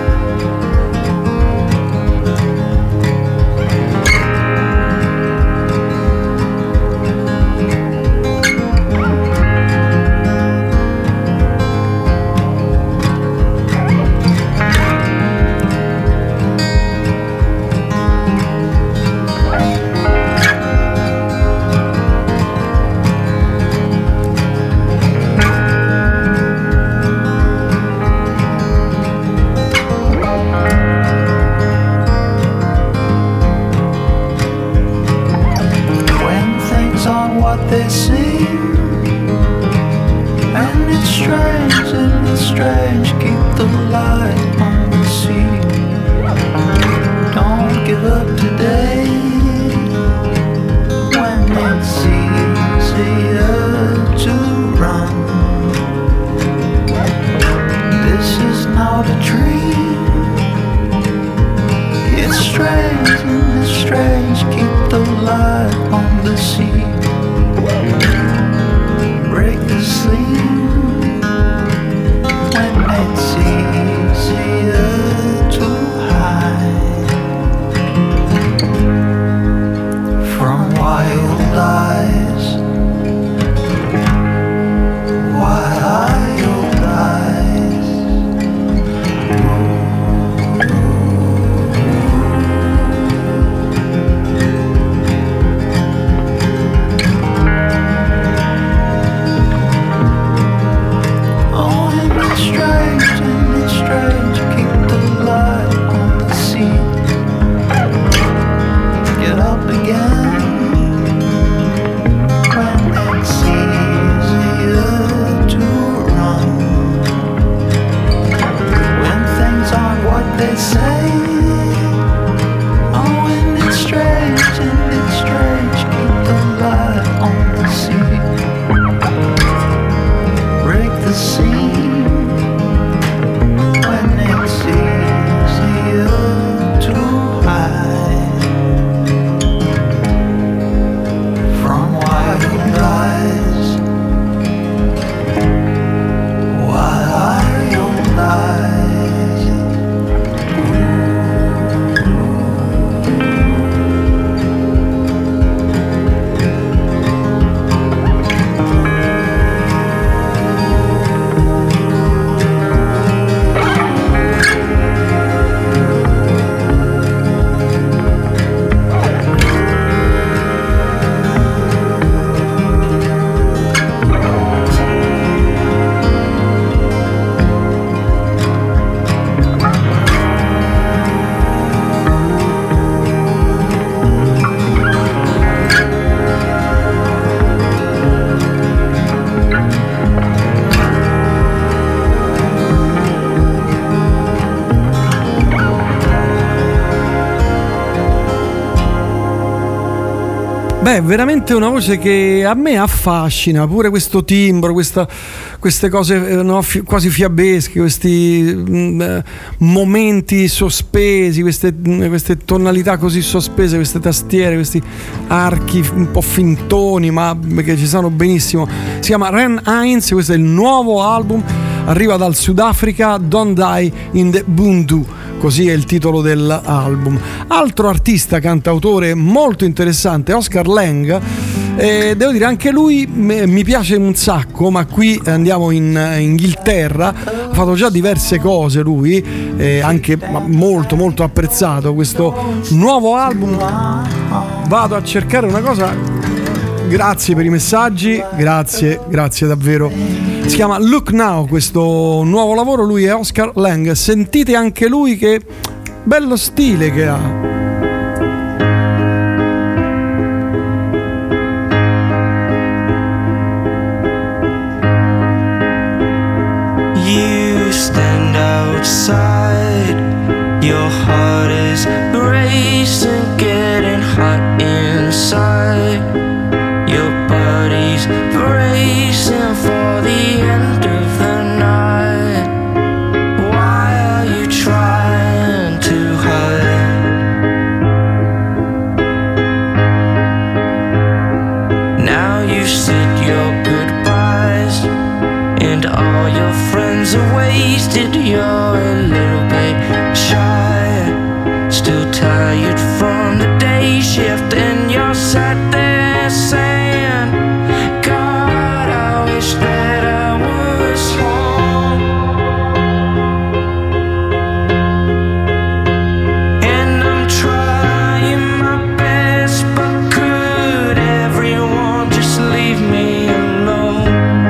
Beh, veramente una voce che a me affascina, pure questo timbro, questa, queste cose no, fi, quasi fiabesche, questi mh, momenti sospesi, queste, queste tonalità così sospese, queste tastiere, questi archi un po' fintoni, ma che ci sono benissimo. Si chiama Ren Hines, questo è il nuovo album, arriva dal Sudafrica, Don't Die in the Bundu. Così è il titolo dell'album. Altro artista cantautore molto interessante, Oscar Lang, E devo dire, anche lui m- mi piace un sacco, ma qui andiamo in uh, Inghilterra. Ha fatto già diverse cose lui, eh, anche molto molto apprezzato questo nuovo album. Vado a cercare una cosa. Grazie per i messaggi, grazie, grazie davvero. Si chiama Look Now questo nuovo lavoro, lui è Oscar Lang. Sentite anche lui che bello stile che ha. You stand outside, your heart is racing, getting hot inside. Your body's bracing for the end of the night. Why are you trying to hide? Now you said your goodbyes and all your friends are wasted. You're a little bit shy, still tired from the day shift, and you're sat there saying, God, I wish that I was home. And I'm trying my best, but could everyone just leave me alone?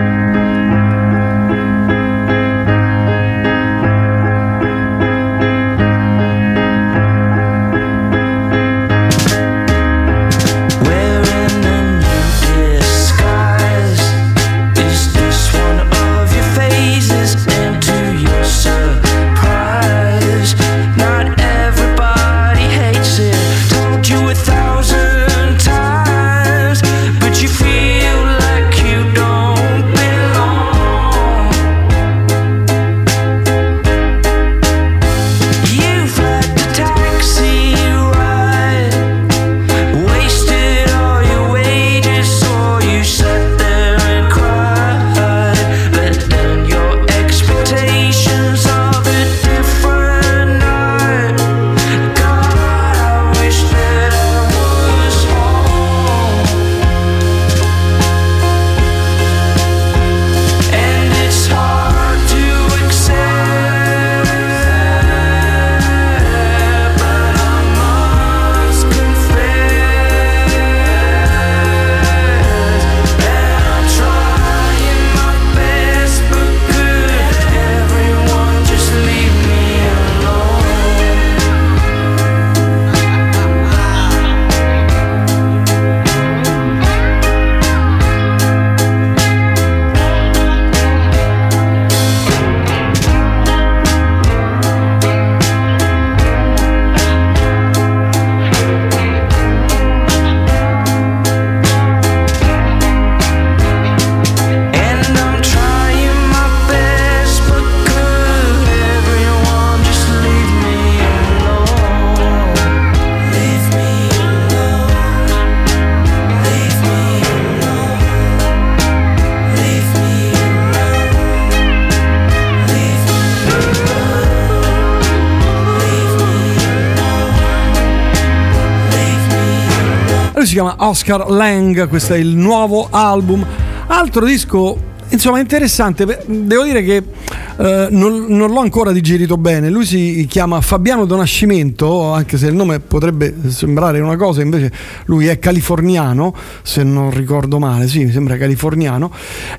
Lui si chiama Oscar Lang, questo è il nuovo album. Altro disco, insomma, interessante. Devo dire che eh, non, non l'ho ancora digerito bene. Lui si chiama Fabiano Donascimento, anche se il nome potrebbe sembrare una cosa, invece lui è californiano, se non ricordo male, sì, mi sembra californiano,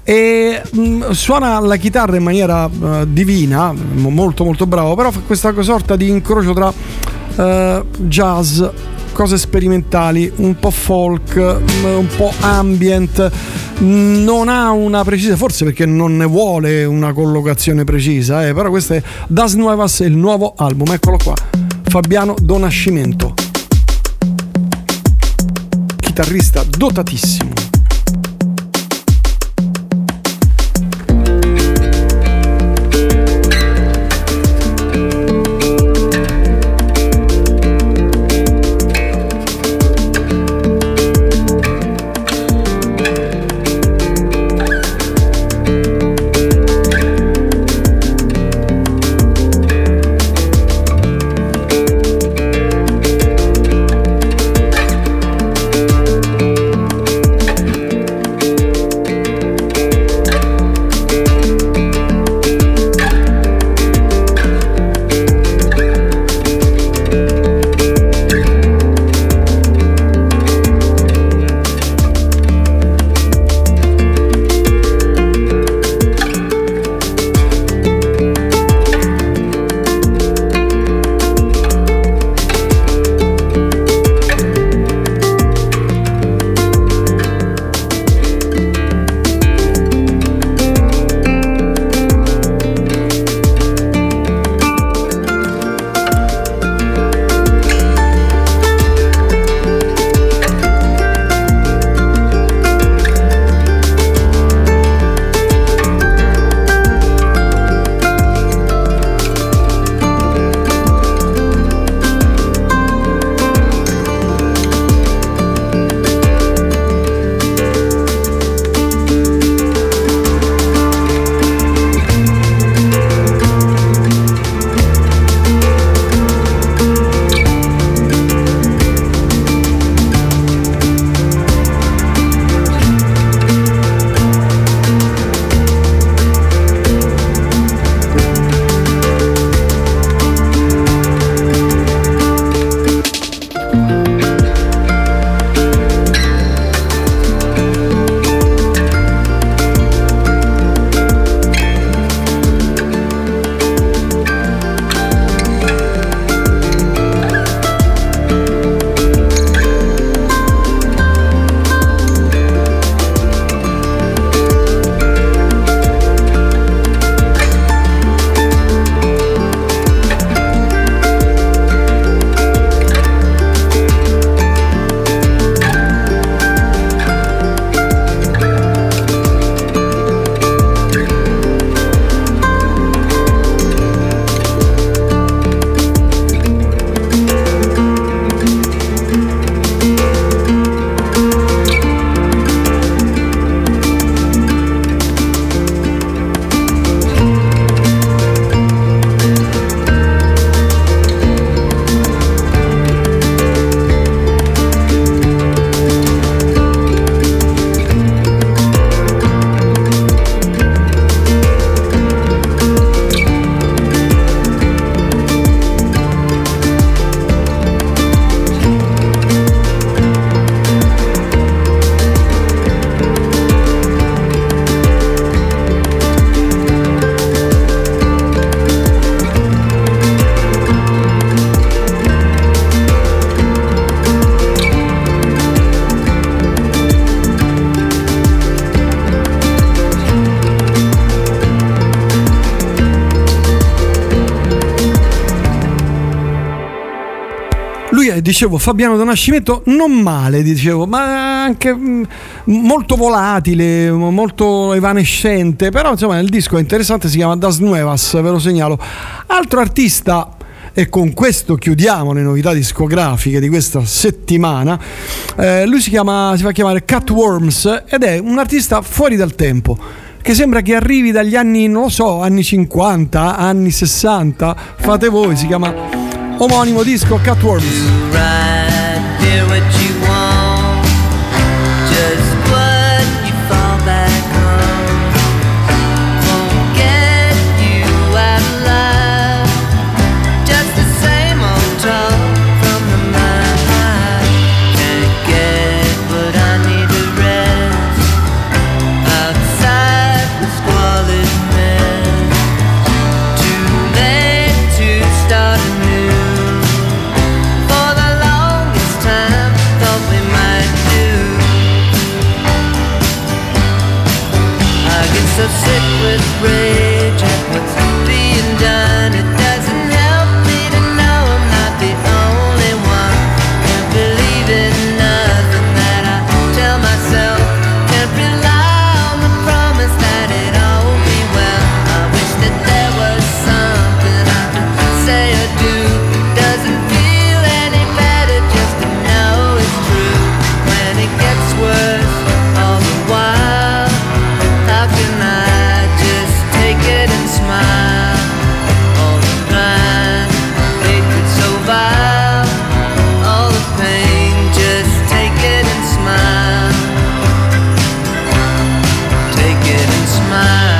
e mh, suona la chitarra in maniera uh, divina, molto molto bravo, però fa questa sorta di incrocio tra uh, jazz, cose sperimentali, un po' folk, un po' ambient. Non ha una precisa, forse perché non ne vuole una collocazione precisa, eh, però questo è Das Nuevas, il nuovo album, eccolo qua, Fabiano Donascimento, chitarrista dotatissimo. lui è, dicevo, Fabiano Donascimento, non male, dicevo, ma anche mh, molto volatile, molto evanescente, però insomma il disco è interessante, si chiama Das Nuevas, ve lo segnalo. Altro artista, e con questo chiudiamo le novità discografiche di questa settimana, eh, lui si chiama, si fa chiamare Cutworms ed è un artista fuori dal tempo, che sembra che arrivi dagli anni, non lo so, anni cinquanta, anni sessanta, fate voi, si chiama omonimo disco Cutworms. So sick with rage at what's being done. It doesn't help me to know I'm not the only one. Can't believe in nothing that I tell myself. Can't rely on the promise that it all will be well. I wish that there was something I could say or do. Doesn't feel any better just to know it's true. When it gets worse all the while, how can I just take it and smile? All the blind hatred so vile, all the pain, just take it and smile. Take it and smile.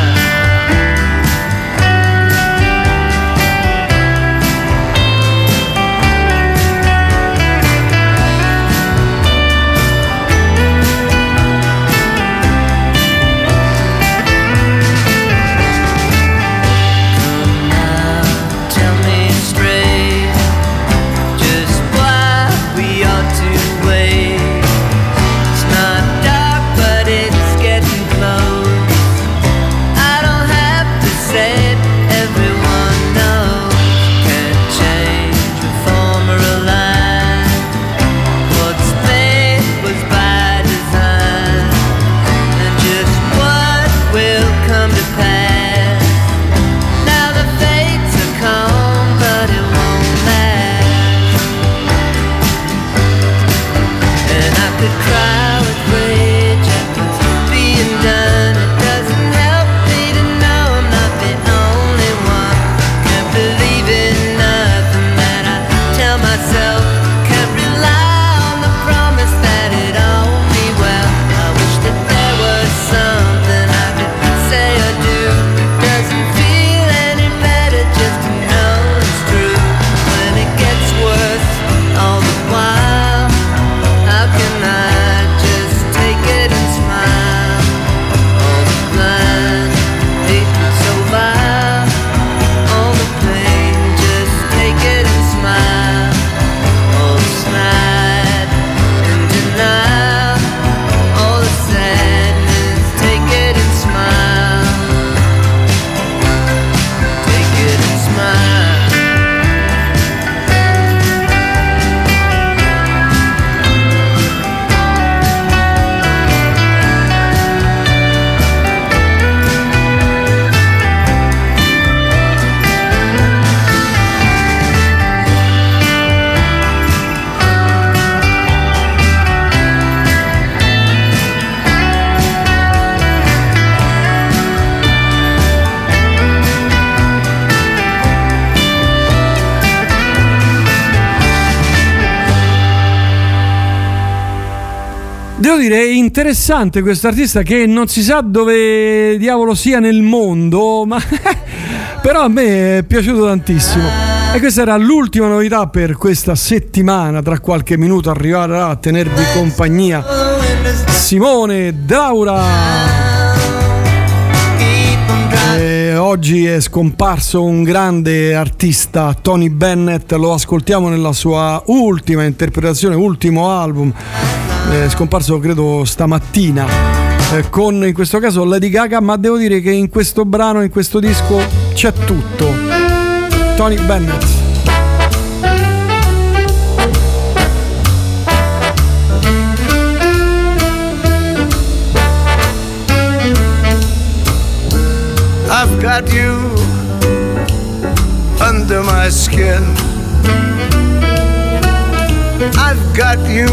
Tell me straight, just why we ought to wait. It's not dark, but it's getting close. I don't have to say it, everyone knows. Can't change, reform, or align. What's made was by design, and just what will come to pass. Now the fates are calm, but it won't last. And I could cry with rage at what's being done. It doesn't help me to know I'm not the only one. Can't believe in nothing that I tell myself. Can't rely on the promise that it all will be well. I wish that there was something I could say or do. Doesn't feel any better just to know it's true. When it gets worse all the while, how can I just take it and smile? All the blind hatred so vile, all the pain, just take it and smile. All the snide and denial, all the sadness, take it and smile. Take it and smile. Devo dire, è interessante questo artista che non si sa dove diavolo sia nel mondo, ma però a me è piaciuto tantissimo. E questa era l'ultima novità per questa settimana. Tra qualche minuto arriverà a tenervi compagnia Simone Daura. E oggi è scomparso un grande artista, Tony Bennett, lo ascoltiamo nella sua ultima interpretazione, ultimo album. È scomparso credo stamattina, eh, con in questo caso Lady Gaga, ma devo dire che in questo brano, in questo disco c'è tutto. Tony Bennett. got you under my skin. I've got you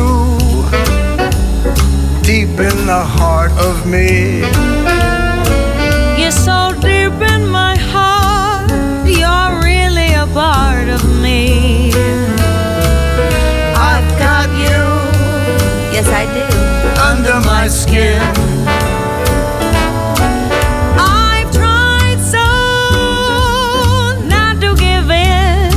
deep in the heart of me. You're so deep in my heart, you're really a part of me. I've got you, yes I do, under my skin. I've tried so not to give in.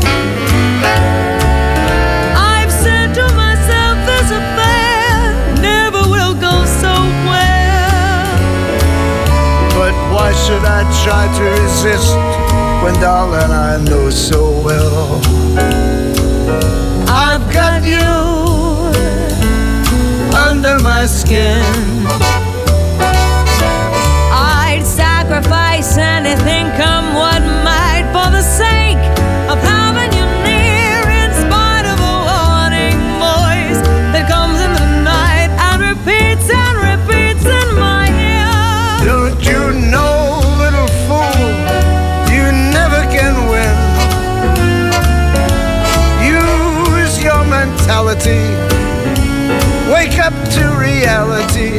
I've said to myself this affair never will go so well. But why should I try to resist when, darling, I know so well I've got you under my skin. I'd sacrifice anything, come what might, for the sake of having you near, in spite of a warning voice that comes in the night and repeats and repeats in my ear. Don't you know, little fool, you never can win. Use your mentality, wake up to reality.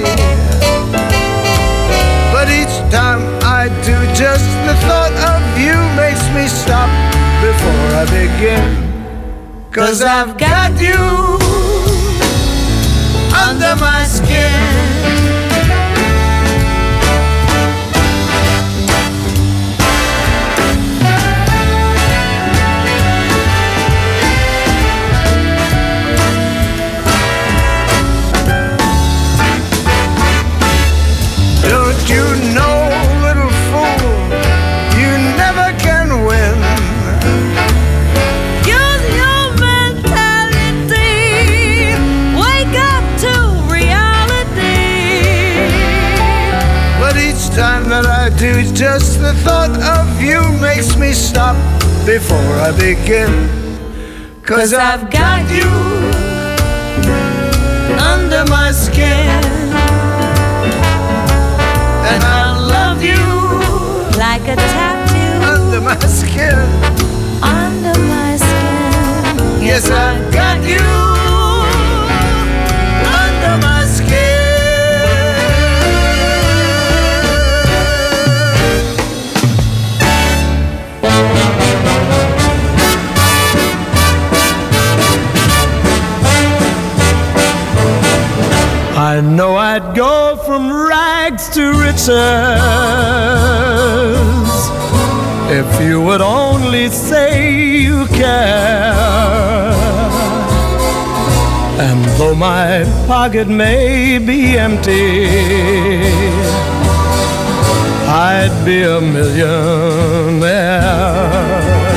But each time I do, just the thought of you makes me stop before I begin. 'Cause I've got you under my skin. Don't you know, little fool, you never can win. Use your mentality, wake up to reality. But each time that I do, just the thought of you makes me stop before I begin. 'Cause I've got you under my skin. And I love you like a tattoo under my skin. Under my skin. Yes, I've got you under my I know I'd go from rags to riches if you would only say you care. And though my pocket may be empty, I'd be a millionaire.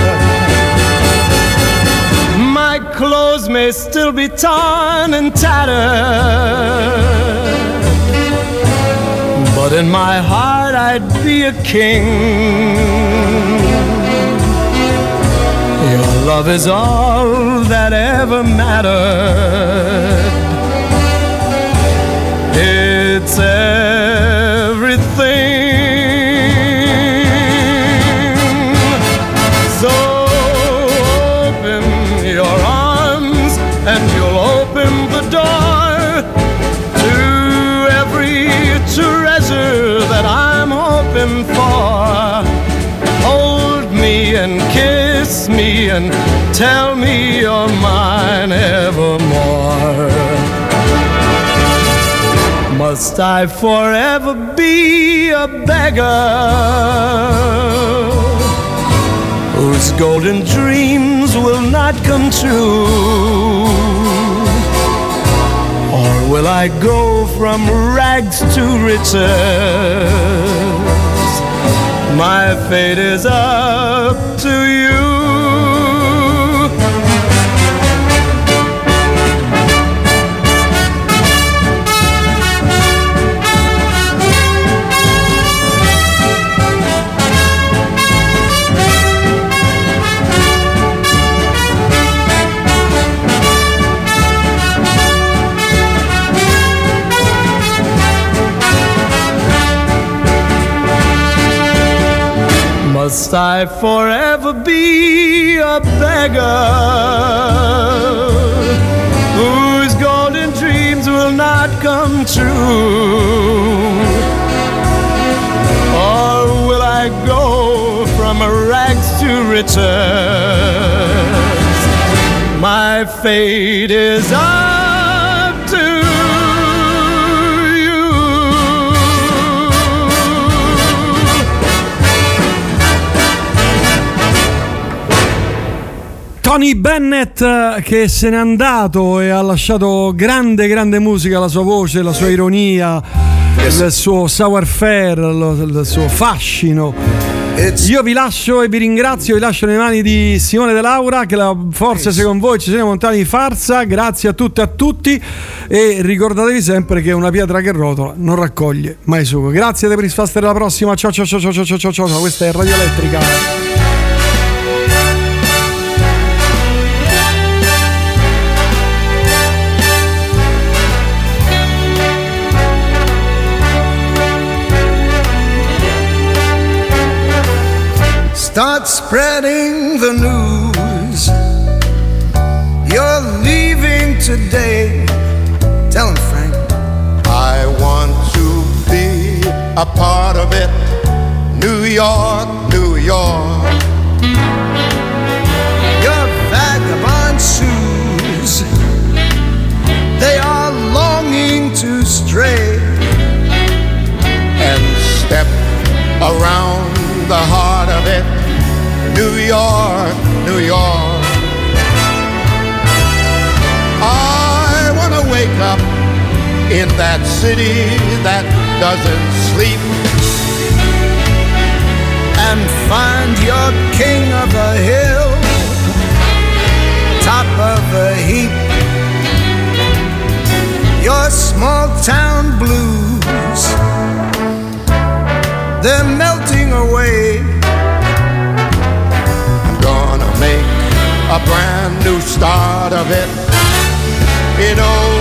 My clothes may still be torn and tattered, but in my heart I'd be a king. Your love is all that ever mattered. It's everything. So open your arms and you'll open the door to every treasure that I'm hoping for. Hold me and kiss me and tell me you're mine evermore. Must I forever be a beggar whose golden dreams will not come true? Or will I go from rags to riches? My fate is up to you. Must I forever be a beggar whose golden dreams will not come true? Or will I go from rags to riches? My fate is up to you. Tony Bennett, che se n'è andato e ha lasciato grande grande musica, la sua voce, la sua ironia, il suo savoir-faire, lo- il suo fascino. Io vi lascio e vi ringrazio, vi lascio nelle mani di Simone De Laura, che la, forse se con voi ci siamo montati di farsa. Grazie a tutte e a tutti, e ricordatevi sempre che una pietra che rotola non raccoglie mai sugo. Grazie per il Faster, alla prossima. Ciao ciao ciao ciao ciao ciao ciao ciao. Questa è Radio Elettrica. Start spreading the news. You're leaving today. Tell him, Frank. I want to be a part of it. New York, New York. Your vagabond shoes, they are longing to stray And step around the heart of it. New York, New York. I want to wake up in that city that doesn't sleep and find your king of the hill, top of the heap. Your small town blues, they're melting away. Gonna make a brand new start of it in old